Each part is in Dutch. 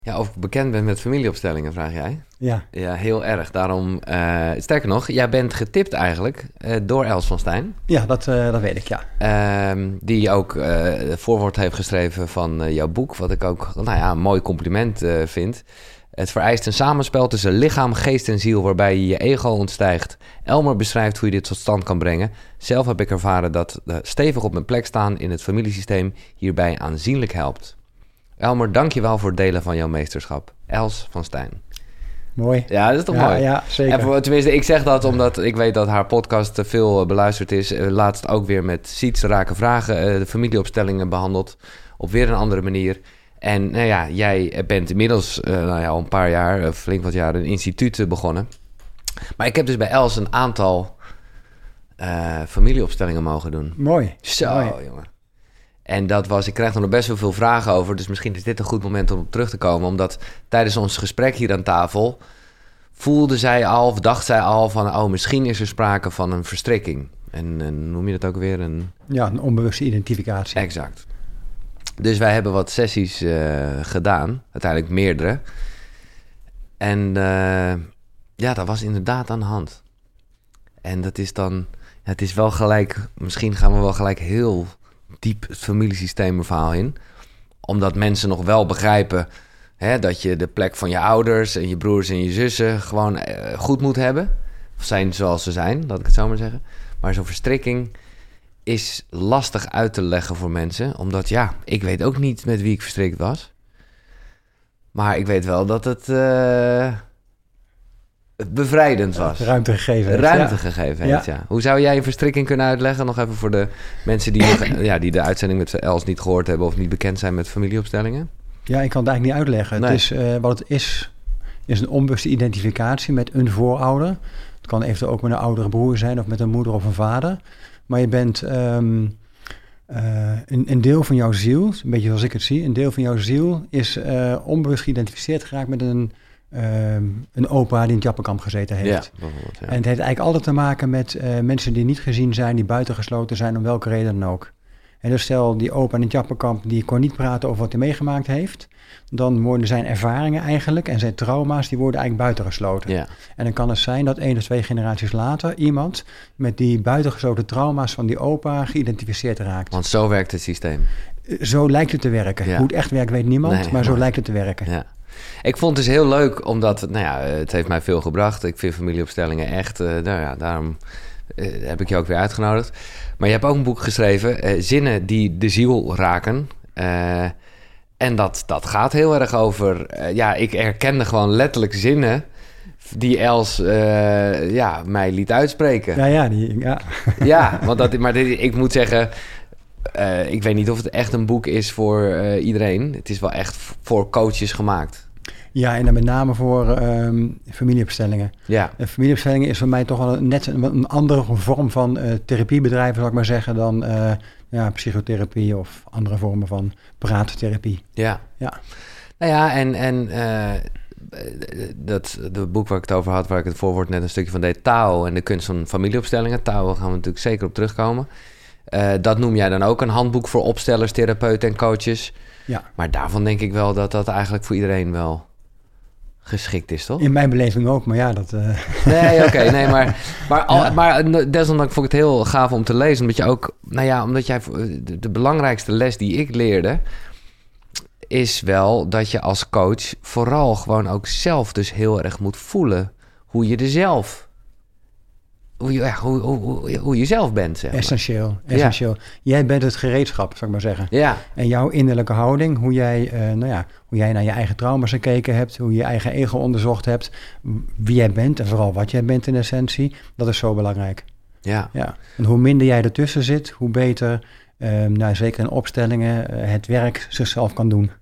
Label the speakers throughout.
Speaker 1: Ja, of ik bekend ben met familieopstellingen, vraag jij?
Speaker 2: Ja.
Speaker 1: Ja, heel erg. Daarom, sterker nog, jij bent getipt eigenlijk door Els van Stijn.
Speaker 2: Ja, dat weet ik, ja.
Speaker 1: Die ook het voorwoord heeft geschreven van jouw boek. Wat ik ook een mooi compliment vind. Het vereist een samenspel tussen lichaam, geest en ziel waarbij je ego ontstijgt. Elmer beschrijft hoe je dit tot stand kan brengen. Zelf heb ik ervaren dat stevig op mijn plek staan in het familiesysteem hierbij aanzienlijk helpt. Elmer, dank je wel voor het delen van jouw meesterschap. Els van Stijn.
Speaker 2: Mooi.
Speaker 1: Ja, dat is toch mooi?
Speaker 2: Ja, zeker.
Speaker 1: En tenminste, ik zeg dat omdat ik weet dat haar podcast veel beluisterd is. Laatst ook weer met Siets Raken Vragen de familieopstellingen behandeld. Op weer een andere manier. En nou ja, jij bent inmiddels al een paar jaar, flink wat jaren, een instituut begonnen. Maar ik heb dus bij Els een aantal familieopstellingen mogen doen.
Speaker 2: Mooi.
Speaker 1: Zo,
Speaker 2: mooi.
Speaker 1: Jongen. En ik krijg er nog best wel veel vragen over. Dus misschien is dit een goed moment om op terug te komen. Omdat tijdens ons gesprek hier aan tafel voelde zij al, of dacht zij al van, misschien is er sprake van een verstrikking. En noem je dat ook weer?
Speaker 2: Ja, een onbewuste identificatie.
Speaker 1: Exact. Dus wij hebben wat sessies gedaan. Uiteindelijk meerdere. En dat was inderdaad aan de hand. En dat is dan, het is wel gelijk, misschien gaan we wel gelijk heel diep het familiesysteem er verhaal in. Omdat mensen nog wel begrijpen dat je de plek van je ouders en je broers en je zussen gewoon goed moet hebben. Of zijn zoals ze zijn, laat ik het zo maar zeggen. Maar zo'n verstrikking is lastig uit te leggen voor mensen. Omdat ik weet ook niet met wie ik verstrikt was. Maar ik weet wel dat het bevrijdend was.
Speaker 2: Ruimte gegeven heeft. Ja.
Speaker 1: Hoe zou jij een verstrikking kunnen uitleggen? Nog even voor de mensen die de uitzending met Els niet gehoord hebben of niet bekend zijn met familieopstellingen.
Speaker 2: Ja, ik kan het eigenlijk niet uitleggen. Nee. Het is, wat het is een onbewuste identificatie met een voorouder. Het kan eventueel ook met een oudere broer zijn of met een moeder of een vader. Maar je bent een deel van jouw ziel, een beetje zoals ik het zie, een deel van jouw ziel is onbewust geïdentificeerd geraakt met een opa die in het Jappenkamp gezeten heeft. Ja, bijvoorbeeld. Ja. En het heeft eigenlijk altijd te maken met mensen die niet gezien zijn, die buitengesloten zijn, om welke reden dan ook. En dus stel, die opa in het Jappenkamp, die kon niet praten over wat hij meegemaakt heeft. Dan worden zijn ervaringen eigenlijk en zijn trauma's, die worden eigenlijk buitengesloten. Ja. En dan kan het zijn dat 1 of 2 generaties later iemand met die buitengesloten trauma's van die opa geïdentificeerd raakt.
Speaker 1: Want zo werkt het systeem.
Speaker 2: Zo lijkt het te werken. Ja. Hoe het echt werkt weet niemand, maar zo lijkt het te werken. Ja.
Speaker 1: Ik vond het dus heel leuk, omdat het heeft mij veel gebracht. Ik vind familieopstellingen echt, daarom heb ik je ook weer uitgenodigd. Maar je hebt ook een boek geschreven, Zinnen die de ziel raken. En dat gaat heel erg over, ik herkende gewoon letterlijk zinnen die Els mij liet uitspreken. Ja, want ik moet zeggen, ik weet niet of het echt een boek is voor iedereen. Het is wel echt voor coaches gemaakt.
Speaker 2: Ja, en dan met name voor familieopstellingen. Ja. Familieopstellingen is voor mij toch wel net een andere vorm van therapiebedrijven, zal ik maar zeggen, dan psychotherapie of andere vormen van praattherapie.
Speaker 1: Ja. Nou ja, en dat boek waar ik het over had, waar ik het voorwoord net een stukje van deed, Tao en de kunst van familieopstellingen. Tao gaan we natuurlijk zeker op terugkomen. Dat noem jij dan ook een handboek voor opstellers, therapeuten en coaches. Ja. Maar daarvan denk ik wel dat eigenlijk voor iedereen wel geschikt is, toch?
Speaker 2: In mijn beleving ook, maar ja, dat...
Speaker 1: Nee, oké, maar desondanks vond ik het heel gaaf om te lezen, omdat je ook, omdat jij de belangrijkste les die ik leerde is wel dat je als coach vooral gewoon ook zelf dus heel erg moet voelen hoe je hoe je zelf bent, zeg maar.
Speaker 2: Essentieel. Ja. Jij bent het gereedschap, zou ik maar zeggen. Ja. En jouw innerlijke houding, hoe jij naar je eigen trauma's gekeken hebt, hoe je je eigen ego onderzocht hebt, wie jij bent en vooral wat jij bent in essentie, dat is zo belangrijk. Ja. En hoe minder jij ertussen zit, hoe beter, zeker in opstellingen, het werk zichzelf kan doen.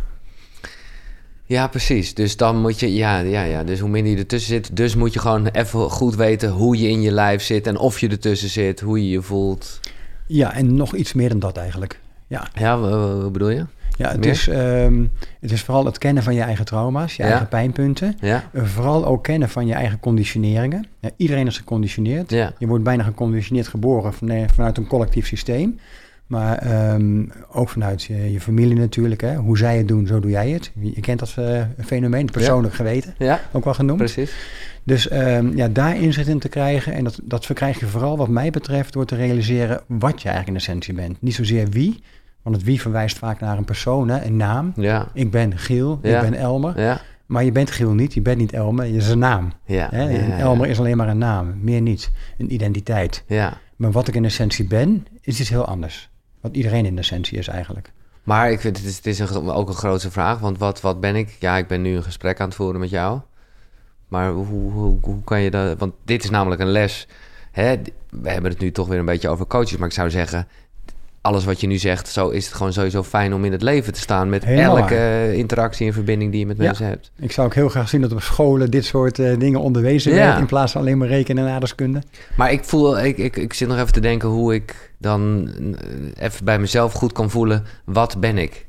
Speaker 1: Ja, precies. Dus dan moet je, dus hoe minder je ertussen zit, dus moet je gewoon even goed weten hoe je in je lijf zit en of je ertussen zit, hoe je je voelt.
Speaker 2: Ja, en nog iets meer dan dat eigenlijk.
Speaker 1: Ja, wat bedoel je?
Speaker 2: Ja, het is vooral het kennen van je eigen trauma's, je eigen pijnpunten. Ja. Vooral ook kennen van je eigen conditioneringen. Ja, iedereen is geconditioneerd. Ja. Je wordt bijna geconditioneerd geboren vanuit een collectief systeem. Maar ook vanuit je familie natuurlijk. Hè? Hoe zij het doen, zo doe jij het. Je kent dat fenomeen, persoonlijk geweten.
Speaker 1: Ja,
Speaker 2: ook wel genoemd.
Speaker 1: Precies.
Speaker 2: Dus daar inzicht in te krijgen. En dat verkrijg je vooral wat mij betreft door te realiseren wat je eigenlijk in essentie bent. Niet zozeer wie, want het wie verwijst vaak naar een persoon, hè, een naam.
Speaker 1: Ja.
Speaker 2: Ik ben Giel, ik ben Elmer.
Speaker 1: Ja.
Speaker 2: Maar je bent Giel niet, je bent niet Elmer, je is een naam.
Speaker 1: Ja.
Speaker 2: Hè? Elmer is alleen maar een naam, meer niet. Een identiteit.
Speaker 1: Ja.
Speaker 2: Maar wat ik in essentie ben, is iets heel anders. Wat iedereen in essentie is eigenlijk.
Speaker 1: Maar ik vind het is ook een grote vraag. Want wat ben ik? Ja, ik ben nu een gesprek aan het voeren met jou. Maar hoe kan je dat... Want dit is namelijk een les. Hè? We hebben het nu toch weer een beetje over coaches. Maar ik zou zeggen, alles wat je nu zegt... zo is het gewoon sowieso fijn om in het leven te staan... met
Speaker 2: helemaal
Speaker 1: elke interactie en verbinding die je met mensen hebt.
Speaker 2: Ik zou ook heel graag zien dat op scholen dit soort dingen onderwezen werden... in plaats van alleen maar rekenen en aardrijkskunde.
Speaker 1: Maar ik voel... Ik zit nog even te denken hoe ik dan even bij mezelf goed kan voelen... wat ben ik?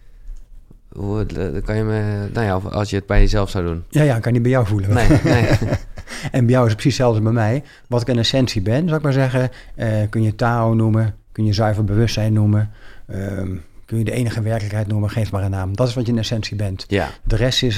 Speaker 1: Kan je me... Nou ja, als je het bij jezelf zou doen.
Speaker 2: Ja, kan niet bij jou voelen.
Speaker 1: Nee.
Speaker 2: En bij jou is het precies hetzelfde als bij mij. Wat ik in essentie ben, zou ik maar zeggen... kun je Tao noemen, kun je zuiver bewustzijn noemen... kun je de enige werkelijkheid noemen, geef maar een naam. Dat is wat je in essentie bent.
Speaker 1: Ja.
Speaker 2: De rest is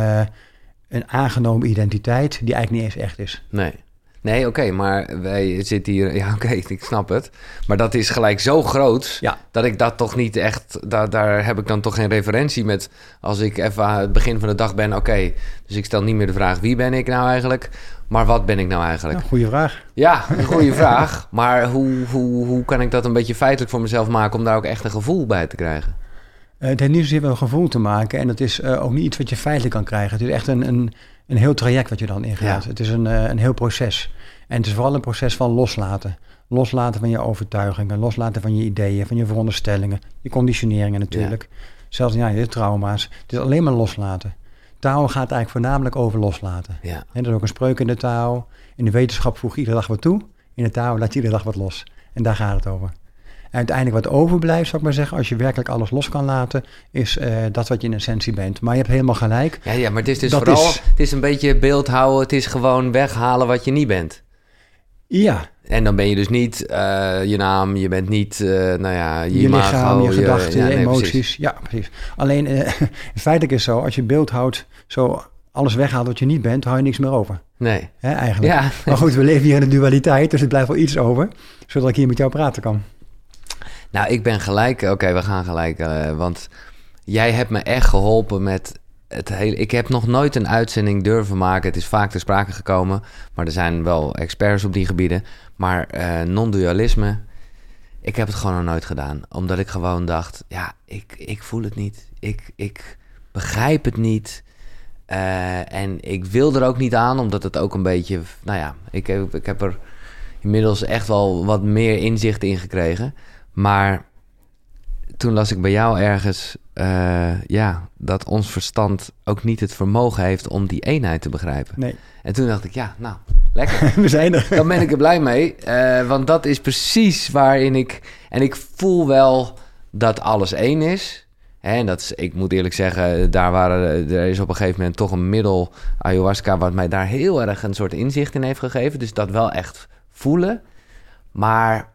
Speaker 2: een aangenomen identiteit die eigenlijk niet eens echt is.
Speaker 1: Nee, oké, maar wij zitten hier... Ja, oké, ik snap het. Maar dat is gelijk zo groot... dat ik dat toch niet echt... Daar heb ik dan toch geen referentie met... als ik even aan het begin van de dag ben... Oké, dus ik stel niet meer de vraag... wie ben ik nou eigenlijk? Maar wat ben ik nou eigenlijk?
Speaker 2: Ja, goeie vraag.
Speaker 1: Ja, een goede vraag. Maar hoe kan ik dat een beetje feitelijk voor mezelf maken... om daar ook echt een gevoel bij te krijgen?
Speaker 2: Het heeft niet zozeer wel een gevoel te maken... en het is ook niet iets wat je feitelijk kan krijgen. Het is echt een heel traject wat je dan ingaat. Ja. Het is een heel proces. En het is vooral een proces van loslaten. Loslaten van je overtuigingen, loslaten van je ideeën, van je veronderstellingen, je conditioneringen natuurlijk. Ja. Zelfs je trauma's. Het is alleen maar loslaten. Tao gaat eigenlijk voornamelijk over loslaten.
Speaker 1: Ja.
Speaker 2: En er is ook een spreuk in de Tao. In de wetenschap voeg je iedere dag wat toe. In de Tao laat je iedere dag wat los. En daar gaat het over. En uiteindelijk wat overblijft, zou ik maar zeggen, als je werkelijk alles los kan laten, is dat wat je in essentie bent. Maar je hebt helemaal gelijk.
Speaker 1: Ja, maar het is dus vooral, het is een beetje beeld houden, het is gewoon weghalen wat je niet bent.
Speaker 2: Ja.
Speaker 1: En dan ben je dus niet je naam, je bent niet, je
Speaker 2: lichaam, je gedachten, je emoties. Precies. Ja, precies. Alleen, feitelijk is zo, als je beeld houdt, zo alles weghaalt wat je niet bent, hou je niks meer over.
Speaker 1: Nee.
Speaker 2: Hè, eigenlijk.
Speaker 1: Ja.
Speaker 2: Maar goed, we leven hier in de dualiteit, dus er blijft wel iets over, zodat ik hier met jou praten kan.
Speaker 1: Nou, ik ben gelijk, we gaan gelijk, want jij hebt me echt geholpen met het hele... Ik heb nog nooit een uitzending durven maken. Het is vaak ter sprake gekomen, maar er zijn wel experts op die gebieden. Maar non-dualisme, ik heb het gewoon nog nooit gedaan. Omdat ik gewoon dacht, ik voel het niet. Ik begrijp het niet. En ik wil er ook niet aan, omdat het ook een beetje... ik heb er inmiddels echt wel wat meer inzicht in gekregen. Maar toen las ik bij jou ergens... dat ons verstand ook niet het vermogen heeft om die eenheid te begrijpen.
Speaker 2: Nee.
Speaker 1: En toen dacht ik, lekker.
Speaker 2: We zijn er.
Speaker 1: Dan ben ik er blij mee. Want dat is precies waarin ik... En ik voel wel dat alles één is. En dat is, ik moet eerlijk zeggen, er is op een gegeven moment toch een middel ayahuasca... wat mij daar heel erg een soort inzicht in heeft gegeven. Dus dat wel echt voelen. Maar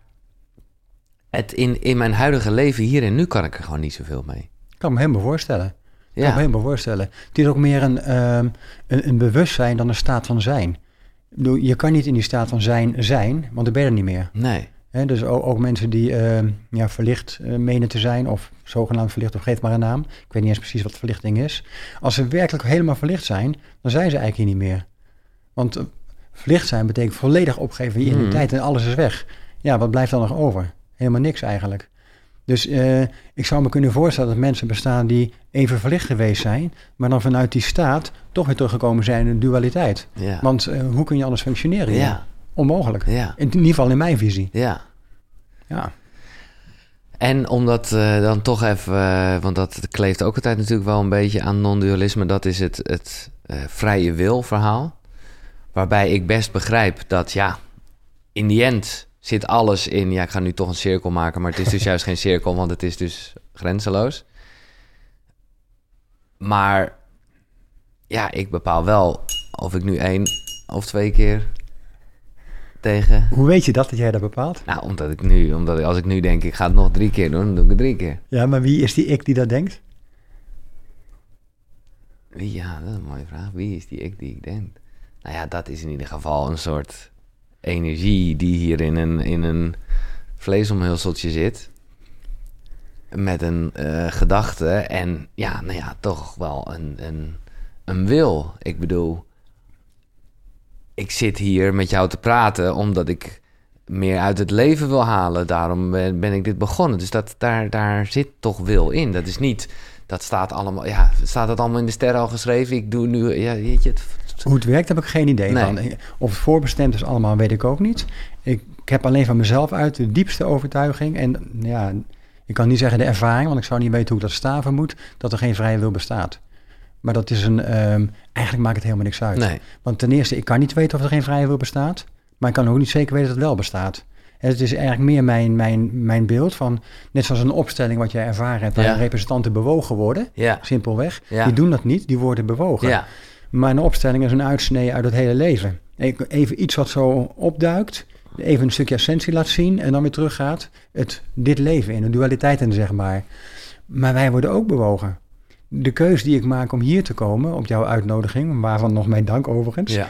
Speaker 1: het in mijn huidige leven hier en nu kan ik er gewoon niet zoveel mee.
Speaker 2: Ik kan me helemaal voorstellen. Het is ook meer een bewustzijn dan een staat van zijn. Je kan niet in die staat van zijn, want dan ben je er niet meer.
Speaker 1: Nee.
Speaker 2: Dus ook mensen die verlicht menen te zijn, of zogenaamd verlicht, of geef maar een naam. Ik weet niet eens precies wat verlichting is. Als ze werkelijk helemaal verlicht zijn, dan zijn ze eigenlijk hier niet meer. Want verlicht zijn betekent volledig opgeven je identiteit en alles is weg. Ja, wat blijft dan nog over? Helemaal niks eigenlijk. Dus ik zou me kunnen voorstellen dat mensen bestaan die even verlicht geweest zijn, maar dan vanuit die staat toch weer teruggekomen zijn in de dualiteit.
Speaker 1: Ja.
Speaker 2: Want hoe kun je anders functioneren?
Speaker 1: Ja.
Speaker 2: Onmogelijk.
Speaker 1: Ja.
Speaker 2: In ieder geval in mijn visie.
Speaker 1: Ja.
Speaker 2: Ja.
Speaker 1: En omdat dan toch even, want dat kleeft ook altijd natuurlijk wel een beetje aan non-dualisme, dat is het vrije wil verhaal. Waarbij ik best begrijp dat in die end zit alles in... ik ga nu toch een cirkel maken, maar het is dus juist geen cirkel, want het is dus grenzeloos. Maar ik bepaal wel of ik nu 1 of 2 keer tegen...
Speaker 2: Hoe weet je dat jij dat bepaalt?
Speaker 1: Nou, omdat als ik nu denk, ik ga het nog 3 keer doen, dan doe ik het 3 keer.
Speaker 2: Ja, maar wie is die ik die dat denkt?
Speaker 1: Ja, dat is een mooie vraag. Wie is die ik die ik denk? Nou ja, dat is in ieder geval een soort energie die hier in een vleesomhulseltje zit. Met een gedachte en ja, nou ja, toch wel een wil. Ik bedoel, ik zit hier met jou te praten omdat ik meer uit het leven wil halen. Daarom ben ik dit begonnen. Dus daar zit toch wil in. Dat is niet, dat staat allemaal, ja, staat het allemaal in de sterren al geschreven? Ik doe nu, ja, weet je het.
Speaker 2: Hoe het werkt heb ik geen idee van. Of het voorbestemd is allemaal, weet ik ook niet. Ik heb alleen van mezelf uit de diepste overtuiging en ja, ik kan niet zeggen de ervaring, want ik zou niet weten hoe ik dat staven moet, dat er geen vrije wil bestaat. Maar dat is eigenlijk maakt het helemaal niks uit.
Speaker 1: Nee.
Speaker 2: Want ten eerste, ik kan niet weten of er geen vrije wil bestaat, maar ik kan ook niet zeker weten dat het wel bestaat. En het is eigenlijk meer mijn beeld van, net zoals een opstelling wat jij ervaren hebt, waar representanten bewogen worden, simpelweg. Ja. Die doen dat niet, die worden bewogen. Ja. Maar een opstelling is een uitsnede uit het hele leven. Even iets wat zo opduikt, even een stukje essentie laat zien en dan weer teruggaat dit leven in, een dualiteit in, zeg maar. Maar wij worden ook bewogen. De keus die ik maak om hier te komen, op jouw uitnodiging, waarvan nog mijn dank overigens.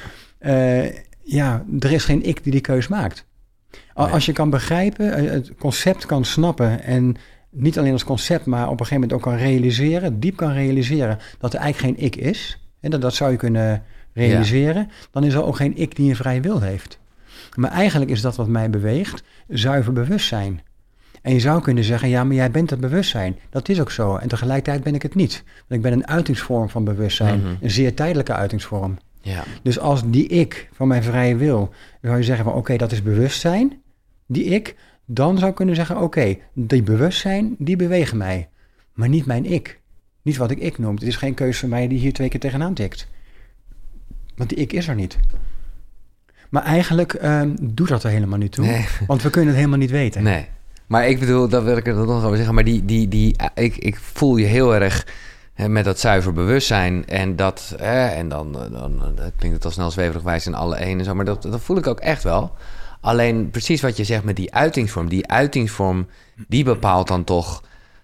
Speaker 2: Ja, er is geen ik die keus maakt. Nee. Als je kan begrijpen, het concept kan snappen en niet alleen als concept, maar op een gegeven moment ook kan realiseren, diep kan realiseren, dat er eigenlijk geen ik is. En dat zou je kunnen realiseren. Dan is er ook geen ik die een vrije wil heeft. Maar eigenlijk is dat wat mij beweegt, zuiver bewustzijn. En je zou kunnen zeggen, ja, maar jij bent het bewustzijn. Dat is ook zo. En tegelijkertijd ben ik het niet. Want ik ben een uitingsvorm van bewustzijn. Mm-hmm. Een zeer tijdelijke uitingsvorm. Ja. Dus als die ik van mijn vrije wil, dan zou je zeggen van oké, dat is bewustzijn, die ik. Dan zou ik kunnen zeggen, oké, die bewustzijn, die bewegen mij. Maar niet mijn ik. Niet wat ik noem. Het is geen keuze van mij die hier 2 keer tegenaan tikt. Want die ik is er niet. Maar eigenlijk doet dat er helemaal niet toe. Nee. Want we kunnen het helemaal niet weten.
Speaker 1: Nee. Maar ik bedoel, dat wil ik er nog over zeggen. Maar ik voel je heel erg met dat zuiver bewustzijn. En dat, en dan klinkt het al snel zweverig, wij zijn alle één en zo. Maar dat voel ik ook echt wel. Alleen precies wat je zegt met die uitingsvorm. Die uitingsvorm, die bepaalt dan toch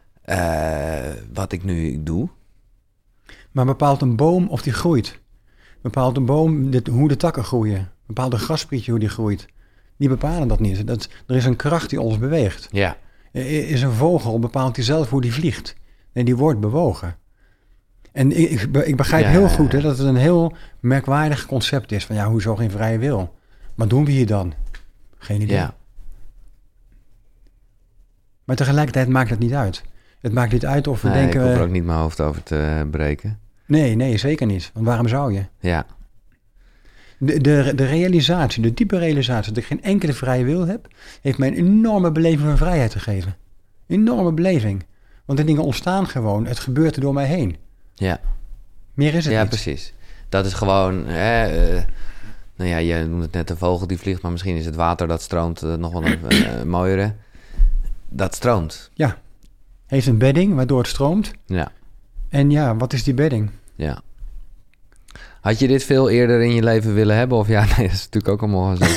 Speaker 1: wat ik nu doe.
Speaker 2: Maar bepaalt een boom of die groeit? Bepaalt een boom hoe de takken groeien? Bepaalt een grasprietje hoe die groeit? Die bepalen dat niet. Er is een kracht die ons beweegt. Ja. Is een vogel, bepaalt hij zelf hoe die vliegt. Nee, die wordt bewogen. En ik begrijp heel goed hè, dat het een heel merkwaardig concept is. Van ja, hoezo geen vrije wil? Wat doen we hier dan? Geen idee. Ja. Maar tegelijkertijd maakt het niet uit. Het maakt niet uit of we denken...
Speaker 1: Ik hoef er ook niet mijn hoofd over te breken.
Speaker 2: Nee, zeker niet. Want waarom zou je? Ja. De realisatie, de diepe realisatie dat ik geen enkele vrije wil heb, heeft mij een enorme beleving van vrijheid gegeven. Enorme beleving. Want de dingen ontstaan gewoon. Het gebeurt er door mij heen. Ja. Meer is het niet.
Speaker 1: Ja, precies. Dat is gewoon... nou ja, je noemt het net een vogel die vliegt, maar misschien is het water dat stroomt nog wel een mooiere. Dat stroomt.
Speaker 2: Ja. Heeft een bedding waardoor het stroomt. Ja. En ja, wat is die bedding? Ja.
Speaker 1: Had je dit veel eerder in je leven willen hebben? Of ja, nee, dat is natuurlijk ook allemaal zo.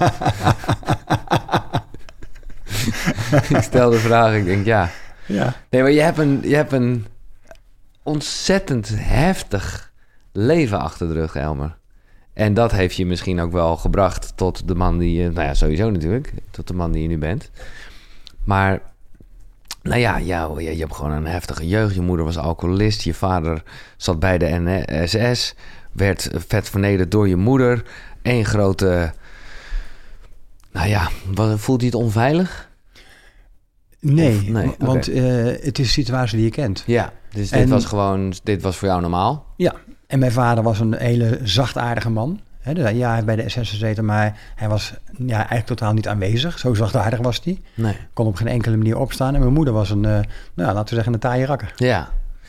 Speaker 1: Ik stel de vraag, ik denk ja. Nee, maar je hebt een ontzettend heftig leven achter de rug, Elmer. En dat heeft je misschien ook wel gebracht tot de man die je... Nou ja, sowieso natuurlijk. Tot de man die je nu bent. Maar... Nou ja, je hebt gewoon een heftige jeugd. Je moeder was alcoholist. Je vader zat bij de SS. Werd vet vernederd door je moeder. Eén grote... Nou ja, voelt hij het onveilig?
Speaker 2: Nee, want het is een situatie die je kent.
Speaker 1: Ja, dus dit was voor jou normaal?
Speaker 2: Ja, en mijn vader was een hele zachtaardige man. Ja, hij heeft bij de SS gezeten, maar hij was eigenlijk totaal niet aanwezig. Zo zachtaardig was hij. Nee. Kon op geen enkele manier opstaan. En mijn moeder was laten we zeggen, een taaie rakker. Ja.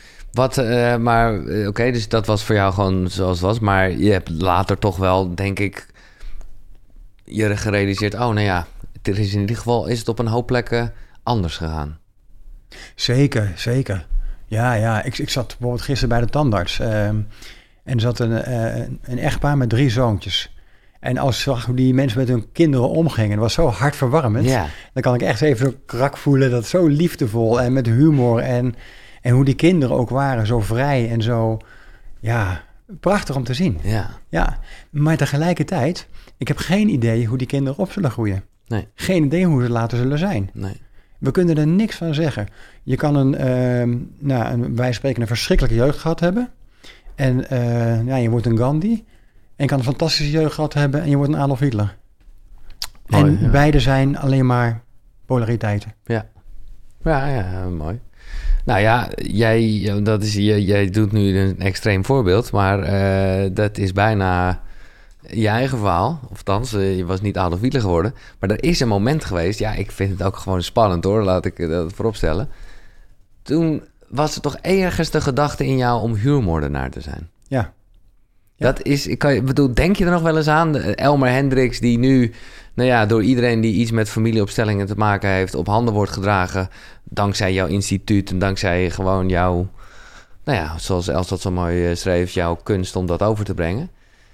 Speaker 1: Oké, dus dat was voor jou gewoon zoals het was. Maar je hebt later toch wel, denk ik, je gerealiseerd... het is in ieder geval is het op een hoop plekken anders gegaan.
Speaker 2: Zeker. Ja. Ik zat bijvoorbeeld gisteren bij de tandarts... En er zat een echtpaar met 3 zoontjes. En als ik zag hoe die mensen met hun kinderen omgingen, dat was zo hartverwarmend.
Speaker 1: Ja.
Speaker 2: Dan kan ik echt even zo krak voelen, dat zo liefdevol en met humor. En hoe die kinderen ook waren, zo vrij en zo, ja, prachtig om te zien. Ja, maar tegelijkertijd, ik heb geen idee hoe die kinderen op zullen groeien.
Speaker 1: Nee.
Speaker 2: Geen idee hoe ze later zullen zijn.
Speaker 1: Nee.
Speaker 2: We kunnen er niks van zeggen. Je kan wij spreken een verschrikkelijke jeugd gehad hebben. En je wordt een Gandhi. En je kan een fantastische jeugd gehad hebben en je wordt een Adolf Hitler.
Speaker 1: Mooi,
Speaker 2: en beide zijn alleen polariteiten.
Speaker 1: Ja, mooi. Nou ja, jij doet nu een extreem voorbeeld, maar dat is bijna je eigen verhaal. Of althans, je was niet Adolf Hitler geworden. Maar er is een moment geweest, ja, ik vind het ook gewoon spannend hoor, laat ik dat vooropstellen. Toen was er toch ergens de gedachte in jou om huurmoordenaar te zijn.
Speaker 2: Ja.
Speaker 1: Dat is, denk je er nog wel eens aan? Elmer Hendricks, die nu, door iedereen die iets met familieopstellingen te maken heeft, op handen wordt gedragen, dankzij jouw instituut en dankzij gewoon jouw, zoals Els dat zo mooi schreef, jouw kunst om dat over te brengen.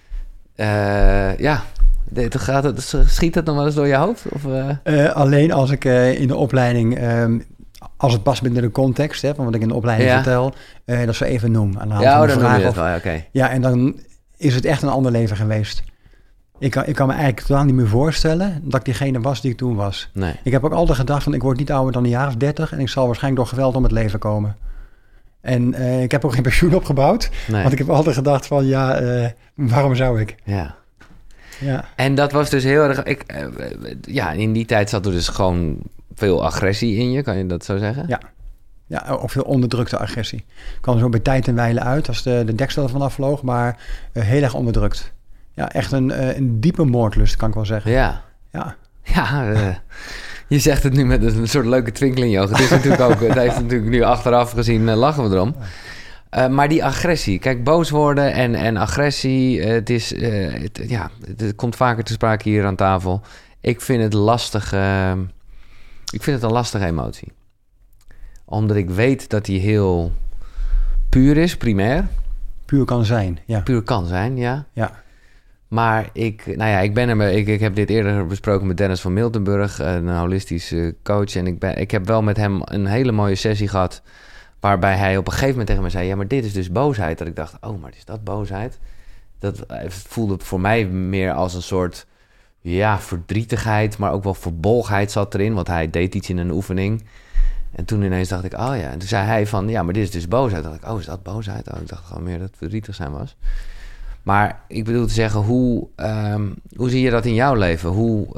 Speaker 1: Schiet dat nog wel eens door je hoofd? Of,
Speaker 2: alleen als ik in de opleiding, als het past binnen de context, van wat ik in de opleiding vertel, dat ze even noem. Aan de hand van de vraag
Speaker 1: noem je het wel,
Speaker 2: Ja, en dan is het echt een ander leven geweest. Ik kan me eigenlijk totaal niet meer voorstellen dat ik diegene was die ik toen was.
Speaker 1: Nee.
Speaker 2: Ik heb ook altijd gedacht van, ik word niet ouder dan een jaar of 30 en ik zal waarschijnlijk door geweld om het leven komen. En ik heb ook geen pensioen opgebouwd, want ik heb altijd gedacht van, waarom zou ik?
Speaker 1: Ja.
Speaker 2: Ja.
Speaker 1: En dat was dus heel erg... in die tijd zat er dus gewoon veel agressie in je, kan je dat zo zeggen?
Speaker 2: Ja, ook veel onderdrukte agressie. Kwam er zo bij tijd en wijle uit als de deksel ervan afvloog, maar heel erg onderdrukt. Ja, echt een diepe moordlust, kan ik wel zeggen.
Speaker 1: Ja.
Speaker 2: Ja.
Speaker 1: Je zegt het nu met een soort leuke twinkel in je ogen. Het is natuurlijk ook, het heeft natuurlijk nu achteraf gezien lachen we erom. Maar die agressie, kijk, boos worden en agressie, het komt vaker te sprake hier aan tafel. Ik vind het lastig. Ik vind het een lastige emotie. Omdat ik weet dat die heel puur is, primair.
Speaker 2: Puur kan zijn, ja.
Speaker 1: Puur kan zijn, ja.
Speaker 2: Ja.
Speaker 1: Maar ik heb dit eerder besproken met Dennis van Miltenburg, een holistische coach. En ik heb wel met hem een hele mooie sessie gehad, waarbij hij op een gegeven moment tegen me zei, ja, maar dit is dus boosheid. Dat ik dacht, oh, maar is dat boosheid? Dat voelde voor mij meer als een soort, verdrietigheid, maar ook wel verbolgenheid zat erin, want hij deed iets in een oefening. En toen ineens dacht ik, oh ja. En toen zei hij van, ja, maar dit is dus boosheid. Toen dacht ik, oh, is dat boosheid? Oh, ik dacht gewoon meer dat het verdrietig zijn was. Maar ik bedoel te zeggen, hoe zie je dat in jouw leven?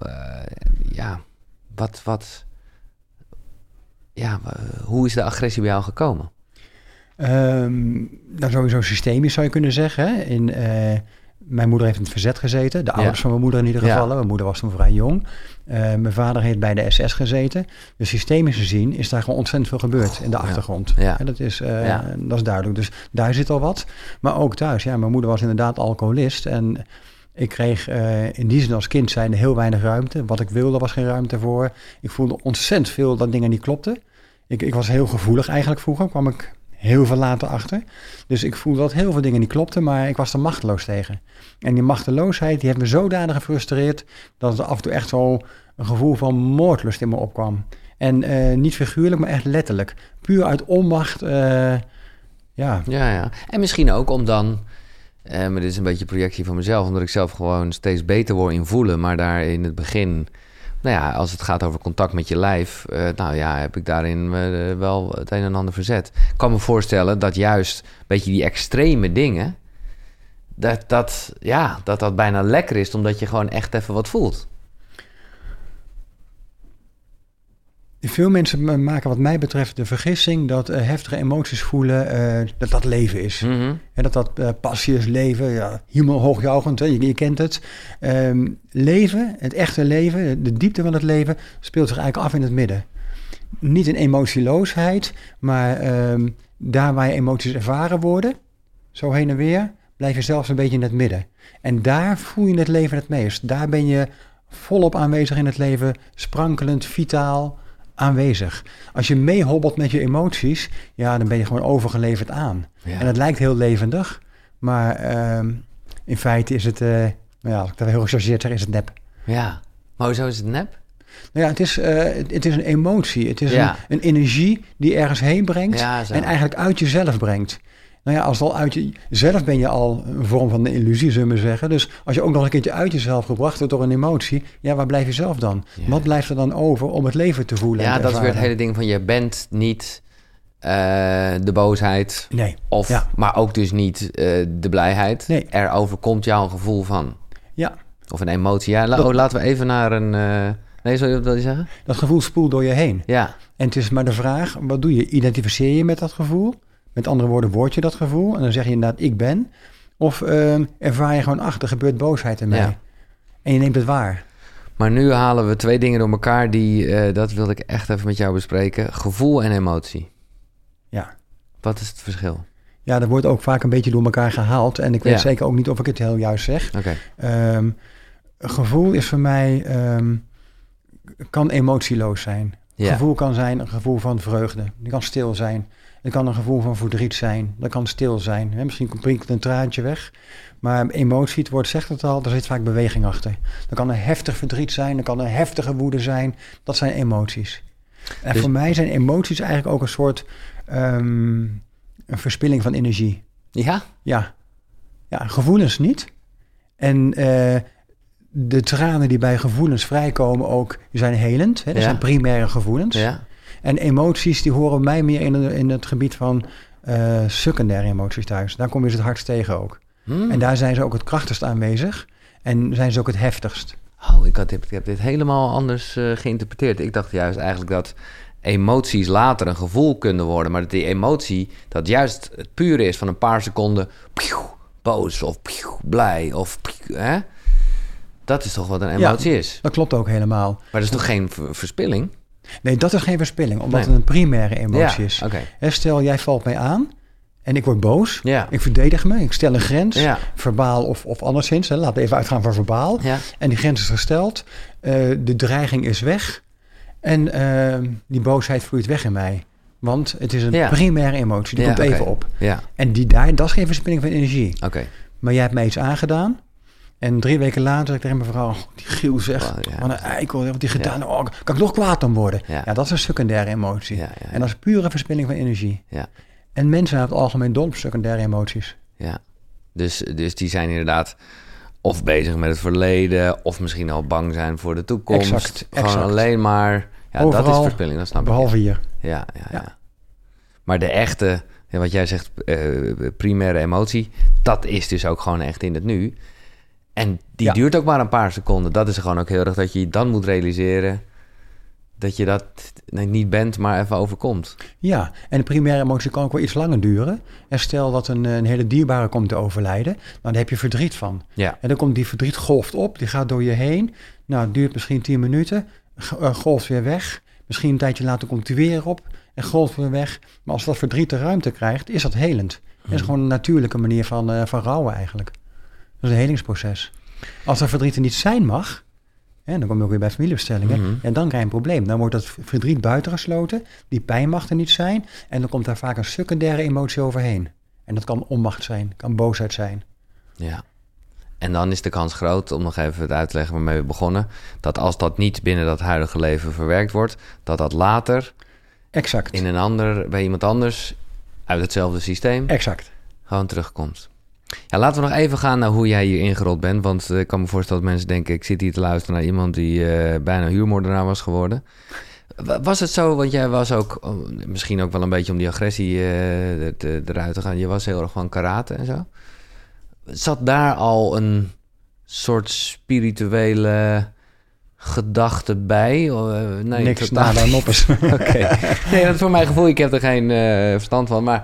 Speaker 1: Hoe is de agressie bij jou gekomen?
Speaker 2: Sowieso systemisch zou je kunnen zeggen. Hè? Mijn moeder heeft in het verzet gezeten. De ouders van mijn moeder in ieder geval. Mijn moeder was toen vrij jong. Mijn vader heeft bij de SS gezeten. Dus systemisch gezien is daar gewoon ontzettend veel gebeurd in de achtergrond.
Speaker 1: Ja.
Speaker 2: En dat is duidelijk. Dus daar zit al wat. Maar ook thuis. Ja, mijn moeder was inderdaad alcoholist. En ik kreeg in die zin als kind zijnde heel weinig ruimte. Wat ik wilde was geen ruimte voor. Ik voelde ontzettend veel dat dingen niet klopten. Ik was heel gevoelig eigenlijk vroeger. Kwam ik heel veel later achter. Dus ik voelde dat heel veel dingen niet klopten, maar ik was er machteloos tegen. En die machteloosheid, die heeft me zodanig gefrustreerd dat er af en toe echt zo een gevoel van moordlust in me opkwam. En niet figuurlijk, maar echt letterlijk. Puur uit onmacht,
Speaker 1: Ja. En misschien ook om dan, maar dit is een beetje projectie van mezelf, omdat ik zelf gewoon steeds beter word in voelen, maar daar in het begin, als het gaat over contact met je lijf, heb ik daarin wel het een en ander verzet. Ik kan me voorstellen dat juist een beetje die extreme dingen, dat bijna lekker is, omdat je gewoon echt even wat voelt.
Speaker 2: Veel mensen maken wat mij betreft de vergissing dat heftige emoties voelen, dat leven is. Mm-hmm. En dat passie is leven, hemelhoogjuichend, je kent het. Leven, het echte leven, de diepte van het leven, speelt zich eigenlijk af in het midden. Niet in emotieloosheid, maar daar waar je emoties ervaren worden, zo heen en weer, blijf je zelfs een beetje in het midden. En daar voel je het leven het meest. Daar ben je volop aanwezig in het leven, sprankelend, vitaal, aanwezig. Als je meehobbelt met je emoties, dan ben je gewoon overgeleverd aan. Ja. En het lijkt heel levendig, maar in feite is het Nou ja, als ik daar heel gechargeerd zeg, is het nep.
Speaker 1: Ja, maar hoezo is het nep?
Speaker 2: Nou ja, het is een emotie. Het is een energie die ergens heen brengt en eigenlijk uit jezelf brengt. Nou ja, als al uit jezelf ben je al een vorm van een illusie, zullen we zeggen. Dus als je ook nog een keertje uit jezelf gebracht wordt door een emotie, ja, waar blijf je zelf dan? Ja. Wat blijft er dan over om het leven te voelen?
Speaker 1: Ja, dat is weer het hele ding van je bent niet de boosheid.
Speaker 2: Nee.
Speaker 1: Maar ook dus niet de blijheid.
Speaker 2: Nee.
Speaker 1: Er overkomt jou een gevoel van.
Speaker 2: Ja.
Speaker 1: Of een emotie. Ja, laten we even naar een... Nee, zou je dat zeggen?
Speaker 2: Dat gevoel spoelt door je heen.
Speaker 1: Ja.
Speaker 2: En het is maar de vraag, wat doe je? Identificeer je met dat gevoel? Met andere woorden, word je dat gevoel? En dan zeg je inderdaad, ik ben. Of ervaar je gewoon, er gebeurt boosheid in mij. Ja. En je neemt het waar.
Speaker 1: Maar nu halen we 2 dingen door elkaar dat wilde ik echt even met jou bespreken. Gevoel en emotie.
Speaker 2: Ja.
Speaker 1: Wat is het verschil?
Speaker 2: Ja, dat wordt ook vaak een beetje door elkaar gehaald. En ik weet zeker ook niet of ik het heel juist zeg.
Speaker 1: Okay.
Speaker 2: Gevoel is voor mij... kan emotieloos zijn.
Speaker 1: Ja.
Speaker 2: Gevoel kan zijn een gevoel van vreugde. Het kan stil zijn. Het kan een gevoel van verdriet zijn. Dat kan stil zijn. Misschien prikkelt een traantje weg. Maar emotie, het woord zegt het al, er zit vaak beweging achter. Er kan een heftig verdriet zijn. Er kan een heftige woede zijn. Dat zijn emoties. En voor mij zijn emoties eigenlijk ook een soort... een verspilling van energie.
Speaker 1: Ja?
Speaker 2: Ja, gevoelens niet. En... de tranen die bij gevoelens vrijkomen ook zijn helend. Hè? Dat zijn primaire gevoelens.
Speaker 1: Ja.
Speaker 2: En emoties die horen mij meer in het gebied van secundaire emoties thuis. Daar kom je het hardst tegen ook. En daar zijn ze ook het krachtigst aanwezig. En zijn ze ook het heftigst.
Speaker 1: Oh, ik heb dit helemaal anders geïnterpreteerd. Ik dacht juist eigenlijk dat emoties later een gevoel kunnen worden. Maar dat die emotie, dat juist het pure is van een paar seconden... boos of blij of... hè? Dat is toch wat een emotie is?
Speaker 2: Dat klopt ook helemaal.
Speaker 1: Maar dat is toch geen verspilling?
Speaker 2: Nee, dat is geen verspilling, omdat het een primaire emotie is.
Speaker 1: Okay.
Speaker 2: Stel, jij valt mij aan en ik word boos.
Speaker 1: Ja.
Speaker 2: Ik verdedig me, ik stel een grens, verbaal of anderszins. Laten we even uitgaan van verbaal. Ja. En die grens is gesteld, de dreiging is weg en die boosheid vloeit weg in mij. Want het is een primaire emotie, die komt even op. Ja. En dat is geen verspilling van energie.
Speaker 1: Okay.
Speaker 2: Maar jij hebt mij iets aangedaan. En 3 weken later zeg ik tegen mijn vrouw... die Giel zegt, wat een eikel, wat die gedaan... kan ik nog kwaad om worden? Ja, dat is een secundaire emotie. Ja. En dat is pure verspilling van energie. Ja. En mensen hebben het algemeen dol op secundaire emoties.
Speaker 1: Ja, dus die zijn inderdaad... of bezig met het verleden... of misschien al bang zijn voor de toekomst.
Speaker 2: Exact.
Speaker 1: Gewoon alleen maar... Ja,
Speaker 2: overal,
Speaker 1: dat is verspilling, dat snap ik.
Speaker 2: Behalve hier.
Speaker 1: Ja. Maar de echte... wat jij zegt, primaire emotie... dat is dus ook gewoon echt in het nu... En die duurt ook maar een paar seconden. Dat is gewoon ook heel erg dat je dan moet realiseren... dat je dat niet bent, maar even overkomt. Ja,
Speaker 2: en de primaire emotie kan ook wel iets langer duren. En stel dat een hele dierbare komt te overlijden... dan heb je verdriet van. Ja. En dan komt die verdriet golft op, die gaat door je heen. Nou, het duurt misschien 10 minuten, golft weer weg. Misschien een tijdje later komt die weer op en golft weer weg. Maar als dat verdriet de ruimte krijgt, is dat helend. Dat is gewoon een natuurlijke manier van rouwen eigenlijk. Dat is een helingsproces. Als er verdriet er niet zijn mag, dan kom je ook weer bij familieopstellingen, en dan krijg je een probleem. Dan wordt dat verdriet buitengesloten, die pijn mag er niet zijn, en dan komt daar vaak een secundaire emotie overheen. En dat kan onmacht zijn, kan boosheid zijn.
Speaker 1: Ja, en dan is de kans groot, om nog even het uit te leggen waarmee we begonnen, dat als dat niet binnen dat huidige leven verwerkt wordt, dat later bij iemand anders uit hetzelfde systeem gewoon terugkomt. Ja, laten we nog even gaan naar hoe jij hier ingerold bent. Want ik kan me voorstellen dat mensen denken... ik zit hier te luisteren naar iemand die bijna huurmoordenaar was geworden. Was het zo, want jij was ook... misschien ook wel een beetje om die agressie eruit te gaan. Je was heel erg van karate en zo. Zat daar al een soort spirituele gedachte bij?
Speaker 2: Nee, niks, nada, noppes.
Speaker 1: Oké. Nee, want voor mijn gevoel, ik heb er geen verstand van, maar...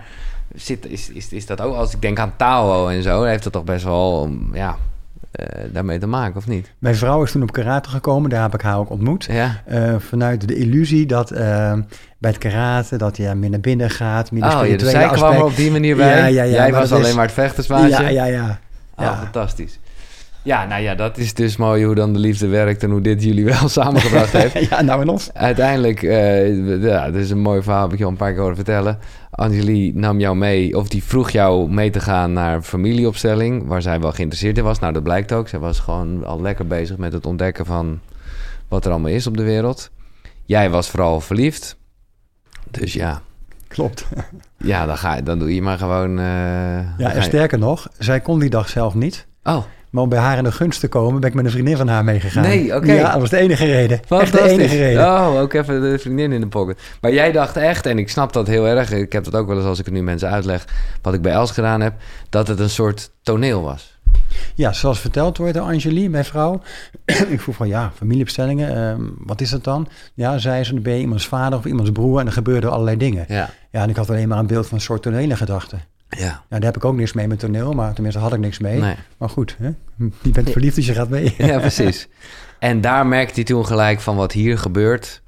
Speaker 1: Is dat ook, als ik denk aan Tao en zo, heeft dat toch best wel daarmee te maken, of niet?
Speaker 2: Mijn vrouw is toen op karate gekomen, daar heb ik haar ook ontmoet. Ja. Vanuit de illusie dat bij het karate, dat je meer naar binnen gaat, meer spirituele
Speaker 1: dus zij
Speaker 2: aspect.
Speaker 1: kwam er op die manier bij?
Speaker 2: Ja,
Speaker 1: jij was alleen maar het vechtersmaatje?
Speaker 2: Ja.
Speaker 1: Fantastisch. Ja, nou ja, dat is dus mooi hoe dan de liefde werkt en hoe dit jullie wel samengebracht heeft.
Speaker 2: Ja, nou en of.
Speaker 1: Uiteindelijk, dat is een mooi verhaal, heb ik je al een paar keer horen vertellen. Anjali nam jou mee, of die vroeg jou mee te gaan naar een familieopstelling, waar zij wel geïnteresseerd in was. Nou, dat blijkt ook. Zij was gewoon al lekker bezig met het ontdekken van wat er allemaal is op de wereld. Jij was vooral verliefd. Dus ja.
Speaker 2: Klopt.
Speaker 1: Ja, dan doe je maar gewoon...
Speaker 2: en sterker nog, zij kon die dag zelf niet.
Speaker 1: Oh.
Speaker 2: Maar om bij haar in de gunst te komen, ben ik met een vriendin van haar meegegaan.
Speaker 1: Nee, oké.
Speaker 2: Ja, dat was de enige reden. Echt de enige reden.
Speaker 1: Oh, ook even de vriendin in de pocket. Maar jij dacht echt, en ik snap dat heel erg, ik heb dat ook wel eens als ik het nu mensen uitleg, wat ik bij Els gedaan heb, dat het een soort toneel was.
Speaker 2: Ja, zoals verteld wordt door Anjali, mijn vrouw. Ik vroeg van, familieopstellingen, wat is dat dan? Ja, zei ze, dan ben je iemands vader of iemands broer en er gebeuren allerlei dingen.
Speaker 1: Ja,
Speaker 2: en ik had alleen maar een beeld van een soort tonele gedachten.
Speaker 1: Ja.
Speaker 2: Daar heb ik ook niks mee met toneel, maar tenminste had ik niks mee.
Speaker 1: Nee.
Speaker 2: Maar goed, hè? Je bent verliefd, dus je gaat mee.
Speaker 1: Ja, precies. En daar merkte hij toen gelijk van wat hier gebeurt,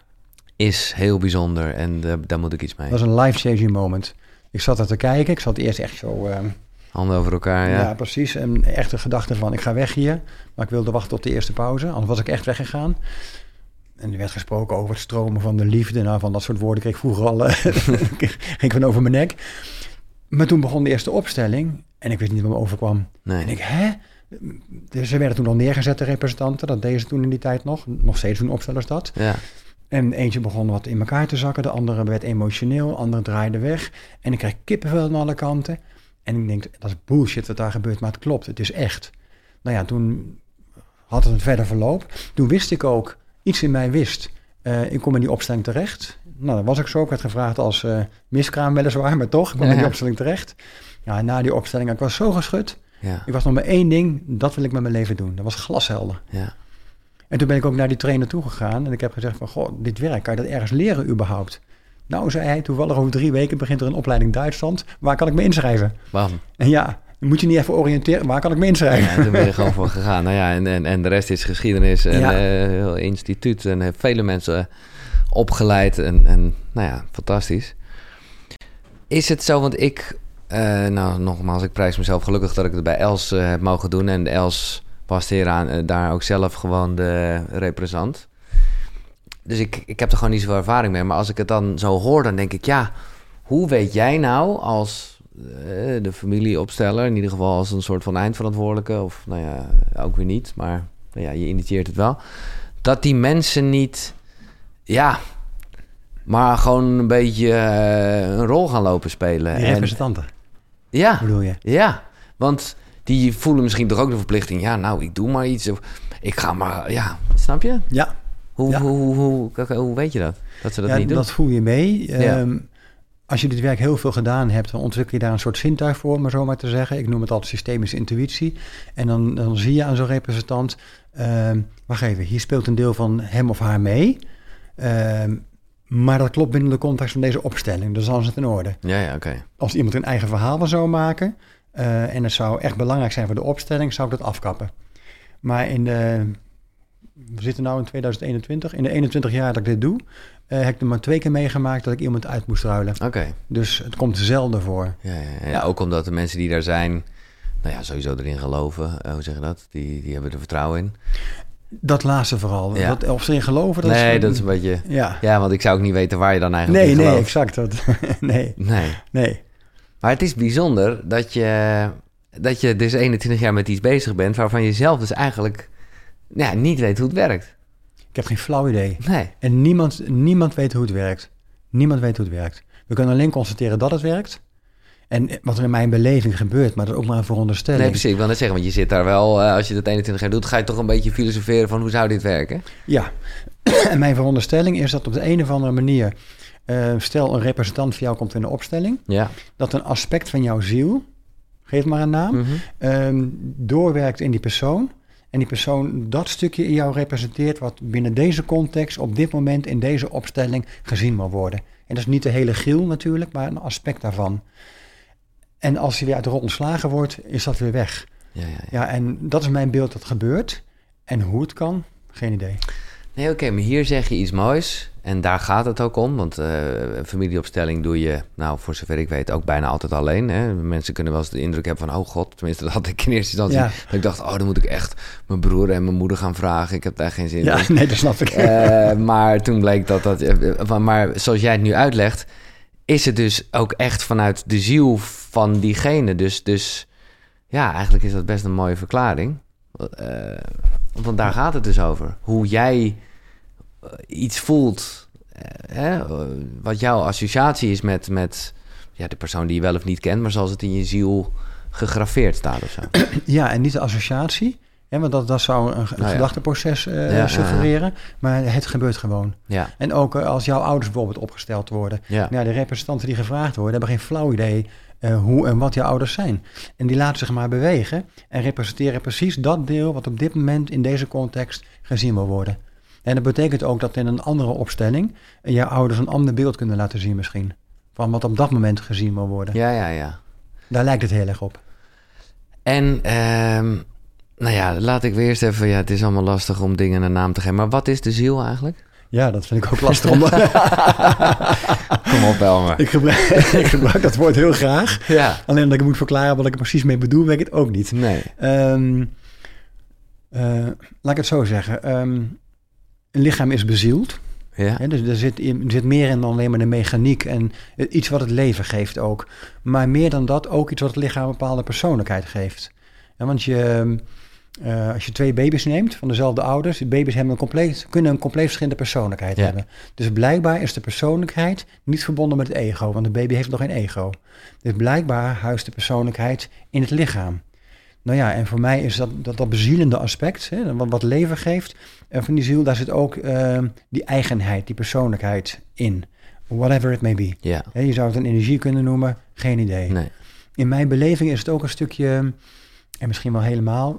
Speaker 1: is heel bijzonder en daar moet ik iets mee.
Speaker 2: Dat was een life-changing moment. Ik zat er te kijken, ik zat eerst echt zo...
Speaker 1: handen over elkaar, ja.
Speaker 2: Ja, precies. En echt de gedachte van, ik ga weg hier. Maar ik wilde wachten tot de eerste pauze, anders was ik echt weggegaan. En er werd gesproken over het stromen van de liefde. Nou, van dat soort woorden kreeg ik vroeger al... ging van over mijn nek. Maar toen begon de eerste opstelling. En ik wist niet wat me overkwam.
Speaker 1: Nee.
Speaker 2: En ik, Dus ze werden toen al neergezet, de representanten. Dat deden ze toen in die tijd nog. Nog steeds doen opstellers dat.
Speaker 1: Ja.
Speaker 2: En eentje begon wat in elkaar te zakken. De andere werd emotioneel. De andere draaide weg. En ik kreeg kippenvel aan alle kanten. En ik denk, dat is bullshit wat daar gebeurt. Maar het klopt, het is echt. Nou ja, toen had het een verder verloop. Toen wist ik ook, iets in mij wist. Ik kom in die opstelling terecht. Nou, dat was ik zo. Ik werd gevraagd als miskraam weliswaar, maar toch. Ik kwam in die opstelling terecht. Ja, na die opstelling, ik was zo geschud.
Speaker 1: Ja.
Speaker 2: Ik was nog maar één ding, dat wil ik met mijn leven doen. Dat was glashelder.
Speaker 1: Ja.
Speaker 2: En toen ben ik ook naar die trainer toegegaan. En ik heb gezegd van, goh, dit werk, kan je dat ergens leren überhaupt? Nou, zei hij, toevallig over 3 weken begint er een opleiding Duitsland. Waar kan ik me inschrijven?
Speaker 1: Bam.
Speaker 2: En ja, dan moet je niet even oriënteren. Waar kan ik me inschrijven?
Speaker 1: Ja, toen ben je gewoon voor gegaan. Nou ja, en de rest is geschiedenis. En heel instituut. En heeft vele mensen opgeleid. En nou ja, fantastisch. Is het zo, want ik... nogmaals, ik prijs mezelf gelukkig dat ik het bij Els heb mogen doen. En Els was daar ook zelf gewoon de representant. Dus ik heb er gewoon niet zoveel ervaring mee. Maar als ik het dan zo hoor, dan denk ik... ja, hoe weet jij nou als de familieopsteller... in ieder geval als een soort van eindverantwoordelijke... of nou ja, ook weer niet, maar nou ja, je initieert het wel... dat die mensen niet... ja, maar gewoon een beetje een rol gaan lopen spelen.
Speaker 2: Die representanten?
Speaker 1: Ja.
Speaker 2: Bedoel je?
Speaker 1: Ja, want die voelen misschien toch ook de verplichting... ja, nou, ik doe maar iets. Of ik ga maar... ja, snap je?
Speaker 2: Ja.
Speaker 1: Hoe weet je dat? Dat ze dat niet doen?
Speaker 2: Dat voel je mee.
Speaker 1: Ja.
Speaker 2: Als je dit werk heel veel gedaan hebt, dan ontwikkel je daar een soort zintuig voor, om maar zo maar te zeggen. Ik noem het altijd systemische intuïtie. En dan zie je aan zo'n representant, wacht even, hier speelt een deel van hem of haar mee. Maar dat klopt binnen de context van deze opstelling. Dus dan is het in orde.
Speaker 1: Ja, oké.
Speaker 2: Als iemand een eigen verhaal zou maken, en het zou echt belangrijk zijn voor de opstelling, zou ik dat afkappen. Maar we zitten nu in 2021. In de 21 jaar dat ik dit doe, heb ik er maar 2 keer meegemaakt dat ik iemand uit moest ruilen.
Speaker 1: Oké.
Speaker 2: Dus het komt zelden voor.
Speaker 1: Ja, ook omdat de mensen die daar zijn, nou ja, sowieso erin geloven. Hoe zeg je dat? Die hebben er vertrouwen in.
Speaker 2: Dat laatste vooral.
Speaker 1: Ja.
Speaker 2: Of ze erin geloven.
Speaker 1: Dat is een beetje... Ja, want ik zou ook niet weten waar je dan eigenlijk in gelooft.
Speaker 2: Nee, exact. Nee.
Speaker 1: Maar het is bijzonder dat je dus 21 jaar met iets bezig bent... waarvan je zelf dus eigenlijk niet weet hoe het werkt.
Speaker 2: Ik heb geen flauw idee.
Speaker 1: Nee.
Speaker 2: En niemand weet hoe het werkt. Niemand weet hoe het werkt. We kunnen alleen constateren dat het werkt. En wat er in mijn beleving gebeurt, maar dat is ook maar een veronderstelling.
Speaker 1: Nee, precies. Ik wil net zeggen, want je zit daar wel... als je dat 21 jaar doet, ga je toch een beetje filosoferen van hoe zou dit werken? Ja.
Speaker 2: En mijn veronderstelling is dat op de een of andere manier... stel, een representant van jou komt in de opstelling...
Speaker 1: Ja.
Speaker 2: Dat een aspect van jouw ziel, geef maar een naam... doorwerkt in die persoon... en die persoon dat stukje in jou representeert... wat binnen deze context op dit moment in deze opstelling gezien mag worden. En dat is niet de hele giel natuurlijk, maar een aspect daarvan. En als hij weer uit de rol ontslagen wordt, is dat weer weg. Ja, en dat is mijn beeld dat gebeurt. En hoe het kan, geen idee.
Speaker 1: Nee, oké, maar hier zeg je iets moois. En daar gaat het ook om. Want een familieopstelling doe je, nou, voor zover ik weet, ook bijna altijd alleen. Hè? Mensen kunnen wel eens de indruk hebben van, oh god, tenminste, dat had ik in eerste instantie. Ja. Dat ik dacht, dan moet ik echt mijn broer en mijn moeder gaan vragen. Ik heb daar geen zin in.
Speaker 2: Ja, nee, dat snap ik.
Speaker 1: Maar toen bleek maar zoals jij het nu uitlegt, is het dus ook echt vanuit de ziel van diegene. Dus ja, eigenlijk is dat best een mooie verklaring. Want daar gaat het dus over. Hoe jij iets voelt, wat jouw associatie is met de persoon die je wel of niet kent, maar zoals het in je ziel gegraveerd staat of zo.
Speaker 2: Ja, en niet de associatie, want dat zou een gedachteproces suggereren, maar het gebeurt gewoon. Ja. En ook als jouw ouders bijvoorbeeld opgesteld worden. Ja. Nou, de representanten die gevraagd worden, hebben geen flauw idee hoe en wat jouw ouders zijn. En die laten zich maar bewegen en representeren precies dat deel wat op dit moment in deze context gezien wil worden. En dat betekent ook dat in een andere opstelling jouw ouders een ander beeld kunnen laten zien misschien. Van wat op dat moment gezien wil worden. Ja. Daar lijkt het heel erg op.
Speaker 1: En nou ja, laat ik weer eerst even... Ja, het is allemaal lastig om dingen een naam te geven. Maar wat is de ziel eigenlijk?
Speaker 2: Ja, dat vind ik ook lastig om...
Speaker 1: Kom op, Elmer.
Speaker 2: Ik gebruik dat woord heel graag. Ja. Alleen dat ik moet verklaren wat ik er precies mee bedoel, weet ik het ook niet.
Speaker 1: Nee.
Speaker 2: Laat ik het zo zeggen. Een lichaam is bezield. Ja. Dus er zit meer in dan alleen maar de mechaniek en iets wat het leven geeft ook. Maar meer dan dat ook iets wat het lichaam een bepaalde persoonlijkheid geeft. Ja, want als je 2 baby's neemt van dezelfde ouders, die baby's kunnen een compleet verschillende persoonlijkheid hebben. Dus blijkbaar is de persoonlijkheid niet verbonden met het ego, want de baby heeft nog geen ego. Dus blijkbaar huist de persoonlijkheid in het lichaam. Nou ja, en voor mij is dat bezielende aspect, wat leven geeft, van die ziel, daar zit ook die eigenheid, die persoonlijkheid in. Whatever it may be. Yeah. Je zou het een energie kunnen noemen, geen idee. Nee. In mijn beleving is het ook een stukje, en misschien wel helemaal,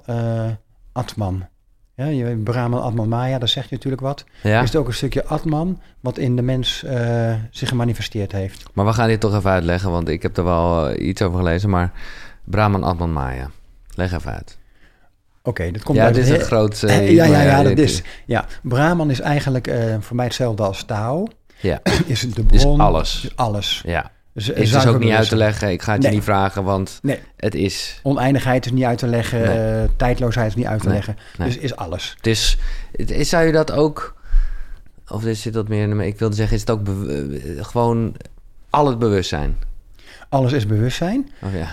Speaker 2: Atman. Ja, Brahman, Atman, Maya, dat zegt je natuurlijk wat. Ja. Is het ook een stukje Atman wat in de mens zich gemanifesteerd heeft.
Speaker 1: Maar we gaan dit toch even uitleggen, want ik heb er wel iets over gelezen, maar Brahman, Atman, Maya. Leg even uit.
Speaker 2: Oké, dat komt
Speaker 1: uit... Ja, dit is een groot...
Speaker 2: dat is... Ja, Brahman is eigenlijk voor mij hetzelfde als Tao.
Speaker 1: Ja.
Speaker 2: Is de bron...
Speaker 1: Is alles.
Speaker 2: Is alles.
Speaker 1: Ja. Is dus ook niet uit te leggen. Ik ga het je niet vragen, want het is...
Speaker 2: Oneindigheid is niet uit te leggen. Tijdloosheid is niet uit te leggen. Nee. Dus is alles.
Speaker 1: Zou je dat ook... Of zit dat meer in... Ik wilde zeggen, is het ook gewoon al het bewustzijn?
Speaker 2: Alles is bewustzijn.
Speaker 1: Oh, ja.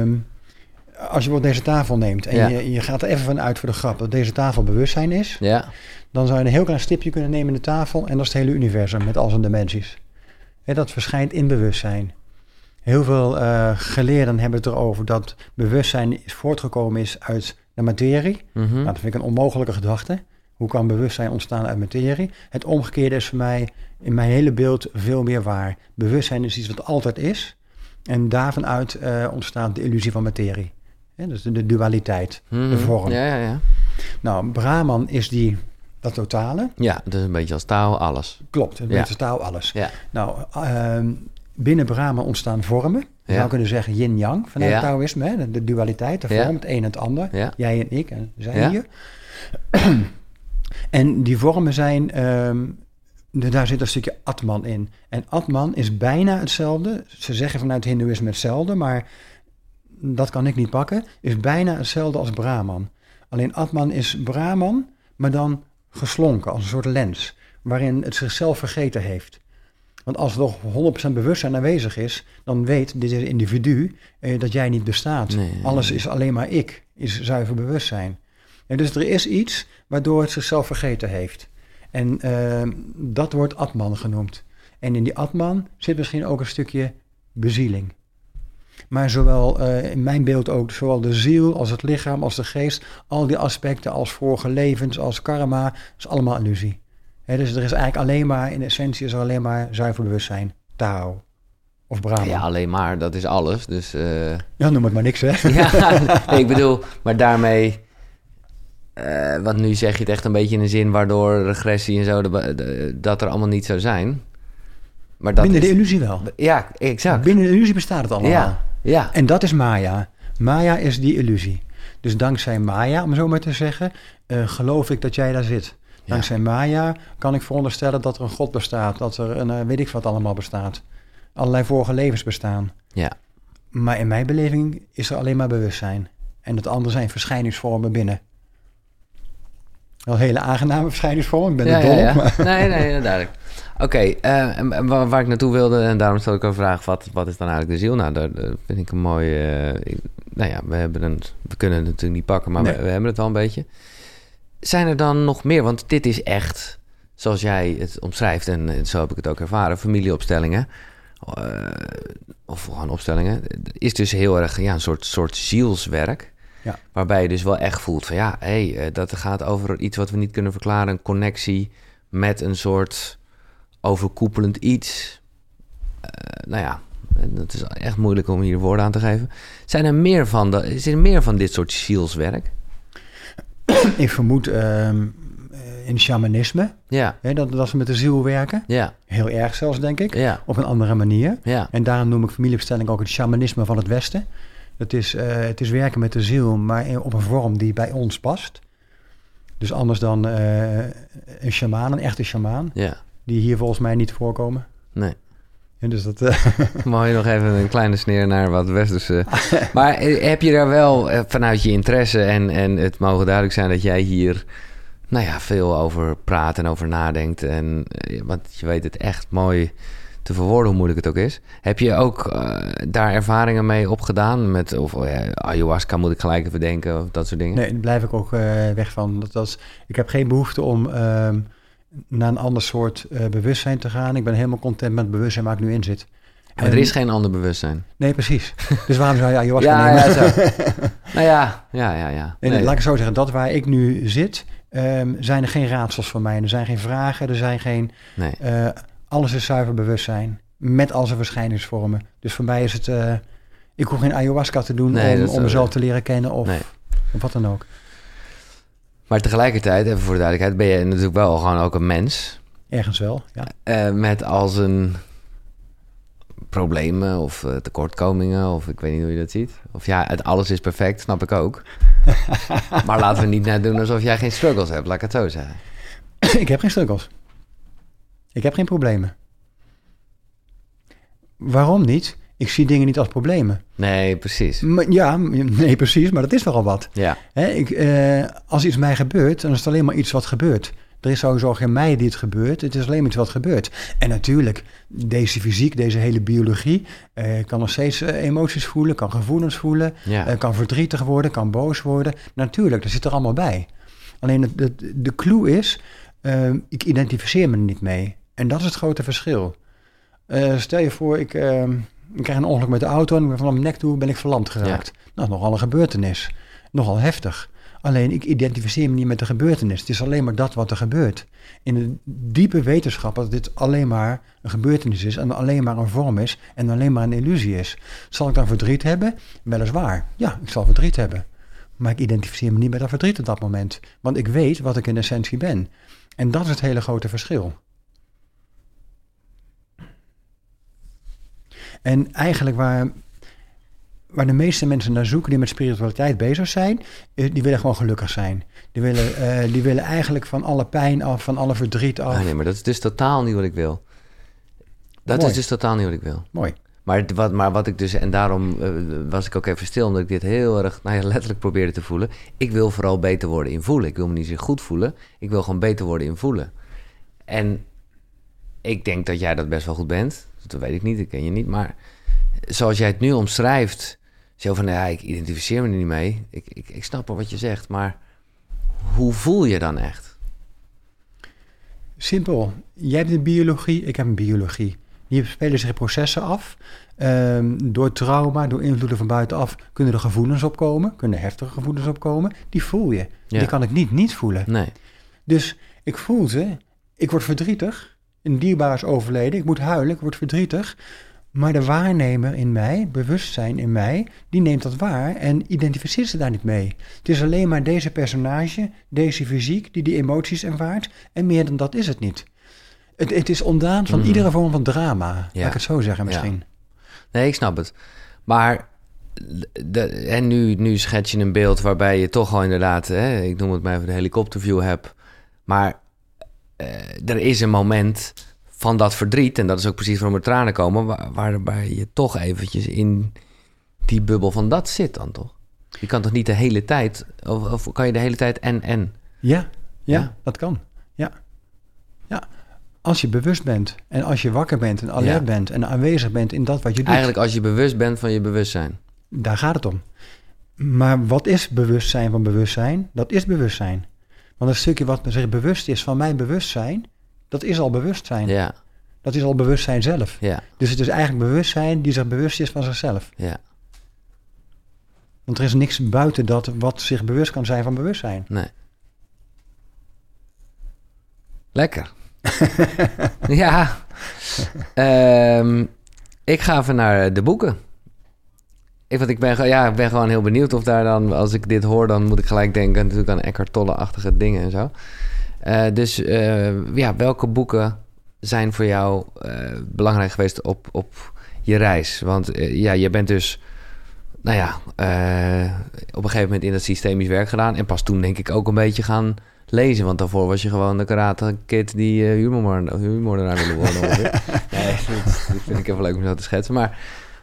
Speaker 2: Als je bijvoorbeeld deze tafel neemt en je gaat er even van uit voor de grap dat deze tafel bewustzijn is, dan zou je een heel klein stipje kunnen nemen in de tafel en dat is het hele universum met al zijn dimensies. Dat verschijnt in bewustzijn. Heel veel geleerden hebben het erover dat bewustzijn voortgekomen is uit de materie. Mm-hmm. Nou, dat vind ik een onmogelijke gedachte. Hoe kan bewustzijn ontstaan uit materie? Het omgekeerde is voor mij in mijn hele beeld veel meer waar. Bewustzijn is iets wat altijd is en daarvan uit ontstaat de illusie van materie. Dus de dualiteit, de vorm.
Speaker 1: Ja.
Speaker 2: Nou, Brahman is dat totale.
Speaker 1: Ja, dus een beetje als Tao, alles.
Speaker 2: Klopt, een beetje als Tao, alles. Ja. Nou, binnen Brahman ontstaan vormen. Je zou kunnen zeggen yin-yang vanuit het Taoïsme. De dualiteit, de vorm, het een en het ander. Ja. Jij en ik en zij hier. En die vormen zijn... daar zit een stukje Atman in. En Atman is bijna hetzelfde. Ze zeggen vanuit het Hindoeïsme hetzelfde, maar... dat kan ik niet pakken, is bijna hetzelfde als Brahman. Alleen Atman is Brahman, maar dan geslonken, als een soort lens, waarin het zichzelf vergeten heeft. Want als er nog 100% bewustzijn aanwezig is, dan weet dit individu dat jij niet bestaat. Nee. Alles is alleen maar ik, is zuiver bewustzijn. En dus er is iets waardoor het zichzelf vergeten heeft. En dat wordt Atman genoemd. En in die Atman zit misschien ook een stukje bezieling. Maar zowel in mijn beeld ook, zowel de ziel als het lichaam als de geest, al die aspecten als vorige levens, als karma, is allemaal illusie. Dus er is eigenlijk alleen maar, in essentie is er alleen maar zuiver bewustzijn, Tao of Brahman.
Speaker 1: Ja, alleen maar, dat is alles. Dus,
Speaker 2: ja, noem het maar niks, hè?
Speaker 1: Ja, ik bedoel, maar daarmee, want nu zeg je het echt een beetje in een zin waardoor regressie en zo, dat er allemaal niet zou zijn. Maar dat
Speaker 2: binnen de illusie wel.
Speaker 1: Ja, exact.
Speaker 2: Binnen de illusie bestaat het allemaal.
Speaker 1: Ja.
Speaker 2: En dat is Maya. Maya is die illusie. Dus dankzij Maya, om zo maar te zeggen, geloof ik dat jij daar zit. Dankzij Maya kan ik veronderstellen dat er een God bestaat. Dat er een weet ik wat allemaal bestaat. Allerlei vorige levens bestaan.
Speaker 1: Ja.
Speaker 2: Maar in mijn beleving is er alleen maar bewustzijn. En het andere zijn verschijningsvormen binnen. Wel hele aangename verschijningsvormen. Ik ben er dol op. Maar...
Speaker 1: Nee, duidelijk. Oké, waar ik naartoe wilde, en daarom stel ik een vraag, wat is dan eigenlijk de ziel? Nou, dat vind ik een mooie... we kunnen het natuurlijk niet pakken, maar we hebben het wel een beetje. Zijn er dan nog meer? Want dit is echt, zoals jij het omschrijft, en zo heb ik het ook ervaren, familieopstellingen, of gewoon opstellingen, is dus heel erg een soort zielswerk.
Speaker 2: Ja.
Speaker 1: Waarbij je dus wel echt voelt van dat gaat over iets wat we niet kunnen verklaren. Een connectie met een soort overkoepelend iets. Het is echt moeilijk om hier woorden aan te geven. Is er meer van dit soort zielswerk?
Speaker 2: Ik vermoed in shamanisme.
Speaker 1: Ja.
Speaker 2: Dat ze met de ziel werken.
Speaker 1: Ja.
Speaker 2: Heel erg zelfs, denk ik.
Speaker 1: Ja.
Speaker 2: Op een andere manier.
Speaker 1: Ja.
Speaker 2: En daarom noem ik familieopstelling ook het shamanisme van het Westen. Het is werken met de ziel, maar op een vorm die bij ons past. Dus anders dan een shamaan, een echte shamaan.
Speaker 1: Ja.
Speaker 2: Die hier volgens mij niet voorkomen.
Speaker 1: Nee.
Speaker 2: En dus dat...
Speaker 1: Mag je nog even een kleine sneer naar wat westerse... Maar heb je daar wel vanuit je interesse en het mogen duidelijk zijn dat jij hier veel over praat en over nadenkt. Want je weet het echt mooi te verwoorden hoe moeilijk het ook is. Heb je ook daar ervaringen mee opgedaan? Met ayahuasca moet ik gelijk even denken of dat soort dingen? Nee,
Speaker 2: daar blijf ik ook weg van. Ik heb geen behoefte om naar een ander soort bewustzijn te gaan. Ik ben helemaal content met het bewustzijn waar ik nu in zit.
Speaker 1: Maar er is geen ander bewustzijn.
Speaker 2: Nee, precies. Dus waarom zou je ayahuasca nemen?
Speaker 1: Ja, zo.
Speaker 2: Nee, laat ik zo zeggen, dat waar ik nu zit, zijn er geen raadsels voor mij. Er zijn geen vragen, er zijn geen...
Speaker 1: Nee.
Speaker 2: Alles is zuiver bewustzijn, met al zijn verschijningsvormen. Dus voor mij is het... ik hoef geen ayahuasca te doen om mezelf te leren kennen of wat dan ook.
Speaker 1: Maar tegelijkertijd, even voor de duidelijkheid, ben je natuurlijk wel gewoon ook een mens.
Speaker 2: Ergens wel, ja.
Speaker 1: Met al zijn problemen of tekortkomingen, of ik weet niet hoe je dat ziet. Of alles is perfect, snap ik ook. Maar laten we niet net doen alsof jij geen struggles hebt, laat ik het zo zeggen.
Speaker 2: Ik heb geen struggles. Ik heb geen problemen. Waarom niet? Ik zie dingen niet als problemen.
Speaker 1: Nee, precies.
Speaker 2: Nee, precies, maar dat is wel al wat.
Speaker 1: Ja.
Speaker 2: Als iets mij gebeurt, dan is het alleen maar iets wat gebeurt. Er is sowieso geen mij die het gebeurt. Het is alleen maar iets wat gebeurt. En natuurlijk, deze fysiek, deze hele biologie... kan nog steeds emoties voelen, kan gevoelens voelen... kan verdrietig worden, kan boos worden. Natuurlijk, dat zit er allemaal bij. Alleen de clue is, ik identificeer me er niet mee. En dat is het grote verschil. Stel je voor, ik krijg een ongeluk met de auto... en van mijn nek toe ben ik verlamd geraakt. Ja. Nogal een gebeurtenis. Nogal heftig. Alleen, ik identificeer me niet met de gebeurtenis. Het is alleen maar dat wat er gebeurt. In de diepe wetenschap dat dit alleen maar een gebeurtenis is... en alleen maar een vorm is en alleen maar een illusie is. Zal ik dan verdriet hebben? Weliswaar. Ja, ik zal verdriet hebben. Maar ik identificeer me niet met dat verdriet op dat moment. Want ik weet wat ik in essentie ben. En dat is het hele grote verschil. En eigenlijk waar de meeste mensen naar zoeken die met spiritualiteit bezig zijn, die willen gewoon gelukkig zijn. Die willen eigenlijk van alle pijn af, van alle verdriet af.
Speaker 1: Nee, maar dat is dus totaal niet wat ik wil. Dat is dus totaal niet wat ik wil.
Speaker 2: Mooi.
Speaker 1: Maar wat ik dus, en daarom was ik ook even stil, omdat ik dit heel erg letterlijk probeerde te voelen. Ik wil vooral beter worden in voelen. Ik wil me niet zo goed voelen. Ik wil gewoon beter worden in voelen. En ik denk dat jij dat best wel goed bent. Dat weet ik niet, ik ken je niet. Maar zoals jij het nu omschrijft, zo van, ik identificeer me er niet mee. Ik snap wel wat je zegt, maar hoe voel je dan echt?
Speaker 2: Simpel. Jij hebt een biologie, ik heb een biologie. Hier spelen zich processen af. Door trauma, door invloeden van buitenaf kunnen er gevoelens opkomen. Kunnen heftige gevoelens opkomen. Die voel je. Ja. Die kan ik niet voelen.
Speaker 1: Nee.
Speaker 2: Dus ik voel ze. Ik word verdrietig. Een dierbaar is overleden. Ik moet huilen. Ik word verdrietig. Maar de waarnemer in mij, bewustzijn in mij, die neemt dat waar en identificeert ze daar niet mee. Het is alleen maar deze personage, deze fysiek, die emoties ervaart. En meer dan dat is het niet. Het is ontdaan van iedere vorm van drama. Ja. Laat ik het zo zeggen misschien.
Speaker 1: Ja. Nee, ik snap het. Maar en nu schets je een beeld waarbij je toch al inderdaad, ik noem het maar even de helikopterview hebt. Maar er is een moment van dat verdriet... en dat is ook precies waarom er tranen komen... waarbij je toch eventjes in die bubbel van dat zit dan toch? Je kan toch niet de hele tijd... of kan je de hele tijd en?
Speaker 2: Ja, dat kan. Ja. Als je bewust bent en als je wakker bent en alert bent... en aanwezig bent in dat wat je doet...
Speaker 1: Eigenlijk als je bewust bent van je bewustzijn.
Speaker 2: Daar gaat het om. Maar wat is bewustzijn van bewustzijn? Dat is bewustzijn. Want een stukje wat zich bewust is van mijn bewustzijn... dat is al bewustzijn.
Speaker 1: Ja.
Speaker 2: Dat is al bewustzijn zelf.
Speaker 1: Ja.
Speaker 2: Dus het is eigenlijk bewustzijn die zich bewust is van zichzelf.
Speaker 1: Ja.
Speaker 2: Want er is niks buiten dat wat zich bewust kan zijn van bewustzijn.
Speaker 1: Nee. Lekker. Ja. Ik ga even naar de boeken. Ik ben gewoon heel benieuwd of daar dan... als ik dit hoor, dan moet ik gelijk denken... natuurlijk aan Eckhart Tolle-achtige dingen en zo. Dus welke boeken zijn voor jou belangrijk geweest op je reis? Want je bent dus... op een gegeven moment in dat systemisch werk gedaan... en pas toen denk ik ook een beetje gaan lezen... want daarvoor was je gewoon de karate kid die humordenaar wilde worden. Nee, dat vind ik even leuk om zo te schetsen. Maar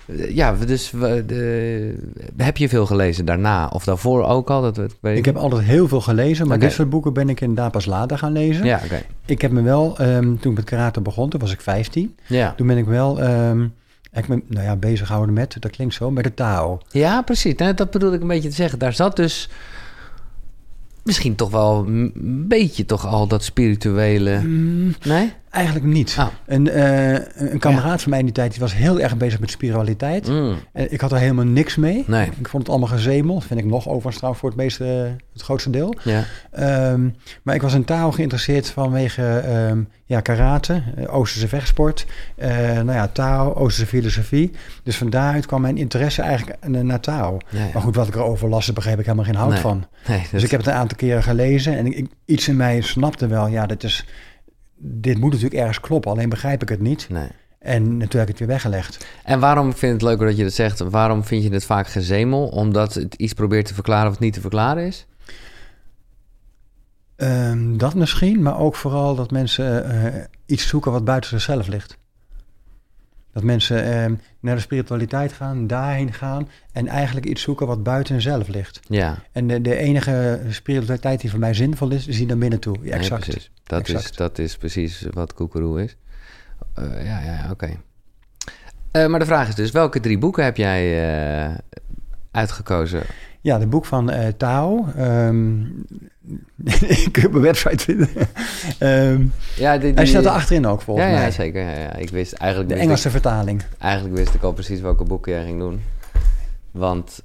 Speaker 1: heb je veel gelezen daarna of daarvoor ook al?
Speaker 2: Ik heb altijd heel veel gelezen, maar dit soort boeken ben ik inderdaad pas later gaan lezen.
Speaker 1: Ja, okay.
Speaker 2: Ik heb me wel, toen ik met karate begon, toen was ik 15.
Speaker 1: Ja.
Speaker 2: Toen ben ik wel... ik ben bezig gehouden met, dat klinkt zo, met de Tao.
Speaker 1: Ja, precies. Dat bedoel ik een beetje te zeggen. Daar zat dus misschien toch wel een beetje toch al dat spirituele... Nee?
Speaker 2: Eigenlijk niet.
Speaker 1: Oh.
Speaker 2: Een kameraad van mij in die tijd, die was heel erg bezig met spiritualiteit. Ik had er helemaal niks mee.
Speaker 1: Nee.
Speaker 2: Ik vond het allemaal gezemel. Dat vind ik nog overigens trouwens voor het grootste deel.
Speaker 1: Ja.
Speaker 2: Maar ik was in Tao geïnteresseerd vanwege karate, Oosterse vechtsport, Tao, Oosterse filosofie. Dus van daaruit kwam mijn interesse eigenlijk naar Tao.
Speaker 1: Ja.
Speaker 2: Maar goed, wat ik erover las, daar begreep ik helemaal geen hout van.
Speaker 1: Nee,
Speaker 2: dus ik heb het een aantal keren gelezen en iets in mij snapte wel, dit moet natuurlijk ergens kloppen, alleen begrijp ik het niet.
Speaker 1: Nee.
Speaker 2: En natuurlijk heb ik het weer weggelegd.
Speaker 1: En waarom vind ik het leuker dat je dat zegt? Waarom vind je het vaak gezemel? Omdat het iets probeert te verklaren wat niet te verklaren is?
Speaker 2: Dat misschien, maar ook vooral dat mensen iets zoeken wat buiten zichzelf ligt. Dat mensen naar de spiritualiteit gaan, daarheen gaan en eigenlijk iets zoeken wat buiten hunzelf ligt.
Speaker 1: Ja.
Speaker 2: En de enige spiritualiteit die voor mij zinvol is die naar binnen toe. Ja, exact.
Speaker 1: Nee, precies. Dat is precies wat Koekeroe is. Oké. Maar de vraag is dus, welke 3 boeken heb jij uitgekozen?
Speaker 2: Ja, de boek van Tao. Ik heb mijn website vinden. Hij staat er achterin ook volgens mij.
Speaker 1: Ja, zeker. Ja. Ik wist eigenlijk...
Speaker 2: De Engelse vertaling.
Speaker 1: Eigenlijk wist ik al precies welke boeken jij ging doen. Want...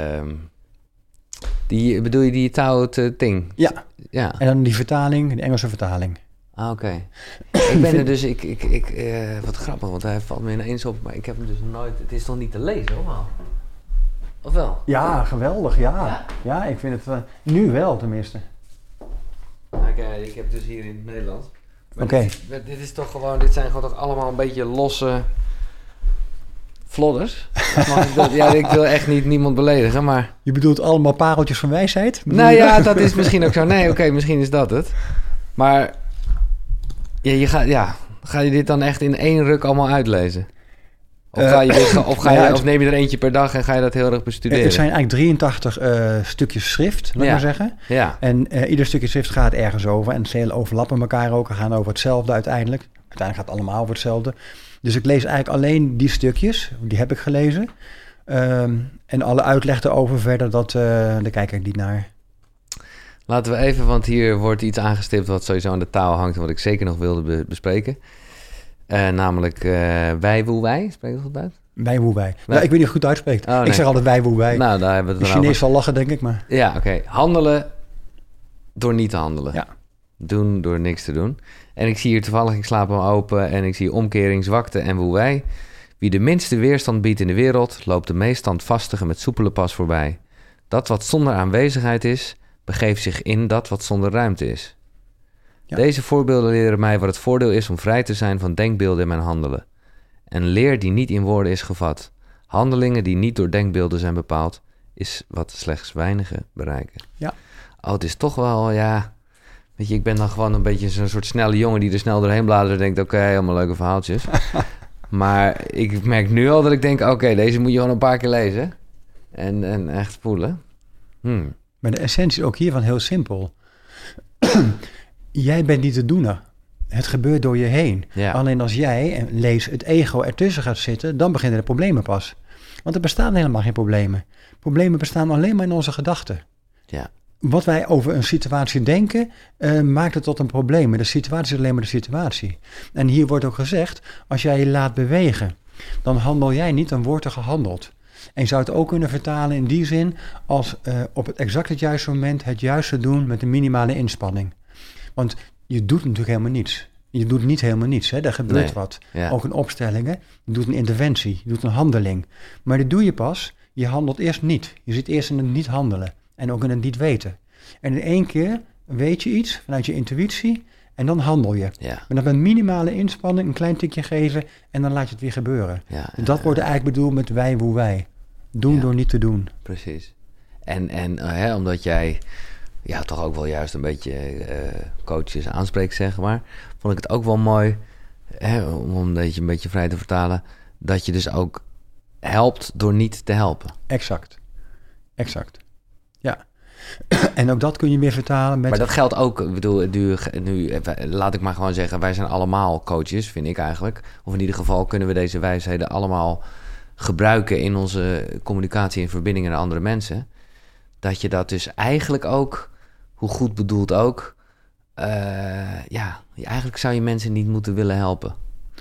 Speaker 1: bedoel je die Tao Te Ting? Ja. En
Speaker 2: dan die vertaling, de Engelse vertaling.
Speaker 1: Ah, oké. Ik ben er dus... wat grappig, want hij valt me ineens op. Maar ik heb hem dus nooit... Het is toch niet te lezen, hoor? Of wel?
Speaker 2: Ja, geweldig, ja. Ja, ik vind het... nu wel, tenminste.
Speaker 1: Oké, ik heb dus hier in het Nederlands.
Speaker 2: Oké.
Speaker 1: Dit is toch gewoon... Dit zijn gewoon toch allemaal een beetje losse... Flodders. Ik wil echt niemand beledigen, maar...
Speaker 2: Je bedoelt allemaal pareltjes van wijsheid?
Speaker 1: Nou ja, dat is misschien ook zo. Nee, oké, misschien is dat het. Maar... Ga je dit dan echt in 1 ruk allemaal uitlezen? Of neem je er eentje per dag en ga je dat heel erg bestuderen?
Speaker 2: Het zijn eigenlijk 83 stukjes schrift, laat maar zeggen.
Speaker 1: Ja.
Speaker 2: En ieder stukje schrift gaat ergens over. En ze overlappen elkaar ook. Ze gaan over hetzelfde uiteindelijk. Uiteindelijk gaat het allemaal over hetzelfde. Dus ik lees eigenlijk alleen die stukjes. Die heb ik gelezen. En alle uitleg erover verder, daar kijk ik niet naar.
Speaker 1: Laten we even, want hier wordt iets aangestipt wat sowieso aan de taal hangt en wat ik zeker nog wilde bespreken. Namelijk Wei Wu Wei. Spreek je dat uit?
Speaker 2: Wei Wu Wei. Nou, ik weet niet of je het goed uitspreekt. Oh, nee. Ik zeg altijd Wei Wu Wei.
Speaker 1: Nou, daar hebben we het
Speaker 2: de Chinees zal lachen, denk ik. Maar...
Speaker 1: Ja, oké. Handelen door niet te handelen.
Speaker 2: Ja.
Speaker 1: Doen door niks te doen. En ik zie hier toevallig, ik slaap hem open en ik zie omkering, zwakte en Wu Wei. Wie de minste weerstand biedt in de wereld, loopt de meest standvastige met soepele pas voorbij. Dat wat zonder aanwezigheid is, begeeft zich in dat wat zonder ruimte is. Ja. Deze voorbeelden leren mij wat het voordeel is om vrij te zijn van denkbeelden in mijn handelen. Een leer die niet in woorden is gevat. Handelingen die niet door denkbeelden zijn bepaald, is wat slechts weinigen bereiken.
Speaker 2: Ja.
Speaker 1: Oh, het is toch wel, Weet je, ik ben dan gewoon een beetje zo'n soort snelle jongen die er snel doorheen bladert en denkt, oké, allemaal leuke verhaaltjes. Maar ik merk nu al dat ik denk, oké, deze moet je gewoon een paar keer lezen. En echt voelen.
Speaker 2: Maar de essentie is ook hiervan heel simpel. Jij bent niet de doener. Het gebeurt door je heen. Ja. Alleen als jij, en lees het ego, ertussen gaat zitten, dan beginnen de problemen pas. Want er bestaan helemaal geen problemen. Problemen bestaan alleen maar in onze gedachten.
Speaker 1: Ja.
Speaker 2: Wat wij over een situatie denken, maakt het tot een probleem. Maar de situatie is alleen maar de situatie. En hier wordt ook gezegd, als jij je laat bewegen, dan handel jij niet, dan wordt er gehandeld. En je zou het ook kunnen vertalen in die zin als op het juiste moment het juiste doen met een minimale inspanning. Want je doet natuurlijk helemaal niets. Je doet niet helemaal niets. Hè? Er gebeurt wat. Ja. Ook in opstellingen. Je doet een interventie. Je doet een handeling. Maar dat doe je pas. Je handelt eerst niet. Je zit eerst in het niet handelen. En ook in het niet weten. En in één keer weet je iets vanuit je intuïtie. En dan handel je. Ja. Maar dan met minimale inspanning een klein tikje geven. En dan laat je het weer gebeuren. Ja, dat wordt eigenlijk bedoeld met wij, woe, wij. Doen door niet te doen.
Speaker 1: Precies. En omdat jij toch ook wel juist een beetje coaches aanspreekt, zeg maar, vond ik het ook wel mooi, om dat je een beetje vrij te vertalen, dat je dus ook helpt door niet te helpen.
Speaker 2: Exact. Ja. En ook dat kun je weer vertalen met...
Speaker 1: Maar dat geldt ook, ik bedoel, nu laat ik maar gewoon zeggen, wij zijn allemaal coaches, vind ik eigenlijk. Of in ieder geval kunnen we deze wijsheden allemaal gebruiken in onze communicatie en verbindingen naar andere mensen. Dat je dat dus eigenlijk ook, hoe goed bedoeld ook, eigenlijk zou je mensen niet moeten willen helpen.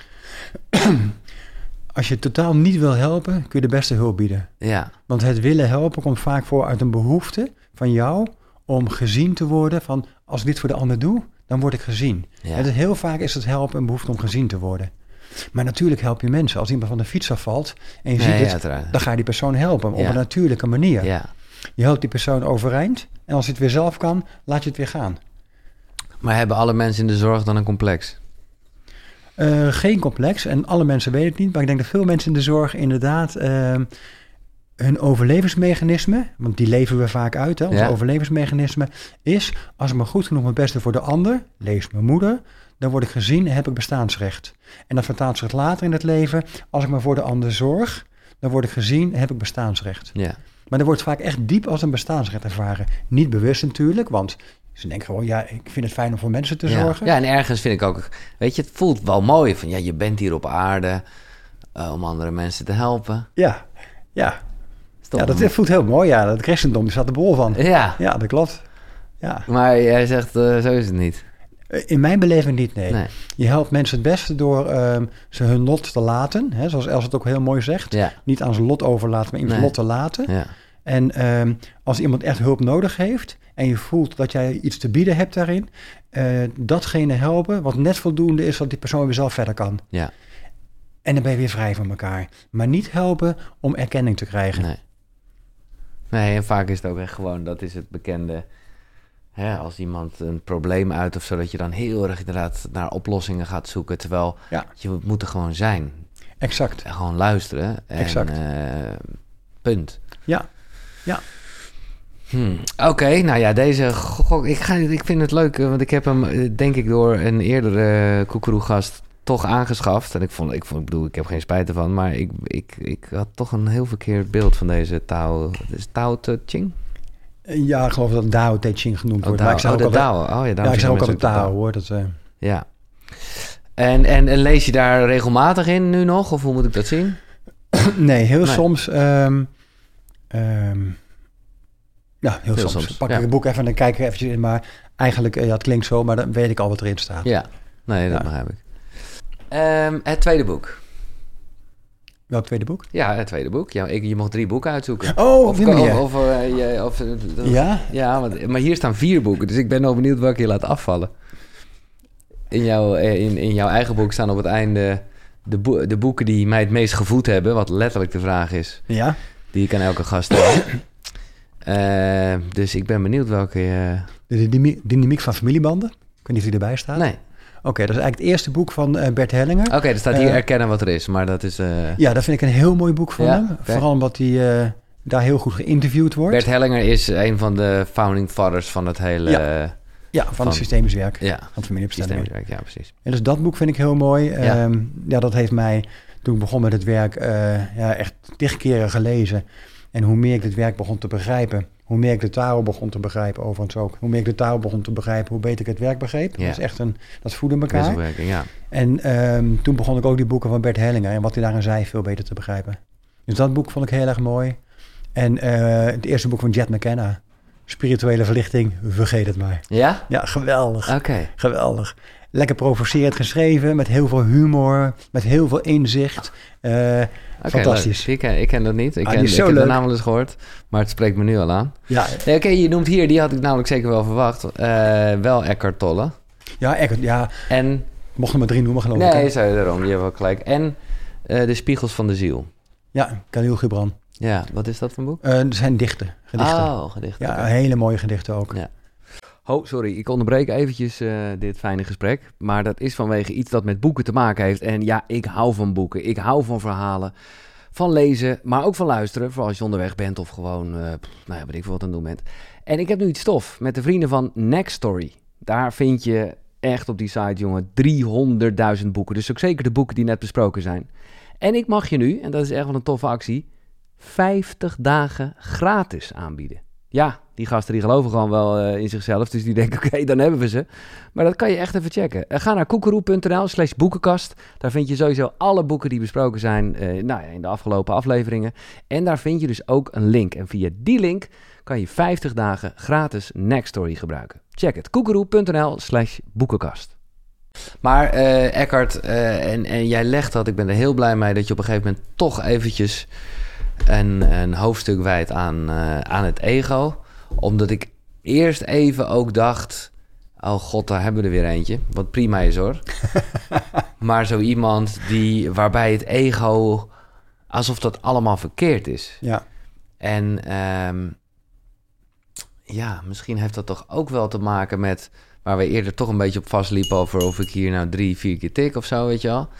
Speaker 2: Als je totaal niet wil helpen, kun je de beste hulp bieden. Ja. Want het willen helpen komt vaak voor uit een behoefte van jou om gezien te worden van, als ik dit voor de ander doe, dan word ik gezien. Ja. En heel vaak is het helpen een behoefte om gezien te worden. Maar natuurlijk help je mensen. Als iemand van de fiets afvalt en je ziet het, dan ga je die persoon helpen op een natuurlijke manier. Ja. Je helpt die persoon overeind en als je het weer zelf kan, laat je het weer gaan.
Speaker 1: Maar hebben alle mensen in de zorg dan een complex?
Speaker 2: Geen complex en alle mensen weten het niet, maar ik denk dat veel mensen in de zorg inderdaad hun overlevingsmechanisme, want die leven we vaak uit, hè, ons overlevingsmechanisme is, als ik maar goed genoeg mijn beste voor de ander, lees mijn moeder, dan word ik gezien en heb ik bestaansrecht. En dat vertaalt zich later in het leven, als ik maar voor de ander zorg, dan word ik gezien en heb ik bestaansrecht. Ja. Maar er wordt vaak echt diep als een bestaansrecht ervaren. Niet bewust natuurlijk, want ze denken gewoon, ik vind het fijn om voor mensen te zorgen. Ja,
Speaker 1: en ergens vind ik ook, weet je, het voelt wel mooi van, je bent hier op aarde om andere mensen te helpen.
Speaker 2: Ja, dat voelt heel mooi. Ja, dat christendom, die staat er bol van. Ja, dat klopt. Ja.
Speaker 1: Maar jij zegt, zo is het niet.
Speaker 2: In mijn beleving niet, nee. Je helpt mensen het beste door ze hun lot te laten. Hè, zoals Els het ook heel mooi zegt. Ja. Niet aan zijn lot overlaten, maar iemands lot te laten. Ja. En als iemand echt hulp nodig heeft en je voelt dat jij iets te bieden hebt daarin, datgene helpen wat net voldoende is, dat die persoon weer zelf verder kan. Ja. En dan ben je weer vrij van elkaar. Maar niet helpen om erkenning te krijgen.
Speaker 1: Nee, en vaak is het ook echt gewoon, dat is het bekende, als iemand een probleem uit of zo, dat je dan heel erg inderdaad naar oplossingen gaat zoeken, terwijl je moet er gewoon zijn.
Speaker 2: Exact.
Speaker 1: En gewoon luisteren. En, punt.
Speaker 2: Ja.
Speaker 1: Oké, nou ja, deze... Ik vind het leuk, want ik heb hem, denk ik, door een eerdere Koekeroe-gast toch aangeschaft. En ik bedoel, ik heb geen spijt ervan, maar ik had toch een heel verkeerd beeld van deze Tao. Is Tao Te Ching?
Speaker 2: Ja, ik geloof dat het Tao Te Ching genoemd wordt.
Speaker 1: Ik zeg
Speaker 2: ook altijd Tao, hoor.
Speaker 1: Ja. En lees je daar regelmatig in nu nog? Of hoe moet ik dat zien?
Speaker 2: Nee, heel soms. Heel soms. Pak ik het boek even en dan kijk ik eventjes in. Maar eigenlijk, het klinkt zo, maar dan weet ik al wat erin staat.
Speaker 1: Ja, nee, dat begrijp ik. Het tweede boek.
Speaker 2: Welk tweede boek?
Speaker 1: Ja, het tweede boek. Ja, je mocht 3 boeken uitzoeken.
Speaker 2: Oh,
Speaker 1: ja, maar hier staan 4 boeken. Dus ik ben al benieuwd welke je laat afvallen. In jouw eigen boek staan op het einde de boeken die mij het meest gevoed hebben. Wat letterlijk de vraag is. Ja. Die ik aan elke gast stel. Dus ik ben benieuwd welke...
Speaker 2: De dynamiek van familiebanden. Ik weet niet of die erbij staat.
Speaker 1: Nee.
Speaker 2: Oké, dat is eigenlijk het eerste boek van Bert Hellinger.
Speaker 1: Oké, er staat hier erkennen wat er is, maar dat is...
Speaker 2: Ja, dat vind ik een heel mooi boek van hem. Vooral omdat hij daar heel goed geïnterviewd wordt.
Speaker 1: Bert Hellinger is een van de founding fathers van het hele
Speaker 2: Ja, van het systemisch werk.
Speaker 1: Ja,
Speaker 2: van familieopstellingen.
Speaker 1: Systemisch werk, ja, precies.
Speaker 2: En dus dat boek vind ik heel mooi.
Speaker 1: Ja.
Speaker 2: Dat heeft mij, toen ik begon met het werk, echt 10 keren gelezen. En hoe meer ik dit werk begon te begrijpen, hoe meer ik de taal begon te begrijpen, overigens ook. Hoe meer ik de taal begon te begrijpen, hoe beter ik het werk begreep.
Speaker 1: Ja.
Speaker 2: Dat is echt dat voedde elkaar.
Speaker 1: Wisselwerking, ja.
Speaker 2: En toen begon ik ook die boeken van Bert Hellinger en wat hij daarin zei veel beter te begrijpen. Dus dat boek vond ik heel erg mooi. En het eerste boek van Jet McKenna, Spirituele Verlichting, vergeet het maar.
Speaker 1: Ja?
Speaker 2: Ja, geweldig.
Speaker 1: Oké.
Speaker 2: Geweldig. Lekker provocerend geschreven, met heel veel humor, met heel veel inzicht. Fantastisch.
Speaker 1: Ik ken dat niet. Ik heb de naam wel eens gehoord, maar het spreekt me nu al aan.
Speaker 2: Ja.
Speaker 1: Nee, oké, je noemt hier, die had ik namelijk zeker wel verwacht. Wel Eckhart Tolle.
Speaker 2: Ja, Eckhart, ja.
Speaker 1: En...
Speaker 2: Mocht er maar 3 noemen, geloof ik.
Speaker 1: Nee, zo, daarom. Je hebt wel gelijk. En De Spiegels van de Ziel.
Speaker 2: Ja, Khalil Gibran.
Speaker 1: Ja, wat is dat voor een boek?
Speaker 2: Er zijn gedichten.
Speaker 1: Oh, gedichten.
Speaker 2: Ja, hele mooie gedichten ook.
Speaker 1: Ja. Oh, sorry, ik onderbreek eventjes dit fijne gesprek. Maar dat is vanwege iets dat met boeken te maken heeft. En ja, ik hou van boeken. Ik hou van verhalen. Van lezen, maar ook van luisteren. Vooral als je onderweg bent of gewoon, weet ik veel wat aan het doen bent. En ik heb nu iets stof met de vrienden van Next Story. Daar vind je echt op die site, jongen, 300.000 boeken. Dus ook zeker de boeken die net besproken zijn. En ik mag je nu, en dat is echt wel een toffe actie, 50 dagen gratis aanbieden. Ja, die gasten die geloven gewoon wel in zichzelf. Dus die denken, oké, dan hebben we ze. Maar dat kan je echt even checken. Ga naar koekeroe.nl/boekenkast. Daar vind je sowieso alle boeken die besproken zijn in de afgelopen afleveringen. En daar vind je dus ook een link. En via die link kan je 50 dagen gratis Next Story gebruiken. Check het, koekeroe.nl/boekenkast. Maar Eckhart, en jij legt dat, ik ben er heel blij mee dat je op een gegeven moment toch eventjes een hoofdstuk wijdt aan het ego. Omdat ik eerst even ook dacht, oh god, daar hebben we er weer eentje. Wat prima is hoor. Maar zo iemand waarbij het ego, alsof dat allemaal verkeerd is.
Speaker 2: Ja.
Speaker 1: En misschien heeft dat toch ook wel te maken met waar we eerder toch een beetje op vastliepen over of ik hier nou 3-4 keer tik of zo, weet je wel.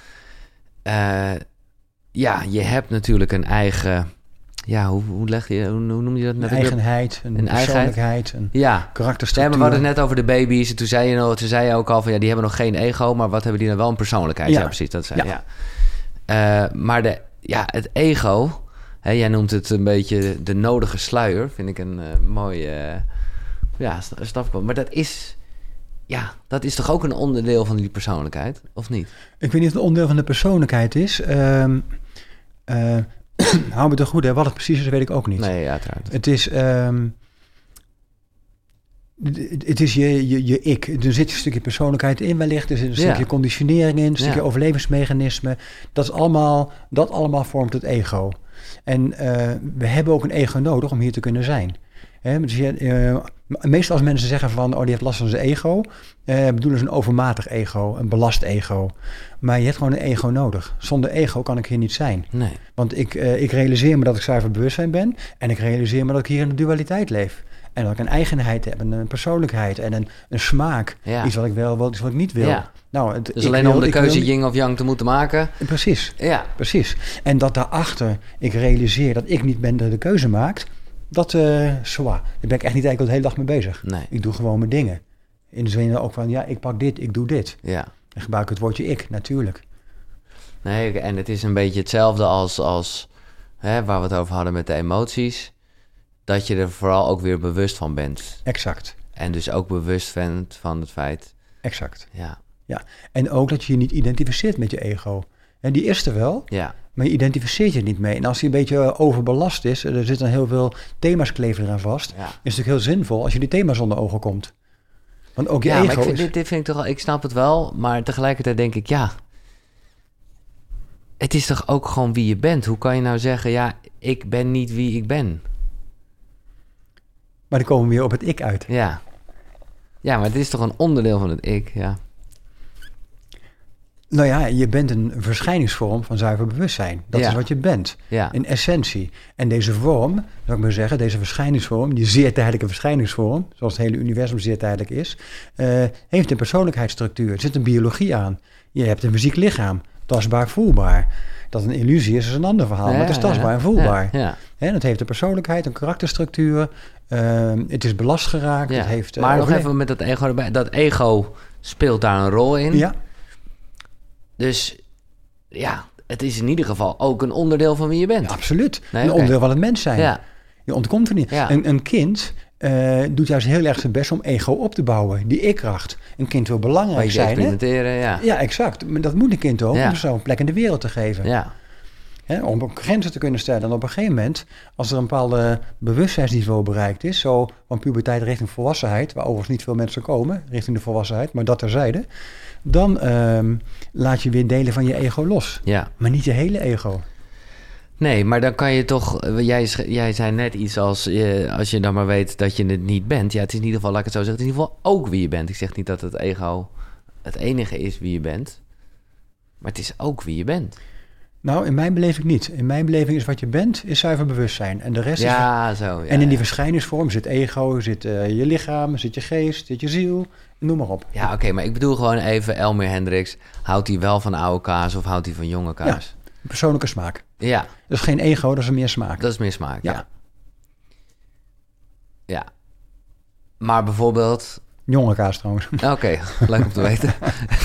Speaker 1: Je hebt natuurlijk een eigen... Ja, hoe noem je dat?
Speaker 2: Een eigenheid, een persoonlijkheid, een karakterstructuur.
Speaker 1: Nee, maar we hadden het net over de baby's. En toen zei je ook al van, die hebben nog geen ego, maar wat hebben die nou wel een persoonlijkheid? Ja, precies, dat zei je. Ja. Maar het ego, jij noemt het een beetje de nodige sluier, vind ik een mooie stap. Maar dat is toch ook een onderdeel van die persoonlijkheid, of niet? Ik
Speaker 2: weet niet of het een onderdeel van de persoonlijkheid is. Hou me toch goed, hè? Wat het precies is, weet ik ook niet.
Speaker 1: Nee, uiteraard.
Speaker 2: Het is je ik. Er zit een stukje persoonlijkheid in wellicht. Er zit een stukje conditionering in, een stukje overlevingsmechanisme. Dat allemaal vormt het ego. En we hebben ook een ego nodig om hier te kunnen zijn. Dus meestal als mensen zeggen van, die heeft last van zijn ego, bedoelen ze een overmatig ego, een belast ego. Maar je hebt gewoon een ego nodig. Zonder ego kan ik hier niet zijn.
Speaker 1: Nee.
Speaker 2: Want ik realiseer me dat ik zuiver bewustzijn ben en ik realiseer me dat ik hier in de dualiteit leef. En dat ik een eigenheid heb, een persoonlijkheid en een smaak. Ja. Iets wat ik wel wil, iets wat ik niet wil. Ja. Nou,
Speaker 1: dus alleen om de keuze yin of yang te moeten maken.
Speaker 2: Precies, precies. En dat daarachter ik realiseer dat ik niet ben de keuze maakt. Daar ben ik echt niet eigenlijk de hele dag mee bezig.
Speaker 1: Nee.
Speaker 2: Ik doe gewoon mijn dingen. In de zin ook van, ik pak dit, ik doe dit.
Speaker 1: Ja.
Speaker 2: En gebruik het woordje ik, natuurlijk.
Speaker 1: Nee, en het is een beetje hetzelfde als waar we het over hadden met de emoties. Dat je er vooral ook weer bewust van bent.
Speaker 2: Exact.
Speaker 1: En dus ook bewust bent van het feit.
Speaker 2: Exact.
Speaker 1: Ja.
Speaker 2: En ook dat je je niet identificeert met je ego. En die is er wel.
Speaker 1: Ja.
Speaker 2: Maar je identificeert je niet mee. En als hij een beetje overbelast is, er zitten heel veel thema's kleven eraan vast, is het natuurlijk heel zinvol als je die thema's onder ogen komt. Want ook je ego
Speaker 1: maar dit vind ik toch al, ik snap het wel, maar tegelijkertijd denk ik, het is toch ook gewoon wie je bent. Hoe kan je nou zeggen, ik ben niet wie ik ben?
Speaker 2: Maar dan komen we weer op het ik uit.
Speaker 1: Ja, maar het is toch een onderdeel van het ik,
Speaker 2: Nou ja, je bent een verschijningsvorm van zuiver bewustzijn. Dat is wat je bent, in essentie. En deze vorm, zou ik maar zeggen, deze verschijningsvorm, die zeer tijdelijke verschijningsvorm, zoals het hele universum zeer tijdelijk is, heeft een persoonlijkheidsstructuur. Er zit een biologie aan. Je hebt een fysiek lichaam, tastbaar, voelbaar. Dat een illusie is een ander verhaal. Maar het is tastbaar en voelbaar.
Speaker 1: Ja.
Speaker 2: En het heeft een persoonlijkheid, een karakterstructuur. Het is belast geraakt.
Speaker 1: Ja.
Speaker 2: Het heeft,
Speaker 1: maar nog even met dat ego erbij. Dat ego speelt daar een rol in.
Speaker 2: Ja.
Speaker 1: Dus ja, het is in ieder geval ook een onderdeel van wie je bent.
Speaker 2: Ja, absoluut. Een onderdeel van het mens zijn.
Speaker 1: Ja.
Speaker 2: Je ontkomt er niet.
Speaker 1: Ja.
Speaker 2: Een kind doet juist heel erg zijn best om ego op te bouwen. Die ik-kracht. Een kind wil belangrijk zijn.
Speaker 1: Experimenteren, ja.
Speaker 2: Ja, exact. Maar dat moet een kind ook.
Speaker 1: Ja.
Speaker 2: Om zo een plek in de wereld te geven.
Speaker 1: Ja.
Speaker 2: Om grenzen te kunnen stellen. En op een gegeven moment, als er een bepaalde bewustzijnsniveau bereikt is, zo van puberteit richting volwassenheid, waar overigens niet veel mensen komen, richting de volwassenheid, maar dat terzijde, dan laat je weer delen van je ego los.
Speaker 1: Ja.
Speaker 2: Maar niet je hele ego.
Speaker 1: Nee, maar dan kan je toch... Jij zei net iets als je dan maar weet dat je het niet bent. Ja, het is in ieder geval, laat ik het zo zeggen, het is in ieder geval ook wie je bent. Ik zeg niet dat het ego het enige is wie je bent. Maar het is ook wie je bent.
Speaker 2: Nou, in mijn beleving niet. In mijn beleving is wat je bent, is zuiver bewustzijn. En de rest is...
Speaker 1: Zo.
Speaker 2: Ja, en in die verschijningsvorm zit ego, zit je lichaam, zit je geest, zit je ziel, noem maar op.
Speaker 1: Ja, oké, maar ik bedoel gewoon even Elmer Hendricks. Houdt hij wel van oude kaas of houdt hij van jonge kaas?
Speaker 2: Ja, persoonlijke smaak.
Speaker 1: Ja.
Speaker 2: Dat is geen ego, dat is meer smaak.
Speaker 1: Dat is meer smaak, ja. Ja. Maar bijvoorbeeld...
Speaker 2: Jonge kaas trouwens.
Speaker 1: Oké, leuk om te weten.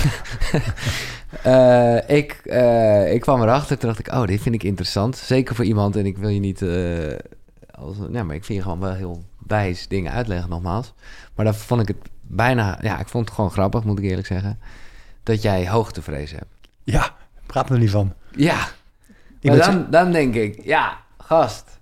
Speaker 1: Ik kwam erachter, toen dacht ik, dit vind ik interessant. Zeker voor iemand, en ik wil je niet... maar ik vind je gewoon wel heel wijs dingen uitleggen, nogmaals. Maar dan vond ik het bijna... Ja, ik vond het gewoon grappig, moet ik eerlijk zeggen. Dat jij hoogtevrees hebt.
Speaker 2: Ja, praat er niet van.
Speaker 1: Ja, maar dan denk ik, ja, gast.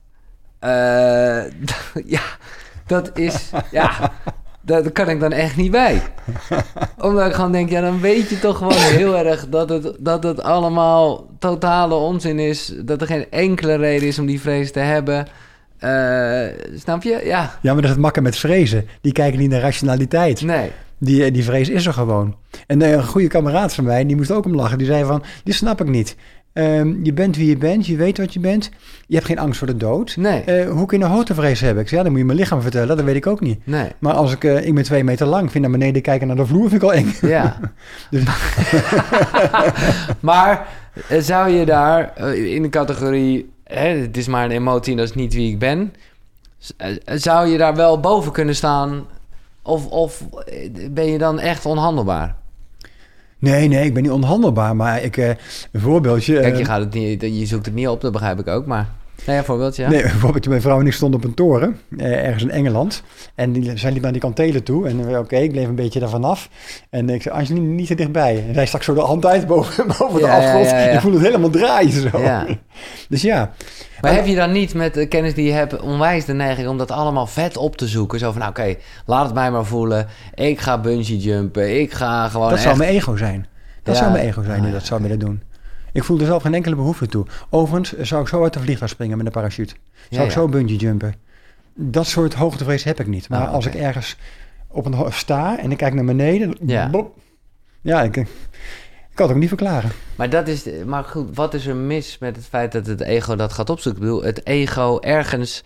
Speaker 1: Ja, dat is... Ja... Daar kan ik dan echt niet bij. Omdat ik gewoon denk, ja, dan weet je toch gewoon heel erg dat het allemaal totale onzin is. Dat er geen enkele reden is om die vrees te hebben. Snap je? Ja.
Speaker 2: Ja, maar dat is het makken met vrezen. Die kijken niet naar rationaliteit.
Speaker 1: Nee.
Speaker 2: Die vrees is er gewoon. En een goede kameraad van mij, die moest ook om lachen. Die zei van, dit snap ik niet. Je bent wie je bent, je weet wat je bent. Je hebt geen angst voor de dood.
Speaker 1: Nee.
Speaker 2: Hoe kun je een hoogtevrees hebben? Ik zei, dan moet je mijn lichaam vertellen, dat weet ik ook niet.
Speaker 1: Nee.
Speaker 2: Maar als ik ben 2 meter lang, vind naar beneden kijken naar de vloer, vind ik al eng.
Speaker 1: Ja. Dus... Maar zou je daar in de categorie, het is maar een emotie en dat is niet wie ik ben, zou je daar wel boven kunnen staan? Of ben je dan echt onhandelbaar?
Speaker 2: Nee, ik ben niet onhandelbaar, maar een voorbeeldje...
Speaker 1: Kijk, je zoekt het niet op, dat begrijp ik ook, maar... Nee, een voorbeeldje, ja.
Speaker 2: Nee, een voorbeeldje, mijn vrouw en ik stonden op een toren, ergens in Engeland. En zij liep naar die kantelen toe en ik bleef een beetje daarvan af. En ik zei, Angelina, niet te dichtbij. En zij stak zo de hand uit boven de afgrond. Ja. Ik voel het helemaal draaien zo. Ja. Dus ja.
Speaker 1: Maar heb je dan niet met de kennis die je hebt onwijs de neiging om dat allemaal vet op te zoeken? Zo van, oké, laat het mij maar voelen. Ik ga bungee jumpen. Ik ga gewoon
Speaker 2: Dat zou mijn ego zijn. Dat zou mijn ego zijn die dat zou willen doen. Ik voel er zelf geen enkele behoefte toe. Overigens zou ik zo uit de vliegtuig springen met een parachute. Zou ik zo bungee jumpen. Dat soort hoogtevrees heb ik niet. Maar als ik ergens op een sta en ik kijk naar beneden... ik kan het ook niet verklaren.
Speaker 1: Maar goed, wat is er mis met het feit dat het ego dat gaat opzoeken? Ik bedoel, het ego ergens...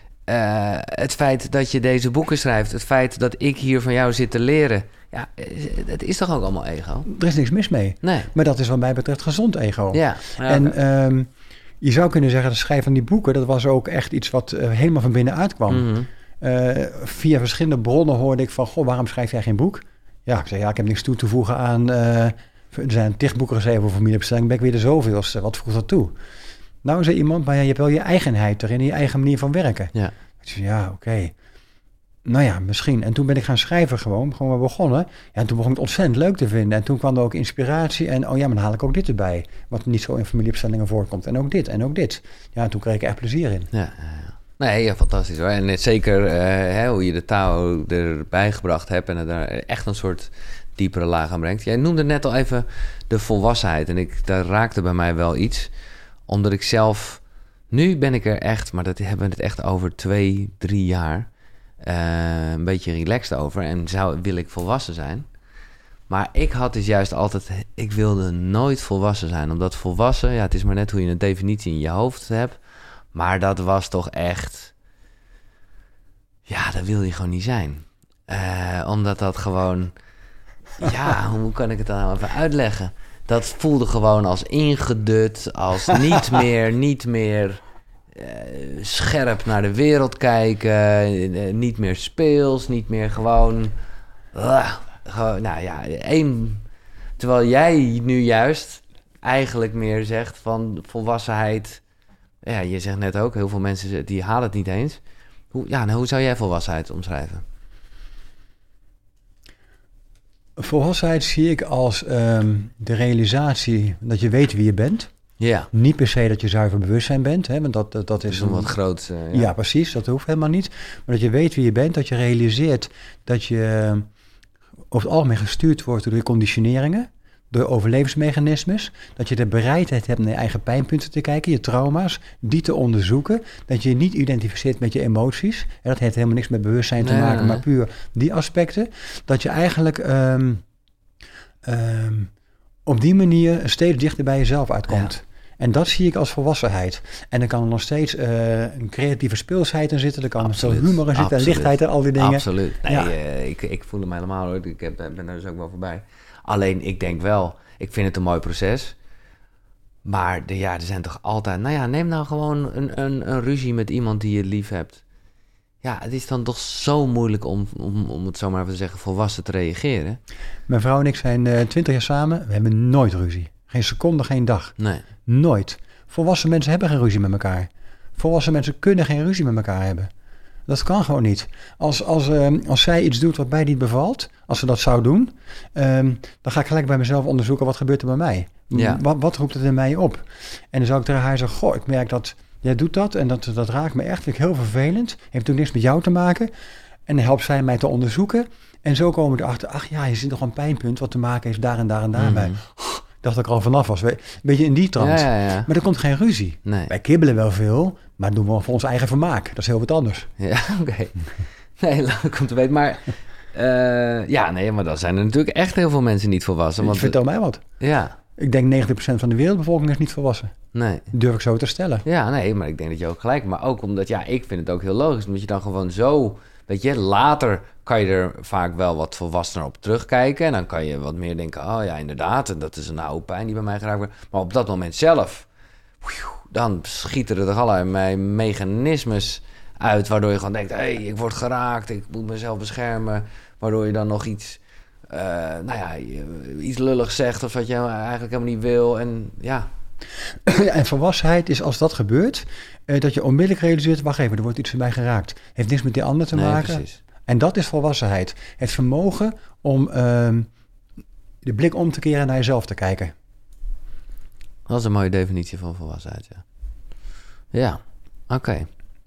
Speaker 1: het feit dat je deze boeken schrijft... het feit dat ik hier van jou zit te leren... Ja, het is toch ook allemaal ego?
Speaker 2: Er is niks mis mee.
Speaker 1: Nee.
Speaker 2: Maar dat is wat mij betreft gezond ego.
Speaker 1: Ja.
Speaker 2: En je zou kunnen zeggen, het schrijven van die boeken... dat was ook echt iets wat helemaal van binnen kwam.
Speaker 1: Mm-hmm.
Speaker 2: Via verschillende bronnen hoorde ik van... Goh, waarom schrijf jij geen boek? Ja, ik zei, ik heb niks toe te voegen aan... er zijn 10 boeken geschreven over familiebestelling... ben ik weer de zoveelste. Wat voegt dat toe? Nou, zei iemand, maar je hebt wel je eigenheid erin... en je eigen manier van werken.
Speaker 1: Ja.
Speaker 2: Ik zei, oké. Nou ja, misschien. En toen ben ik gaan schrijven gewoon weer begonnen. Ja, en toen begon ik het ontzettend leuk te vinden. En toen kwam er ook inspiratie. En maar dan haal ik ook dit erbij. Wat niet zo in familieopstellingen voorkomt. En ook dit, en ook dit. Ja, en toen kreeg ik er plezier in.
Speaker 1: Ja. Nee, ja, fantastisch hoor. En zeker hoe je de taal erbij gebracht hebt... en er daar echt een soort diepere laag aan brengt. Jij noemde net al even de volwassenheid. En daar raakte bij mij wel iets. Omdat ik zelf... Nu ben ik er echt, maar dat hebben we het echt over 2-3 jaar... een beetje relaxed over en wil ik volwassen zijn. Maar ik had dus juist altijd... Ik wilde nooit volwassen zijn. Omdat volwassen... Ja, het is maar net hoe je een definitie in je hoofd hebt. Maar dat was toch echt... Ja, dat wil je gewoon niet zijn. Omdat dat gewoon... Ja, hoe kan ik het dan nou even uitleggen? Dat voelde gewoon als ingedut, als niet meer scherp naar de wereld kijken, niet meer speels, niet meer gewoon nou ja, terwijl jij nu juist eigenlijk meer zegt van volwassenheid. Ja, je zegt net ook, heel veel mensen die halen het niet eens. Hoe zou jij volwassenheid omschrijven?
Speaker 2: Volwassenheid zie ik als de realisatie dat je weet wie je bent.
Speaker 1: Ja.
Speaker 2: Niet per se dat je zuiver bewustzijn bent, hè, want dat is
Speaker 1: een wat groot...
Speaker 2: Ja, precies, dat hoeft helemaal niet. Maar dat je weet wie je bent, dat je realiseert dat je over het algemeen gestuurd wordt door de conditioneringen, door overlevingsmechanismes, dat je de bereidheid hebt naar je eigen pijnpunten te kijken, je trauma's, die te onderzoeken, dat je je niet identificeert met je emoties. En dat heeft helemaal niks met bewustzijn te maken, maar puur die aspecten. Dat je eigenlijk op die manier steeds dichter bij jezelf uitkomt. Ja. En dat zie ik als volwassenheid. En dan kan er nog steeds een creatieve speelsheid in zitten. Er kan veel humor in zitten, lichtheid en al die dingen.
Speaker 1: Absoluut. Nee, ik voel hem helemaal hoor. Ik ben daar dus ook wel voorbij. Alleen, ik denk wel, ik vind het een mooi proces. Maar er zijn toch altijd... Nou ja, neem nou gewoon een ruzie met iemand die je lief hebt. Ja, het is dan toch zo moeilijk om het zo maar even te zeggen, volwassen te reageren.
Speaker 2: Mijn vrouw en ik zijn 20 jaar samen. We hebben nooit ruzie. Geen seconde, geen dag.
Speaker 1: Nee.
Speaker 2: Nooit. Volwassen mensen hebben geen ruzie met elkaar. Volwassen mensen kunnen geen ruzie met elkaar hebben. Dat kan gewoon niet. Als zij iets doet wat mij niet bevalt, als ze dat zou doen, dan ga ik gelijk bij mezelf onderzoeken, wat gebeurt er bij mij? Ja. Wat roept het in mij op? En dan zou ik tegen haar zeggen, goh, ik merk dat jij doet dat en dat raakt me echt, vind ik heel vervelend. Heeft ook niks met jou te maken. En dan helpt zij mij te onderzoeken. En zo komen we erachter, ach ja, je zit nog een pijnpunt wat te maken heeft daar en daar en daarbij. Dacht dat ik er al vanaf was. Een beetje in die trant. Ja. Maar er komt geen ruzie.
Speaker 1: Nee.
Speaker 2: Wij kibbelen wel veel, maar dat doen we voor ons eigen vermaak. Dat is heel wat anders.
Speaker 1: Ja, oké. Nee, leuk om te weten. Maar maar dan zijn er natuurlijk echt heel veel mensen niet volwassen. Want
Speaker 2: vertel mij wat.
Speaker 1: Ja.
Speaker 2: Ik denk 90% van de wereldbevolking is niet volwassen.
Speaker 1: Nee.
Speaker 2: Durf ik zo te stellen.
Speaker 1: Ja, nee, maar ik denk dat je ook gelijk... Maar ook omdat, ik vind het ook heel logisch. Omdat je dan gewoon zo... Weet je, later kan je er vaak wel wat volwassener op terugkijken. En dan kan je wat meer denken, oh ja, inderdaad, dat is een oude pijn die bij mij geraakt wordt. Maar op dat moment zelf, dan schieten er toch allerlei mechanismes uit, waardoor je gewoon denkt, hé, ik word geraakt, ik moet mezelf beschermen. Waardoor je dan nog iets, iets lulligs zegt of wat je eigenlijk helemaal niet wil. En ja...
Speaker 2: En volwassenheid is als dat gebeurt, dat je onmiddellijk realiseert, wacht even, er wordt iets bij mij geraakt. Heeft niks met die ander te maken. Precies. En dat is volwassenheid. Het vermogen om de blik om te keren en naar jezelf te kijken.
Speaker 1: Dat is een mooie definitie van volwassenheid, ja. Ja, oké.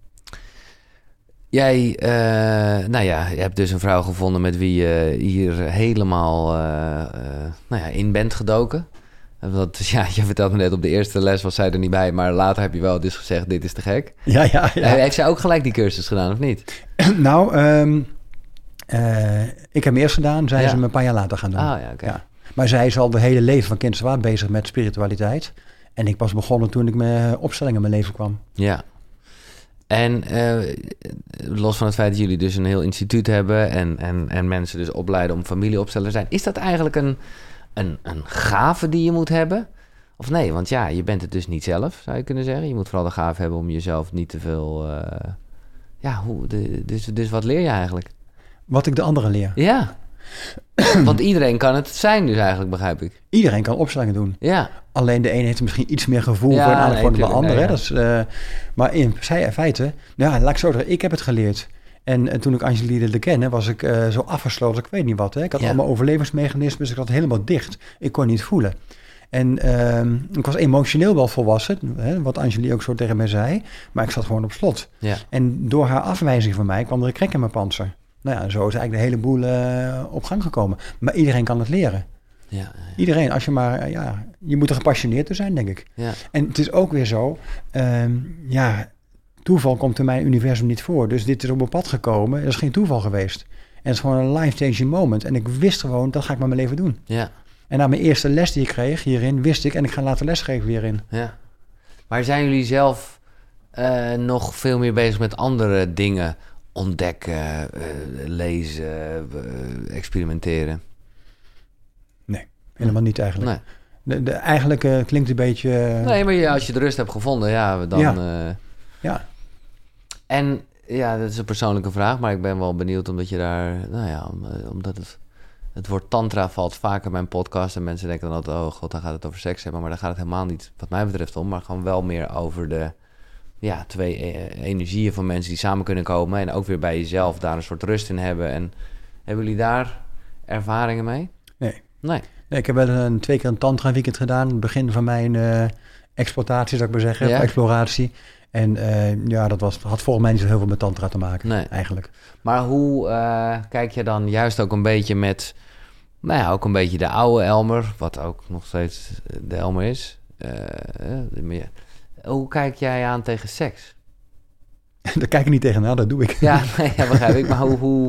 Speaker 1: Jij, je hebt dus een vrouw gevonden met wie je hier helemaal in bent gedoken. Want je vertelde me net, op de eerste les was zij er niet bij, maar later heb je wel dus gezegd, dit is te gek.
Speaker 2: Ja.
Speaker 1: Heeft zij ook gelijk die cursus gedaan, of niet?
Speaker 2: Nou, ik heb hem eerst gedaan, zij is hem een paar jaar later gaan doen.
Speaker 1: Ah, ja, okay.
Speaker 2: Ja. Maar zij is al de hele leven van kinds af aan bezig met spiritualiteit. En ik was begonnen toen ik met opstellingen in mijn leven kwam.
Speaker 1: Ja. En los van het feit dat jullie dus een heel instituut hebben en mensen dus opleiden om familieopsteller te zijn, is dat eigenlijk een gave die je moet hebben? Of nee, want je bent het dus niet zelf, zou je kunnen zeggen. Je moet vooral de gave hebben om jezelf niet te veel... Dus wat leer je eigenlijk?
Speaker 2: Wat ik de anderen leer.
Speaker 1: Ja. Want iedereen kan het zijn dus eigenlijk, begrijp ik.
Speaker 2: Iedereen kan opstellingen doen.
Speaker 1: Ja.
Speaker 2: Alleen de een heeft misschien iets meer gevoel voor een aandacht voor de ander. Nee, dat is, maar in feite, laat ik zo zeggen, ik heb het geleerd. En toen ik Angeline leerde kennen, was ik zo afgesloten, ik weet niet wat. Hè. Ik had allemaal overlevingsmechanismes, ik had helemaal dicht. Ik kon niet voelen. En ik was emotioneel wel volwassen, hè, wat Angeline ook zo tegen mij zei. Maar ik zat gewoon op slot.
Speaker 1: Ja.
Speaker 2: En door haar afwijzing van mij kwam er een krek in mijn panzer. Nou ja, zo is eigenlijk de hele boel op gang gekomen. Maar iedereen kan het leren.
Speaker 1: Ja.
Speaker 2: Iedereen, als je maar, je moet er gepassioneerd te zijn, denk ik.
Speaker 1: Ja.
Speaker 2: En het is ook weer zo, toeval komt in mijn universum niet voor. Dus dit is op mijn pad gekomen, dat is geen toeval geweest. En het is gewoon een life-changing moment. En ik wist gewoon, dat ga ik met mijn leven doen.
Speaker 1: Ja.
Speaker 2: En na mijn eerste les die ik kreeg hierin, wist ik, en ik ga later lesgeven hierin.
Speaker 1: Ja. Maar zijn jullie zelf nog veel meer bezig met andere dingen? Ontdekken, lezen, experimenteren?
Speaker 2: Nee, helemaal niet eigenlijk. Eigenlijk klinkt een beetje...
Speaker 1: Nee, maar als je de rust hebt gevonden, dan...
Speaker 2: Ja.
Speaker 1: En ja, dat is een persoonlijke vraag, maar ik ben wel benieuwd omdat je daar... omdat het woord tantra valt vaak in mijn podcast en mensen denken dan altijd... oh god, dan gaat het over seks hebben. Maar daar gaat het helemaal niet, wat mij betreft, om. Maar gewoon wel meer over de twee energieën van mensen die samen kunnen komen. En ook weer bij jezelf daar een soort rust in hebben. En hebben jullie daar ervaringen mee? Nee.
Speaker 2: Ik heb wel 2 keer een tantra weekend gedaan. Het begin van mijn exploitatie, zou ik maar zeggen. Ja? Exploratie. En dat had volgens mij niet zo heel veel met tantra te maken, eigenlijk.
Speaker 1: Maar hoe kijk je dan juist ook een beetje met... ook een beetje de oude Elmer, wat ook nog steeds de Elmer is. Hoe kijk jij aan tegen seks?
Speaker 2: Daar kijk ik niet tegenaan, dat doe ik.
Speaker 1: Ja, begrijp ik. Maar hoe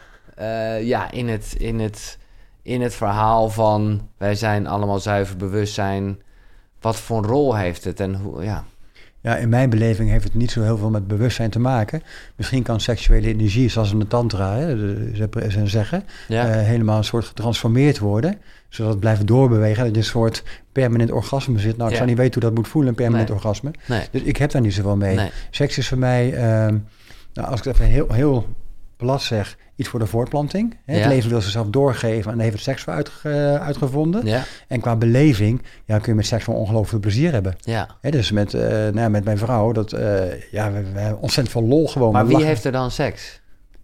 Speaker 1: in het verhaal van... wij zijn allemaal zuiver bewustzijn... wat voor een rol heeft het en hoe...
Speaker 2: Ja, in mijn beleving heeft het niet zo heel veel met bewustzijn te maken. Misschien kan seksuele energie, zoals in de tantra ze zeggen... helemaal een soort getransformeerd worden... zodat het blijft doorbewegen, dat je een soort permanent orgasme zit. Nou, ik zou niet weten hoe dat moet voelen, een permanent orgasme.
Speaker 1: Nee.
Speaker 2: Dus ik heb daar niet zoveel mee.
Speaker 1: Nee.
Speaker 2: Seks is voor mij, als ik het even heel plat zeg... iets voor de voortplanting. Het leven wil zichzelf doorgeven en daar heeft het seks voor uitgevonden. Ja. En qua beleving kun je met seks gewoon ongelooflijk veel plezier hebben.
Speaker 1: Ja.
Speaker 2: Dus met mijn vrouw, we hebben ontzettend veel lol gewoon.
Speaker 1: Maar wie heeft er dan seks?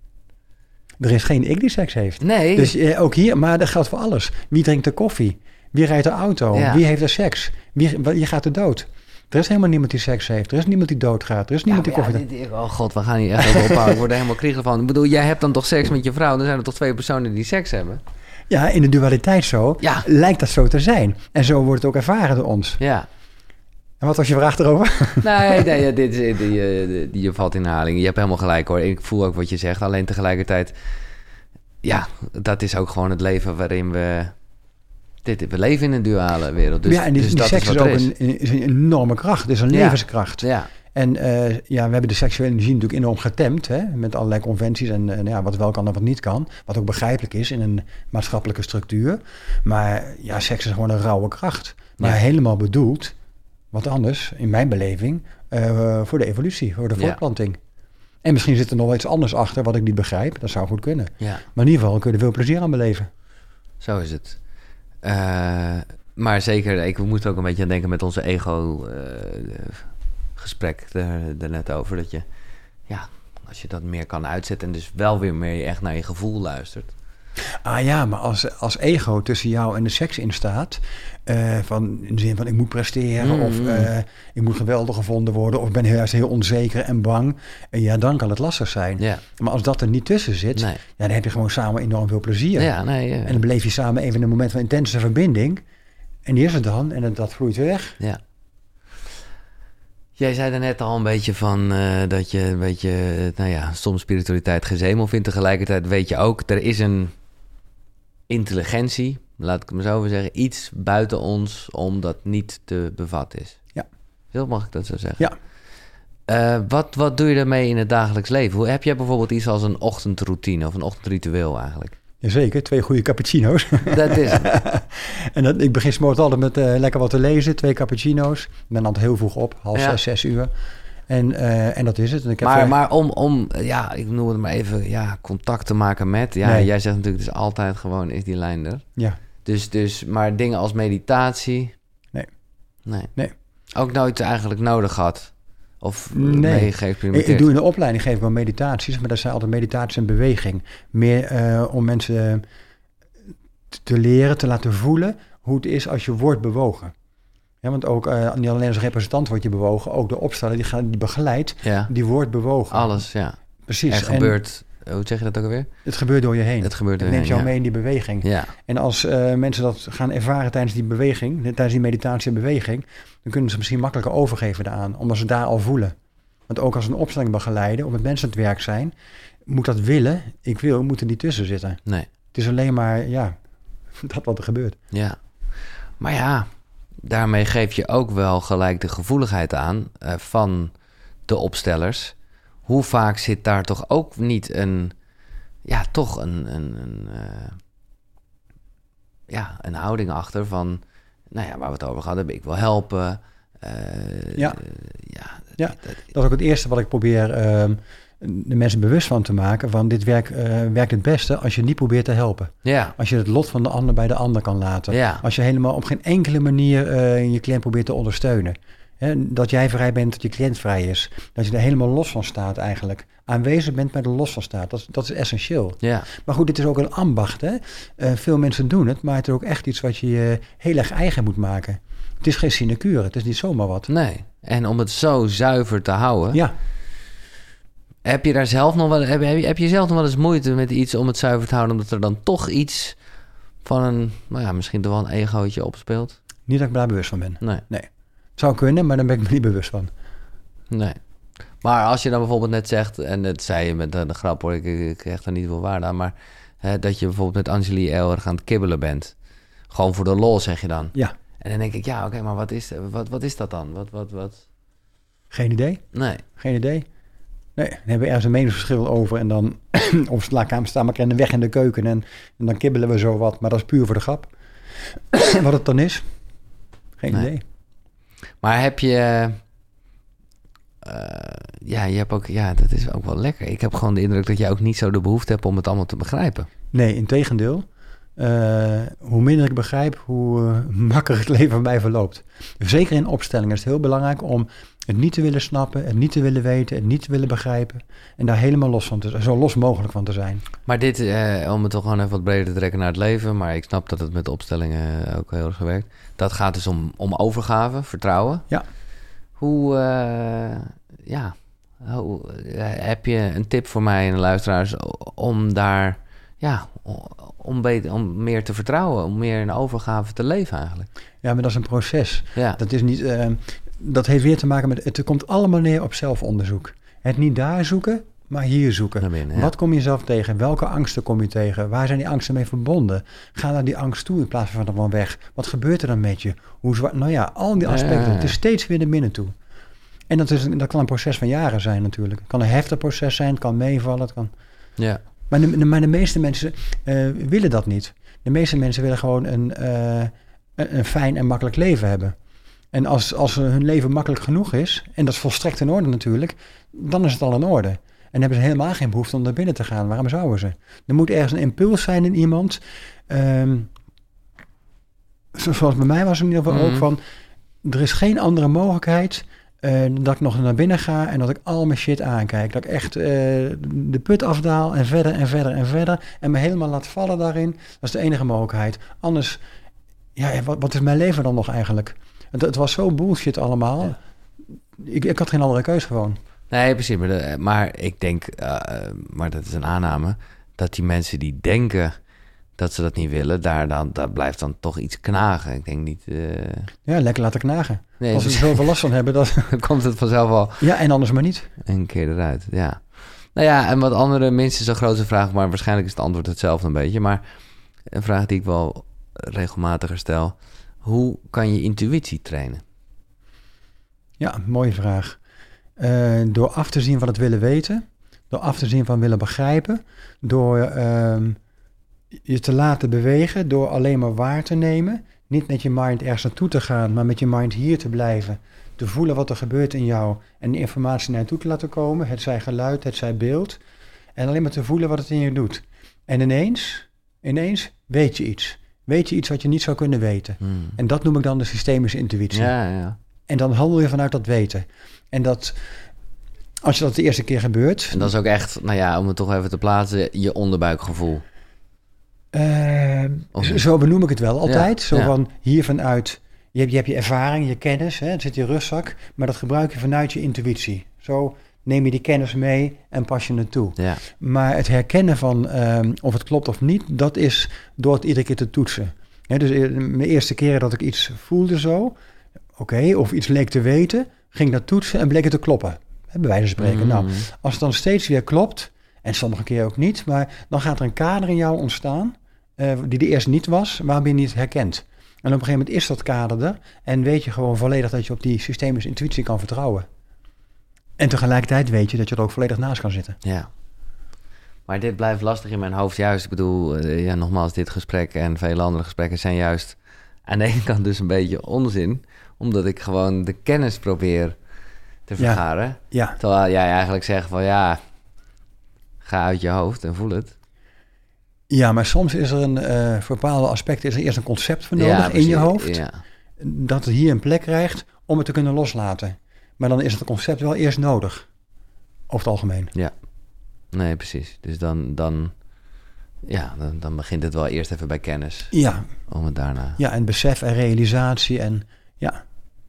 Speaker 2: Er is geen ik die seks heeft.
Speaker 1: Nee.
Speaker 2: Dus ook hier, maar dat geldt voor alles. Wie drinkt de koffie? Wie rijdt de auto? Ja. Wie heeft er seks? Wie gaat er dood? Er is helemaal niemand die seks heeft. Er is niemand die doodgaat. Er is niemand die koffie...
Speaker 1: oh god, we gaan hier echt over ophouden. Ik word er helemaal kriegelig van. Ik bedoel, jij hebt dan toch seks met je vrouw? Dan zijn er toch 2 personen die seks hebben?
Speaker 2: Ja, in de dualiteit zo. Ja. Lijkt dat zo te zijn. En zo wordt het ook ervaren door ons.
Speaker 1: Ja.
Speaker 2: En wat was je vraag erover?
Speaker 1: Nee, je valt in herhaling. Je hebt helemaal gelijk hoor. Ik voel ook wat je zegt. Alleen tegelijkertijd... Ja, dat is ook gewoon het leven waarin we leven in een duale wereld. Dus,
Speaker 2: en die
Speaker 1: dat
Speaker 2: seks is ook een enorme kracht. Het is een levenskracht.
Speaker 1: Ja.
Speaker 2: En we hebben de seksuele energie natuurlijk enorm getemd. Hè, met allerlei conventies en wat wel kan en wat niet kan. Wat ook begrijpelijk is in een maatschappelijke structuur. Maar seks is gewoon een rauwe kracht. Maar helemaal bedoeld, wat anders, in mijn beleving, voor de evolutie, voor de voortplanting. En misschien zit er nog iets anders achter wat ik niet begrijp. Dat zou goed kunnen. Ja. Maar in ieder geval kun je er veel plezier aan beleven.
Speaker 1: Zo is het. Maar zeker, we moeten ook een beetje aan denken met onze ego-gesprek er net over. Dat je, als je dat meer kan uitzetten en dus wel weer meer echt naar je gevoel luistert.
Speaker 2: Maar als ego tussen jou en de seks instaat... in de zin van ik moet presteren... of ik moet geweldig gevonden worden... of ik ben juist heel onzeker en bang... dan kan het lastig zijn. Ja. Maar als dat er niet tussen zit... dan heb je gewoon samen enorm veel plezier. En dan beleef je samen even een moment van intense verbinding... en die is er dan en dat vloeit weer weg.
Speaker 1: Ja. Jij zei er net al een beetje van dat je een beetje... soms spiritualiteit gezemel vindt. Tegelijkertijd weet je ook, er is een intelligentie... laat ik het maar zo even zeggen... iets buiten ons om dat niet te bevatten is.
Speaker 2: Ja.
Speaker 1: Heel mag ik dat zo zeggen?
Speaker 2: Ja.
Speaker 1: Wat doe je daarmee in het dagelijks leven? Heb jij bijvoorbeeld iets als een ochtendroutine... of een ochtendritueel eigenlijk?
Speaker 2: Jazeker, 2 goede cappuccino's.
Speaker 1: Dat is het.
Speaker 2: En ik begin 's morgens altijd met lekker wat te lezen. 2 cappuccino's. Ik ben altijd heel vroeg op, 6 uur. En dat is het. En ik heb
Speaker 1: maar om ik noem het maar even, contact te maken met... jij zegt natuurlijk, het is altijd gewoon, is die lijn er.
Speaker 2: Ja.
Speaker 1: Dus maar dingen als meditatie... Nee. Ook nooit eigenlijk nodig gehad? Of mee geëxperimenteerd?
Speaker 2: Ik doe in de opleiding geef ik wel meditaties... maar dat zijn altijd meditaties en beweging. Meer om mensen te leren, te laten voelen... hoe het is als je wordt bewogen. Ja, want ook niet alleen als representant word je bewogen... ook de opsteller die begeleidt, die wordt bewogen.
Speaker 1: Alles, ja.
Speaker 2: Precies.
Speaker 1: Er gebeurt... Hoe zeg je dat ook alweer?
Speaker 2: Het gebeurt door je heen.
Speaker 1: Het neemt
Speaker 2: jou mee in die beweging.
Speaker 1: Ja.
Speaker 2: En als mensen dat gaan ervaren tijdens die beweging... tijdens die meditatie en beweging... dan kunnen ze misschien makkelijker overgeven daaraan... omdat ze daar al voelen. Want ook als een opstelling begeleiden... of met mensen aan het werk zijn... moet dat willen, moet er niet tussen zitten.
Speaker 1: Nee.
Speaker 2: Het is alleen maar, dat wat er gebeurt.
Speaker 1: Ja. Maar daarmee geef je ook wel gelijk de gevoeligheid aan... van de opstellers... Hoe vaak zit daar toch ook niet een houding achter van... nou ja, waar we het over gehad hebben, ik wil helpen.
Speaker 2: Dat is ook het eerste wat ik probeer de mensen bewust van te maken. Van dit werkt het beste als je niet probeert te helpen.
Speaker 1: Ja.
Speaker 2: Als je het lot van de ander bij de ander kan laten.
Speaker 1: Ja.
Speaker 2: Als je helemaal op geen enkele manier je cliënt probeert te ondersteunen. Dat jij vrij bent, dat je cliënt vrij is. Dat je er helemaal los van staat eigenlijk. Aanwezig bent, maar er los van staat. Dat is essentieel.
Speaker 1: Ja.
Speaker 2: Maar goed, dit is ook een ambacht. Hè? Veel mensen doen het, maar het is ook echt iets wat je heel erg eigen moet maken. Het is geen sinecure, het is niet zomaar wat.
Speaker 1: Nee, en om het zo zuiver te houden...
Speaker 2: Ja.
Speaker 1: Heb je daar zelf nog wel... Heb je zelf nog wel eens moeite met iets om het zuiver te houden... omdat er dan toch iets van een... nou ja, misschien toch wel een egootje opspeelt?
Speaker 2: Niet dat ik daar bewust van ben.
Speaker 1: Nee.
Speaker 2: Het zou kunnen, maar daar ben ik me niet bewust van.
Speaker 1: Nee. Maar als je dan bijvoorbeeld net zegt... en dat zei je met de grap hoor, ik krijg er niet veel waarde aan... maar dat je bijvoorbeeld met Angelie heel erg aan het kibbelen bent. Gewoon voor de lol, zeg je dan.
Speaker 2: Ja.
Speaker 1: En dan denk ik, ja, oké, maar wat is dat dan? Wat?
Speaker 2: Geen idee.
Speaker 1: Nee.
Speaker 2: Geen idee. Nee, dan hebben we ergens een meningsverschil over... en dan op slaapkamer staan we in de weg in de keuken... en dan kibbelen we zo wat, maar dat is puur voor de grap. Wat het dan is, geen idee.
Speaker 1: Maar heb je... je hebt ook... Ja, dat is ook wel lekker. Ik heb gewoon de indruk dat jij ook niet zo de behoefte hebt... om het allemaal te begrijpen.
Speaker 2: Nee, integendeel. Hoe minder ik begrijp, hoe makkelijker het leven bij mij verloopt. Zeker in opstellingen is het heel belangrijk om het niet te willen snappen, het niet te willen weten, het niet te willen begrijpen en daar helemaal los van zo los mogelijk van te zijn.
Speaker 1: Maar dit, om het toch gewoon even wat breder te trekken naar het leven, maar ik snap dat het met opstellingen ook heel erg werkt. Dat gaat dus om overgave, vertrouwen.
Speaker 2: Ja.
Speaker 1: Heb je een tip voor mij en de luisteraars om daar... Ja, om meer te vertrouwen, om meer in overgave te leven eigenlijk.
Speaker 2: Ja, maar dat is een proces.
Speaker 1: Ja.
Speaker 2: Dat is niet, dat heeft weer te maken met... Het komt allemaal neer op zelfonderzoek. Het niet daar zoeken, maar hier zoeken.
Speaker 1: Naar binnen, ja.
Speaker 2: Wat kom je zelf tegen? Welke angsten kom je tegen? Waar zijn die angsten mee verbonden? Ga naar die angst toe in plaats van er weg. Wat gebeurt er dan met je? Hoe zwaar? Nou ja, al die aspecten. Het is steeds weer naar binnen toe. En dat kan een proces van jaren zijn natuurlijk. Het kan een heftig proces zijn, het kan meevallen, het kan...
Speaker 1: Ja.
Speaker 2: Maar de meeste mensen willen dat niet. De meeste mensen willen gewoon een fijn en makkelijk leven hebben. En als hun leven makkelijk genoeg is, en dat is volstrekt in orde natuurlijk, dan is het al in orde. En hebben ze helemaal geen behoefte om naar binnen te gaan. Waarom zouden ze? Er moet ergens een impuls zijn in iemand. Zoals bij mij was het in ieder geval ook van... Er is geen andere mogelijkheid... dat ik nog naar binnen ga en dat ik al mijn shit aankijk. Dat ik echt de put afdaal en verder en verder en verder... en me helemaal laat vallen daarin. Dat is de enige mogelijkheid. Anders, wat is mijn leven dan nog eigenlijk? Het was zo bullshit allemaal. Ja. Ik had geen andere keus gewoon.
Speaker 1: Nee, precies. Maar ik denk, maar dat is een aanname... dat die mensen die denken dat ze dat niet willen... daar blijft dan toch iets knagen. Ik denk niet...
Speaker 2: Ja, lekker laten knagen.
Speaker 1: Nee,
Speaker 2: als we er zoveel last van hebben... Dan
Speaker 1: komt het vanzelf al...
Speaker 2: Ja, en anders maar niet.
Speaker 1: Een keer eruit, ja. Nou ja, en wat andere, minstens een grote vraag... maar waarschijnlijk is het antwoord hetzelfde een beetje... maar een vraag die ik wel regelmatiger stel... hoe kan je intuïtie trainen?
Speaker 2: Ja, mooie vraag. Door af te zien van het willen weten... door af te zien van willen begrijpen... door je te laten bewegen... door alleen maar waar te nemen... niet met je mind ergens naartoe te gaan... maar met je mind hier te blijven... te voelen wat er gebeurt in jou... en de informatie naar je toe te laten komen... het zij geluid, het zij beeld... en alleen maar te voelen wat het in je doet. En ineens weet je iets. Weet je iets wat je niet zou kunnen weten. En dat noem ik dan de systemische intuïtie.
Speaker 1: Ja.
Speaker 2: En dan handel je vanuit dat weten. En dat... Als je dat de eerste keer gebeurt...
Speaker 1: En dat is ook echt, nou ja, om het toch even te plaatsen... je onderbuikgevoel.
Speaker 2: Zo benoem ik het wel altijd.
Speaker 1: Ja,
Speaker 2: zo van hier vanuit... Je hebt je ervaring, je kennis, het zit in je rugzak... maar dat gebruik je vanuit je intuïtie. Zo neem je die kennis mee en pas je het toe.
Speaker 1: Ja.
Speaker 2: Maar het herkennen van of het klopt of niet... dat is door het iedere keer te toetsen. Dus mijn eerste keren dat ik iets voelde zo... of iets leek te weten... ging ik dat toetsen en bleek het te kloppen. Bij wijze van spreken. Nou, als het dan steeds weer klopt... en sommige keer ook niet... maar dan gaat er een kader in jou ontstaan... die er eerst niet was... waarom je niet herkent. En op een gegeven moment is dat kader er... en weet je gewoon volledig dat je op die systemische intuïtie kan vertrouwen. En tegelijkertijd weet je dat je er ook volledig naast kan zitten.
Speaker 1: Ja. Maar dit blijft lastig in mijn hoofd juist. Ik bedoel, nogmaals, dit gesprek en vele andere gesprekken zijn juist aan de ene kant dus een beetje onzin, omdat ik gewoon de kennis probeer te vergaren.
Speaker 2: Ja.
Speaker 1: Terwijl jij eigenlijk zegt van ga uit je hoofd en voel het.
Speaker 2: Ja, maar soms is er voor bepaalde aspecten is er eerst een concept voor nodig in je hoofd. Ja. Dat het hier een plek krijgt om het te kunnen loslaten. Maar dan is het concept wel eerst nodig. Over het algemeen.
Speaker 1: Ja, nee, precies. Dus dan begint het wel eerst even bij kennis.
Speaker 2: Ja.
Speaker 1: Om het daarna...
Speaker 2: Ja, en besef en realisatie en ja.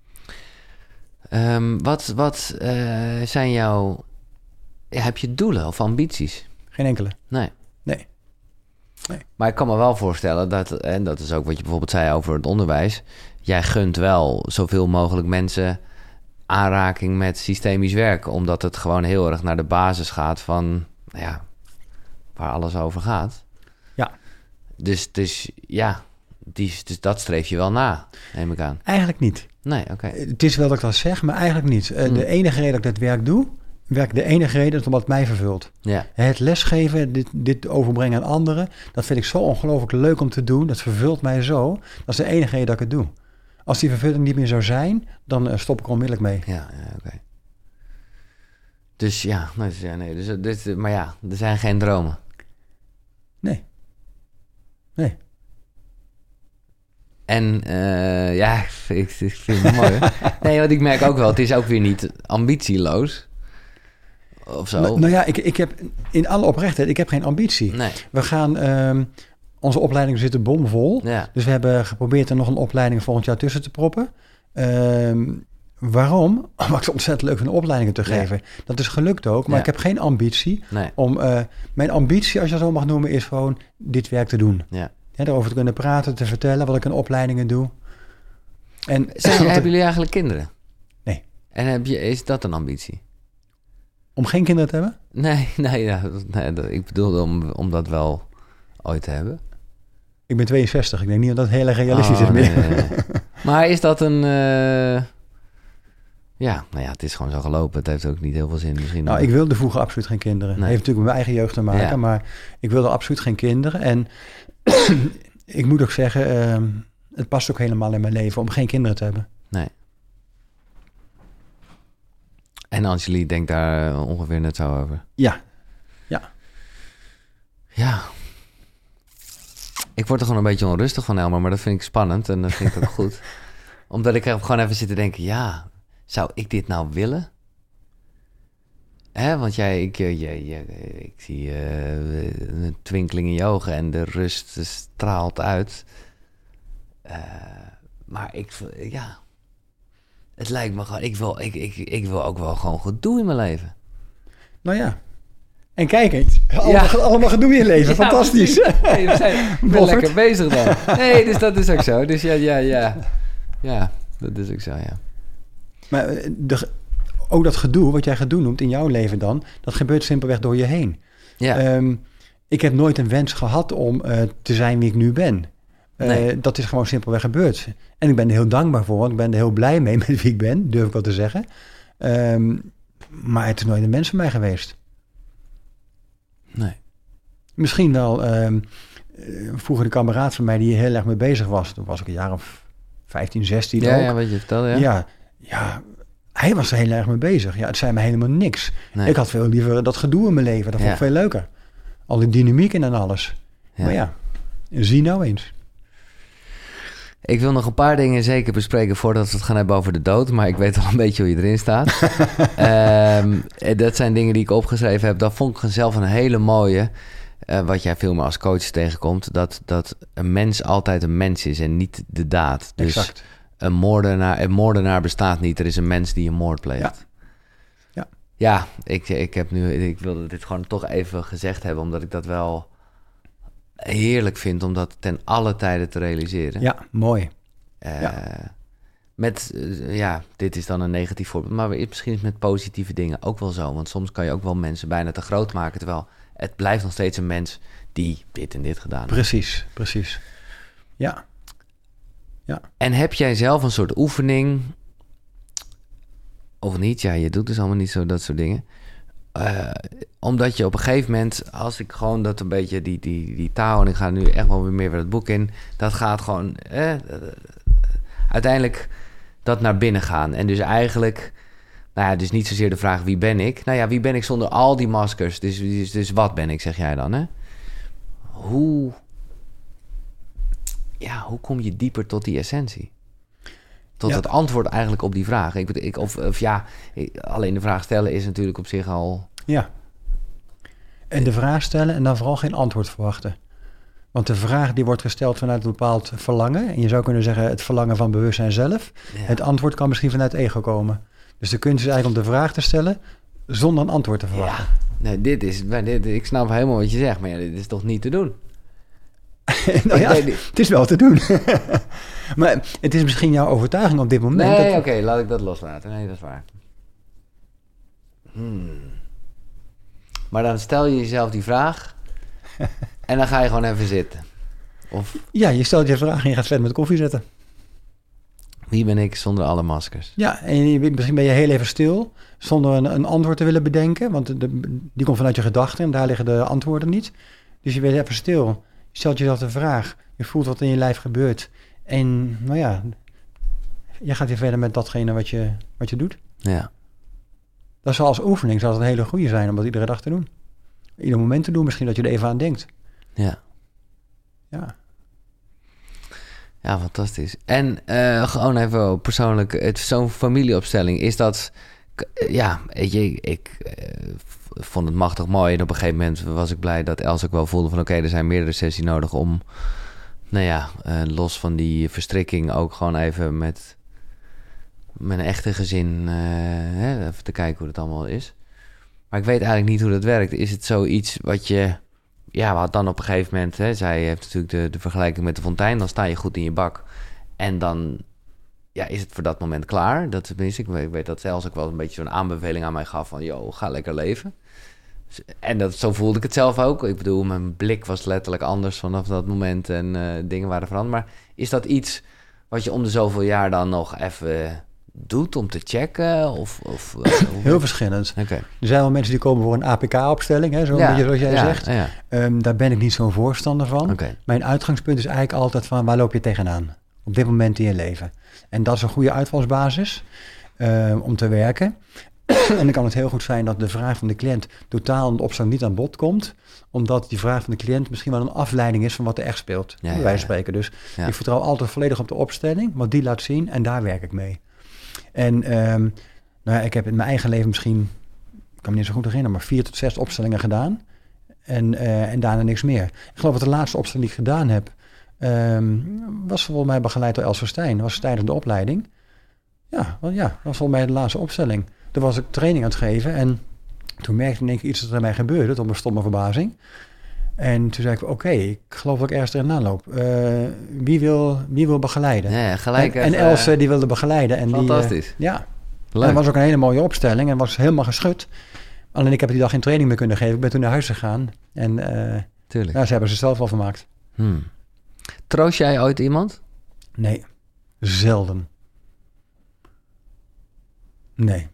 Speaker 1: Wat zijn jouw... heb je doelen of ambities?
Speaker 2: Geen enkele.
Speaker 1: Nee.
Speaker 2: Nee.
Speaker 1: Maar ik kan me wel voorstellen dat... en dat is ook wat je bijvoorbeeld zei over het onderwijs... jij gunt wel zoveel mogelijk mensen aanraking met systemisch werk... omdat het gewoon heel erg naar de basis gaat van... waar alles over gaat.
Speaker 2: Ja.
Speaker 1: Dus dat streef je wel na, neem ik aan.
Speaker 2: Eigenlijk niet.
Speaker 1: Nee, oké.
Speaker 2: Het is wel dat ik dat zeg, maar eigenlijk niet. De enige reden dat ik dit werk doe... de enige reden is omdat het mij vervult.
Speaker 1: Ja.
Speaker 2: Het lesgeven, dit overbrengen aan anderen... dat vind ik zo ongelooflijk leuk om te doen. Dat vervult mij zo. Dat is de enige reden dat ik het doe. Als die vervulling niet meer zou zijn... dan stop ik er onmiddellijk mee.
Speaker 1: Ja, oké. Dus maar er zijn geen dromen.
Speaker 2: Nee.
Speaker 1: En ik vind het mooi. Nee, want ik merk ook wel, het is ook weer niet ambitieloos. Of zo.
Speaker 2: Ik heb in alle oprechtheid, ik heb geen ambitie.
Speaker 1: Nee.
Speaker 2: We gaan, onze opleidingen zitten bomvol. Ja. Dus we hebben geprobeerd er nog een opleiding volgend jaar tussen te proppen. Waarom? Omdat ik het ontzettend leuk vind om opleidingen te geven. Dat is gelukt ook, maar ik heb geen ambitie. Nee. Mijn ambitie, als je dat zo mag noemen, is gewoon dit werk te doen. Ja. Daarover te kunnen praten, te vertellen wat ik in opleidingen doe. En
Speaker 1: hebben jullie eigenlijk kinderen?
Speaker 2: Nee.
Speaker 1: En is dat een ambitie?
Speaker 2: Om geen kinderen te hebben?
Speaker 1: Nee, ik bedoelde om dat wel ooit te hebben.
Speaker 2: Ik ben 62, ik denk niet dat dat heel erg realistisch is meer.
Speaker 1: Nee. Maar is dat een... het is gewoon zo gelopen. Het heeft ook niet heel veel zin misschien.
Speaker 2: Nou, ik wilde vroeger absoluut geen kinderen. Het heeft natuurlijk met mijn eigen jeugd te maken, maar ik wilde absoluut geen kinderen. En ik moet ook zeggen, het past ook helemaal in mijn leven om geen kinderen te hebben.
Speaker 1: Nee. En Angelie denkt daar ongeveer net zo over.
Speaker 2: Ja.
Speaker 1: Ik word er gewoon een beetje onrustig van, Elmer, maar dat vind ik spannend en dat vind ik ook goed. Omdat ik gewoon even zit te denken, zou ik dit nou willen? Want ik zie een twinkeling in je ogen en de rust straalt uit. Maar het lijkt me gewoon, ik wil ook wel gewoon gedoe in mijn leven.
Speaker 2: Nou ja. En kijk eens, allemaal gedoe in je leven, fantastisch.
Speaker 1: Nee, we zijn lekker bezig dan. Nee, dus dat is ook zo. Dus ja, dat is ook zo, ja.
Speaker 2: Maar ook dat gedoe, wat jij gedoe noemt in jouw leven dan... dat gebeurt simpelweg door je heen. Ja. Ik heb nooit een wens gehad om te zijn wie ik nu ben. Nee. Dat is gewoon simpelweg gebeurd. En ik ben er heel dankbaar voor, want ik ben er heel blij mee met wie ik ben, durf ik wel te zeggen. Maar het is nooit een mens van mij geweest.
Speaker 1: Nee.
Speaker 2: Misschien wel vroeger een kameraad van mij die hier heel erg mee bezig was. Toen was ik een jaar of 15, 16 ook.
Speaker 1: Ja, wat je vertelde,
Speaker 2: ja, hij was er heel erg mee bezig. Ja, het zei me helemaal niks. Nee. Ik had veel liever dat gedoe in mijn leven. Dat vond ik veel leuker. Al die dynamiek en alles. Ja. Maar zie nou eens.
Speaker 1: Ik wil nog een paar dingen zeker bespreken voordat we het gaan hebben over de dood. Maar ik weet al een beetje hoe je erin staat. Dat zijn dingen die ik opgeschreven heb. Dat vond ik zelf een hele mooie. Wat jij veel meer als coach tegenkomt. Dat een mens altijd een mens is en niet de daad. Dus exact. Een moordenaar bestaat niet. Er is een mens die een moord pleegt. Ja, ik wilde dit gewoon toch even gezegd hebben. Omdat ik dat wel heerlijk vind om dat ten alle tijden te realiseren.
Speaker 2: Ja, mooi.
Speaker 1: Dit is dan een negatief voorbeeld, maar misschien is met positieve dingen ook wel zo. Want soms kan je ook wel mensen bijna te groot maken, terwijl het blijft nog steeds een mens die dit en dit gedaan heeft.
Speaker 2: Precies. Ja.
Speaker 1: En heb jij zelf een soort oefening, of niet? Ja, je doet dus allemaal niet zo dat soort dingen. Omdat je op een gegeven moment, als ik gewoon dat een beetje die taal, en ik ga nu echt wel weer meer weer het boek in, dat gaat gewoon uiteindelijk dat naar binnen gaan. En dus eigenlijk, dus niet zozeer de vraag wie ben ik? Nou ja, wie ben ik zonder al die maskers? Dus wat ben ik, zeg jij dan, hè? Hoe kom je dieper tot die essentie? Tot het antwoord eigenlijk op die vraag. Alleen de vraag stellen is natuurlijk op zich al...
Speaker 2: Ja. En de vraag stellen en dan vooral geen antwoord verwachten. Want de vraag die wordt gesteld vanuit een bepaald verlangen. En je zou kunnen zeggen het verlangen van bewustzijn zelf. Ja. Het antwoord kan misschien vanuit het ego komen. Dus de kunst is eigenlijk om de vraag te stellen zonder een antwoord te verwachten.
Speaker 1: Ja, nee, ik snap helemaal wat je zegt, maar dit is toch niet te doen?
Speaker 2: Het is wel te doen. Maar het is misschien jouw overtuiging op dit moment.
Speaker 1: Nee, oké, laat ik dat loslaten. Nee, dat is waar. Maar dan stel je jezelf die vraag en dan ga je gewoon even zitten. Of...
Speaker 2: Ja, je stelt je vraag en je gaat verder met koffie zetten.
Speaker 1: Wie ben ik zonder alle maskers?
Speaker 2: Ja, en misschien ben je heel even stil, zonder een antwoord te willen bedenken. Want die komt vanuit je gedachten en daar liggen de antwoorden niet. Dus je bent even stil. Je stelt jezelf de vraag. Je voelt wat in je lijf gebeurt. En je gaat weer verder met datgene wat je doet.
Speaker 1: Ja.
Speaker 2: Dat zal als oefening een hele goede zijn om dat iedere dag te doen. Ieder moment te doen, misschien dat je er even aan denkt.
Speaker 1: Ja.
Speaker 2: Ja.
Speaker 1: Ja, fantastisch. En gewoon even persoonlijk, zo'n familieopstelling, is dat... Ja, weet je, ik vond het machtig mooi. En op een gegeven moment was ik blij dat Els ook wel voelde van... oké, er zijn meerdere sessies nodig om... los van die verstrikking ook gewoon even met mijn echte gezin... even te kijken hoe het allemaal is. Maar ik weet eigenlijk niet hoe dat werkt. Is het zoiets wat je... Ja, wat dan op een gegeven moment... zij heeft natuurlijk de vergelijking met de fontein. Dan sta je goed in je bak. En dan... Ja, is het voor dat moment klaar? Dat tenminste, ik weet dat zelfs ook wel een beetje zo'n aanbeveling aan mij gaf van... ga lekker leven. En zo voelde ik het zelf ook. Ik bedoel, mijn blik was letterlijk anders vanaf dat moment en dingen waren veranderd. Maar is dat iets wat je om de zoveel jaar dan nog even doet om te checken?
Speaker 2: Heel verschillend.
Speaker 1: Okay.
Speaker 2: Er zijn wel mensen die komen voor een APK-opstelling, zo'n beetje zoals jij zegt.
Speaker 1: Ja.
Speaker 2: Daar ben ik niet zo'n voorstander van.
Speaker 1: Okay.
Speaker 2: Mijn uitgangspunt is eigenlijk altijd van waar loop je tegenaan? Op dit moment in je leven. En dat is een goede uitvalsbasis om te werken. En dan kan het heel goed zijn dat de vraag van de cliënt totaal in de opstelling niet aan bod komt. Omdat die vraag van de cliënt misschien wel een afleiding is van wat er echt speelt. Bij wijze van spreken. Dus ik vertrouw altijd volledig op de opstelling, wat die laat zien. En daar werk ik mee. En ik heb in mijn eigen leven misschien, ik kan me niet zo goed herinneren, maar 4 tot 6 opstellingen gedaan. En daarna niks meer. Ik geloof dat de laatste opstelling die ik gedaan heb, was volgens mij begeleid door Els Verstijn. Dat was tijdens de opleiding. Ja, dat was volgens mij de laatste opstelling. Toen was ik training aan het geven en toen merkte ik in één keer iets dat er mij gebeurde, tot mijn stomme verbazing. En toen zei ik, oké, ik geloof dat ik ergens erin aanloop. Wie wil begeleiden?
Speaker 1: Ja, gelijk.
Speaker 2: En Els die wilde begeleiden. En
Speaker 1: fantastisch.
Speaker 2: En dat was ook een hele mooie opstelling en was helemaal geschud. Alleen ik heb die dag geen training meer kunnen geven. Ik ben toen naar huis gegaan. En
Speaker 1: tuurlijk.
Speaker 2: Ze hebben ze zelf wel vermaakt.
Speaker 1: Troost jij ooit iemand?
Speaker 2: Nee, zelden. Nee.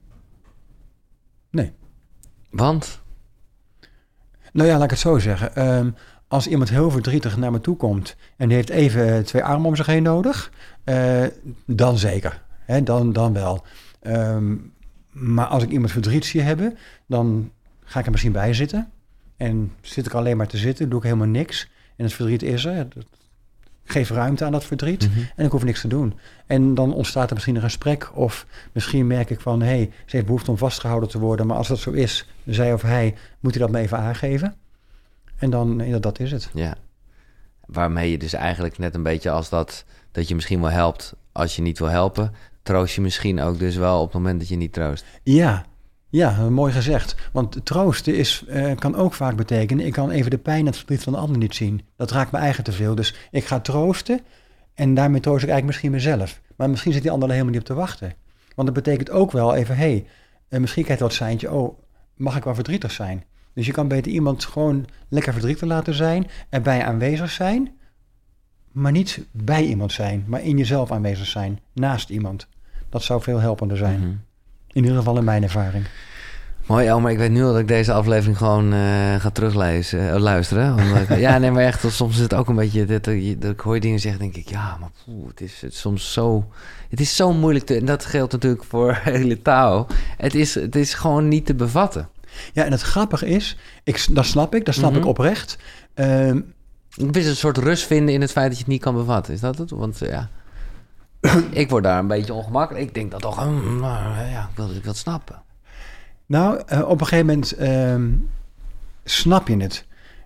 Speaker 1: Want?
Speaker 2: Nou ja, laat ik het zo zeggen. Als iemand heel verdrietig naar me toe komt en die heeft even 2 armen om zich heen nodig, dan zeker. Dan wel. Maar als ik iemand verdriet zie hebben, dan ga ik er misschien bij zitten. En zit ik alleen maar te zitten, doe ik helemaal niks. En het verdriet is er. Geef ruimte aan dat verdriet en ik hoef niks te doen. En dan ontstaat er misschien een gesprek of misschien merk ik van... ze heeft behoefte om vastgehouden te worden, maar als dat zo is, zij of hij, moet hij dat me even aangeven. En dan, dat is het. Ja.
Speaker 1: Waarmee je dus eigenlijk net een beetje als dat je misschien wel helpt als je niet wil helpen, troost je misschien ook dus wel op het moment dat je niet troost.
Speaker 2: Ja, mooi gezegd. Want troosten kan ook vaak betekenen, ik kan even de pijn en het verdriet van de ander niet zien. Dat raakt me eigen te veel. Dus ik ga troosten en daarmee troost ik eigenlijk misschien mezelf. Maar misschien zit die ander er helemaal niet op te wachten. Want dat betekent ook wel even, misschien krijgt dat seintje, mag ik wel verdrietig zijn? Dus je kan beter iemand gewoon lekker verdrietig laten zijn, erbij aanwezig zijn, maar niet bij iemand zijn, maar in jezelf aanwezig zijn, naast iemand. Dat zou veel helpender zijn. In ieder geval in mijn ervaring.
Speaker 1: Mooi, Elmer. Ik weet nu al dat ik deze aflevering gewoon ga luisteren. Ja, nee, maar echt, soms is het ook een beetje... Dat ik hoor je dingen zeggen, denk ik... Ja, maar het is soms zo... Het is zo moeilijk en dat geldt natuurlijk voor hele taal. Het is gewoon niet te bevatten.
Speaker 2: Ja, en het grappige is... Dat snap ik oprecht.
Speaker 1: Het is een soort rust vinden in het feit dat je het niet kan bevatten. Is dat het? Want ja... ik word daar een beetje ongemakkelijk. Ik denk dat toch... ik wil het snappen.
Speaker 2: Nou, op een gegeven moment snap je het.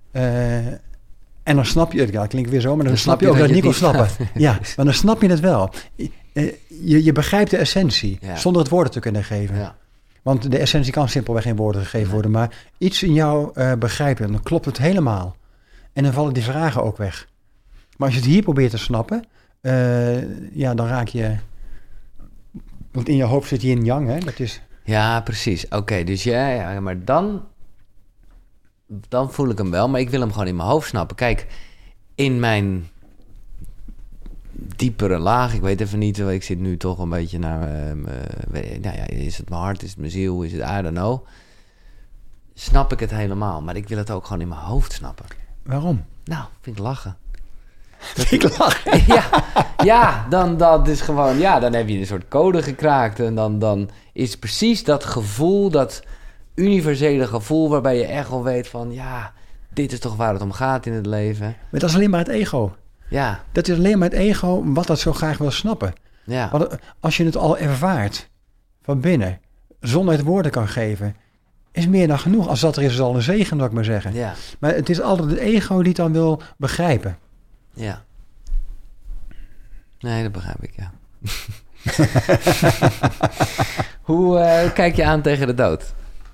Speaker 2: En dan snap je het. Ja, dat klinkt weer zo, maar dan snap je ook dat je het niet kon snappen. Ja, maar dan snap je het wel. Je begrijpt de essentie, zonder het woorden te kunnen geven. Ja. Want de essentie kan simpelweg geen woorden gegeven worden. Maar iets in jou begrijpen, dan klopt het helemaal. En dan vallen die vragen ook weg. Maar als je het hier probeert te snappen... dan raak je... Want in je hoofd zit yin-yang, hè? Dat is...
Speaker 1: Ja, precies. Oké, dus ja, maar dan voel ik hem wel. Maar ik wil hem gewoon in mijn hoofd snappen. Kijk, in mijn diepere laag... Ik weet even niet, ik zit nu toch een beetje naar... is het mijn hart, is het mijn ziel, is het I don't know. Snap ik het helemaal. Maar ik wil het ook gewoon in mijn hoofd snappen.
Speaker 2: Waarom?
Speaker 1: Nou, vind ik lachen. Dan dat is gewoon... Ja, dan heb je een soort code gekraakt. En dan is precies dat gevoel, dat universele gevoel... waarbij je echt wel weet van... Ja, dit is toch waar het om gaat in het leven.
Speaker 2: Maar dat is alleen maar het ego.
Speaker 1: Ja.
Speaker 2: Dat is alleen maar het ego wat dat zo graag wil snappen.
Speaker 1: Ja.
Speaker 2: Want als je het al ervaart van binnen... zonder het woorden kan geven... is meer dan genoeg. Als dat er is al een zegen, zou ik maar zeggen.
Speaker 1: Ja.
Speaker 2: Maar het is altijd het ego die het dan wil begrijpen.
Speaker 1: Ja. Nee, dat begrijp ik, ja. Hoe kijk je aan tegen de dood?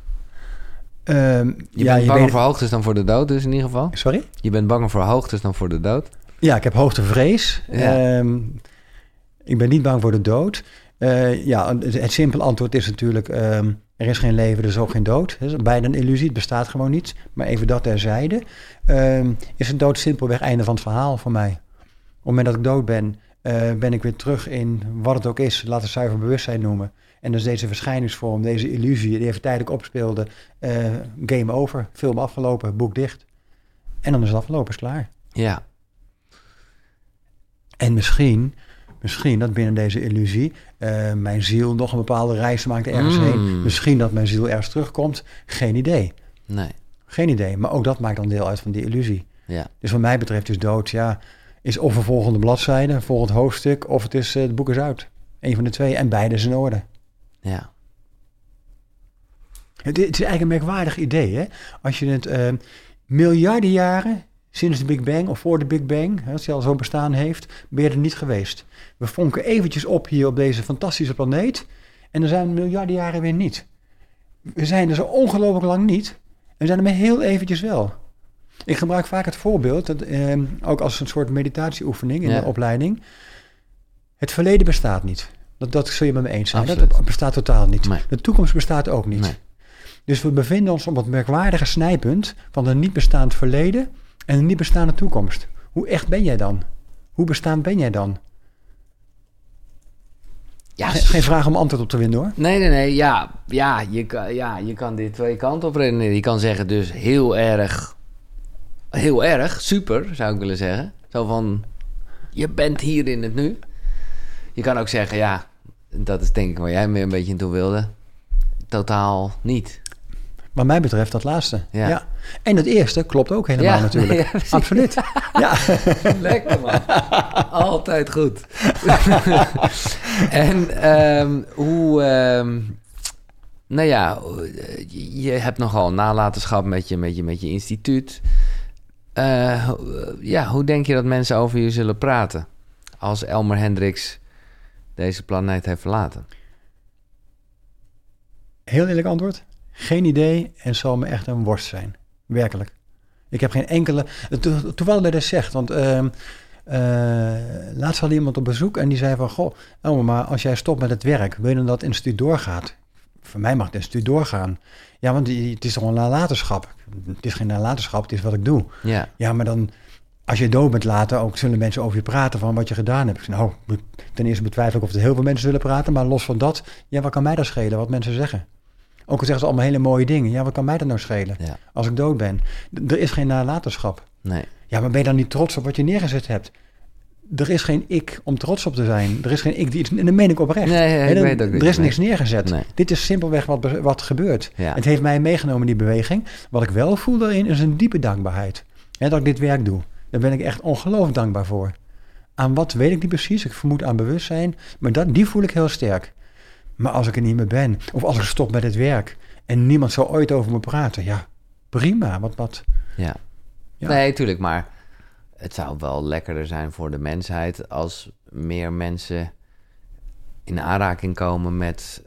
Speaker 1: Je bent banger voor hoogtes dan voor de dood, dus in ieder geval?
Speaker 2: Sorry?
Speaker 1: Je bent banger voor hoogtes dan voor de dood?
Speaker 2: Ja, ik heb hoogtevrees. Ja. Ik ben niet bang voor de dood. Het simpele antwoord is natuurlijk... er is geen leven, er is ook geen dood. Dat is bijna een illusie, het bestaat gewoon niet. Maar even dat terzijde. Is de dood simpelweg einde van het verhaal voor mij. Op het moment dat ik dood ben... ben ik weer terug in wat het ook is. Laten we zuiver bewustzijn noemen. En dus deze verschijningsvorm, deze illusie... die even tijdelijk opspeelde. Game over, film afgelopen, boek dicht. En dan is het afgelopen, is klaar.
Speaker 1: Ja.
Speaker 2: En misschien dat binnen deze illusie... mijn ziel nog een bepaalde reis maakt ergens heen. Misschien dat mijn ziel ergens terugkomt. Geen idee.
Speaker 1: Nee.
Speaker 2: Geen idee. Maar ook dat maakt dan deel uit van die illusie.
Speaker 1: Ja.
Speaker 2: Dus wat mij betreft is dood, is of een volgende bladzijde, een volgend hoofdstuk... of het is het boek is uit. Eén van de twee. En beide is in orde.
Speaker 1: Ja.
Speaker 2: Het is eigenlijk een merkwaardig idee, hè? Als je het miljarden jaren... sinds de Big Bang of voor de Big Bang... als die al zo bestaan heeft, ben je er niet geweest. We vonken eventjes op hier op deze fantastische planeet... en dan zijn we miljarden jaren weer niet. We zijn er zo ongelooflijk lang niet... en we zijn er maar heel eventjes wel. Ik gebruik vaak het voorbeeld... dat, ook als een soort meditatieoefening in de opleiding... het verleden bestaat niet. Dat zul je met me eens zijn. Dat bestaat totaal niet. Nee. De toekomst bestaat ook niet. Nee. Dus we bevinden ons op het merkwaardige snijpunt... van een niet bestaand verleden... en een niet bestaande toekomst. Hoe echt ben jij dan? Hoe bestaand ben jij dan? Ja, geen vraag om antwoord op te vinden, hoor.
Speaker 1: Nee. Je kan dit twee kanten op redeneren. Je kan zeggen dus heel erg, super, zou ik willen zeggen. Zo van, je bent hier in het nu. Je kan ook zeggen, dat is denk ik waar jij mee een beetje in toe wilde. Totaal niet.
Speaker 2: Wat mij betreft dat laatste. Ja. En het eerste klopt ook helemaal natuurlijk. Ja, absoluut. Ja.
Speaker 1: Lekker, man. Altijd goed. En je hebt nogal nalatenschap met je instituut. Hoe denk je dat mensen over je zullen praten als Elmer Hendricks deze planeet heeft verlaten?
Speaker 2: Heel eerlijk antwoord. Geen idee en zal me echt een worst zijn. Werkelijk. Ik heb geen enkele... Toevallig dat je zegt, want laatst had iemand op bezoek en die zei van... Goh, Elmer, maar als jij stopt met het werk, wil je dan dat het instituut doorgaat? Voor mij mag het instituut doorgaan. Ja, want het is toch een nalatenschap? Het is geen nalatenschap, het is wat ik doe.
Speaker 1: Ja.
Speaker 2: Ja, maar dan... Als je dood bent later, ook zullen mensen over je praten van wat je gedaan hebt. Nou, ten eerste betwijfel ik of er heel veel mensen zullen praten, maar los van dat, wat kan mij dat schelen, wat mensen zeggen? Ook al zeggen ze allemaal hele mooie dingen. Ja, wat kan mij dat nou schelen?
Speaker 1: Ja.
Speaker 2: Als ik dood ben. Er is geen nalatenschap.
Speaker 1: Nee.
Speaker 2: Ja, maar ben je dan niet trots op wat je neergezet hebt? Er is geen ik om trots op te zijn. Er is geen ik die iets... En dat meen ik oprecht.
Speaker 1: Nee, ik weet ook niet.
Speaker 2: Er is niks neergezet.
Speaker 1: Nee.
Speaker 2: Dit is simpelweg wat gebeurt.
Speaker 1: Ja.
Speaker 2: Het heeft mij meegenomen, die beweging. Wat ik wel voel daarin is een diepe dankbaarheid. En dat ik dit werk doe. Daar ben ik echt ongelooflijk dankbaar voor. Aan wat weet ik niet precies. Ik vermoed aan bewustzijn. Maar die voel ik heel sterk. Maar als ik er niet meer ben. Of als ik stop met het werk. En niemand zou ooit over me praten. Ja, prima. Wat.
Speaker 1: Ja. Nee, tuurlijk. Maar het zou wel lekkerder zijn voor de mensheid als meer mensen in aanraking komen met,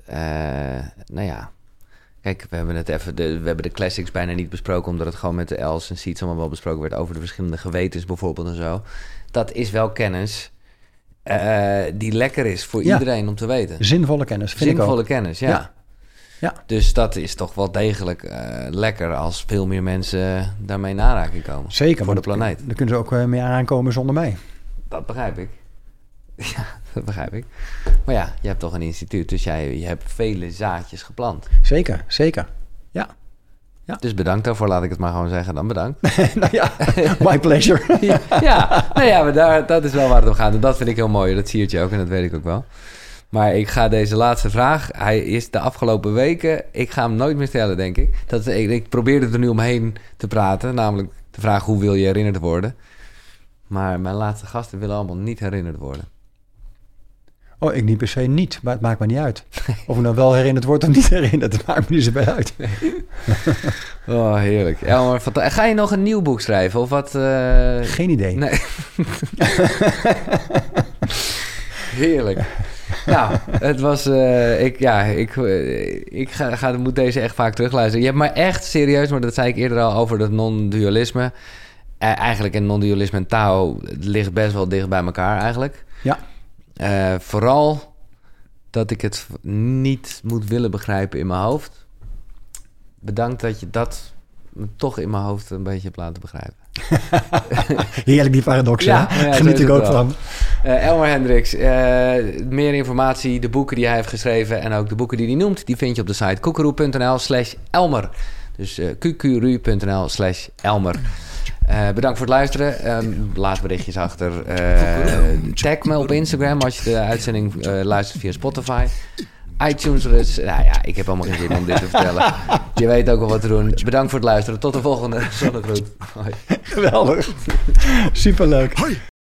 Speaker 1: kijk, we hebben de classics bijna niet besproken, omdat het gewoon met de L's en C's allemaal wel besproken werd over de verschillende gewetens bijvoorbeeld en zo. Dat is wel kennis die lekker is voor iedereen om te weten.
Speaker 2: Zinvolle kennis, vind ik ook.
Speaker 1: Zinvolle kennis, ja. Dus dat is toch wel degelijk lekker als veel meer mensen daarmee in aanraking komen.
Speaker 2: Zeker.
Speaker 1: Voor de planeet.
Speaker 2: Dan kunnen ze ook mee aankomen zonder mij.
Speaker 1: Dat begrijp ik. Ja, dat begrijp ik. Maar ja, je hebt toch een instituut, dus je hebt vele zaadjes geplant.
Speaker 2: Zeker. Ja.
Speaker 1: Dus bedankt daarvoor, laat ik het maar gewoon zeggen. Dan bedankt.
Speaker 2: Nou ja, my pleasure.
Speaker 1: maar dat is wel waar het om gaat. En dat vind ik heel mooi. Dat zie je ook en dat weet ik ook wel. Maar ik ga deze laatste vraag... Hij is de afgelopen weken... Ik ga hem nooit meer stellen, denk ik. Ik probeerde er nu omheen te praten. Namelijk de vraag, hoe wil je herinnerd worden? Maar mijn laatste gasten willen allemaal niet herinnerd worden.
Speaker 2: Oh, ik niet per se niet. Maar het maakt me niet uit. Of ik nou wel herinnerd word of niet herinnerd. Het maakt me niet zo bij uit.
Speaker 1: Oh, heerlijk. Elmer, ga je nog een nieuw boek schrijven? Of wat?
Speaker 2: Geen idee.
Speaker 1: Nee. Heerlijk. Nou, het was... Ik moet deze echt vaak terugluisteren. Je hebt maar echt serieus, maar dat zei ik eerder al, over dat non-dualisme. Eigenlijk een non-dualisme en Tao ligt best wel dicht bij elkaar eigenlijk.
Speaker 2: Ja.
Speaker 1: Vooral dat ik het niet moet willen begrijpen in mijn hoofd. Bedankt dat je dat me toch in mijn hoofd een beetje hebt laten begrijpen.
Speaker 2: Heerlijk, die paradox. Ja, geniet ik ook van.
Speaker 1: Elmer Hendricks, meer informatie, de boeken die hij heeft geschreven en ook de boeken die hij noemt, die vind je op de site koekeroe.nl/Elmer. Dus qqru.nl/Elmer. Bedankt voor het luisteren. Laat berichtjes achter. Tag me op Instagram als je de uitzending luistert via Spotify. iTunes. Nou ja, ik heb allemaal geen zin om dit te vertellen. Je weet ook al wat te doen. Bedankt voor het luisteren. Tot de volgende Zonnegroet. Hoi.
Speaker 2: Geweldig. Superleuk. Hoi.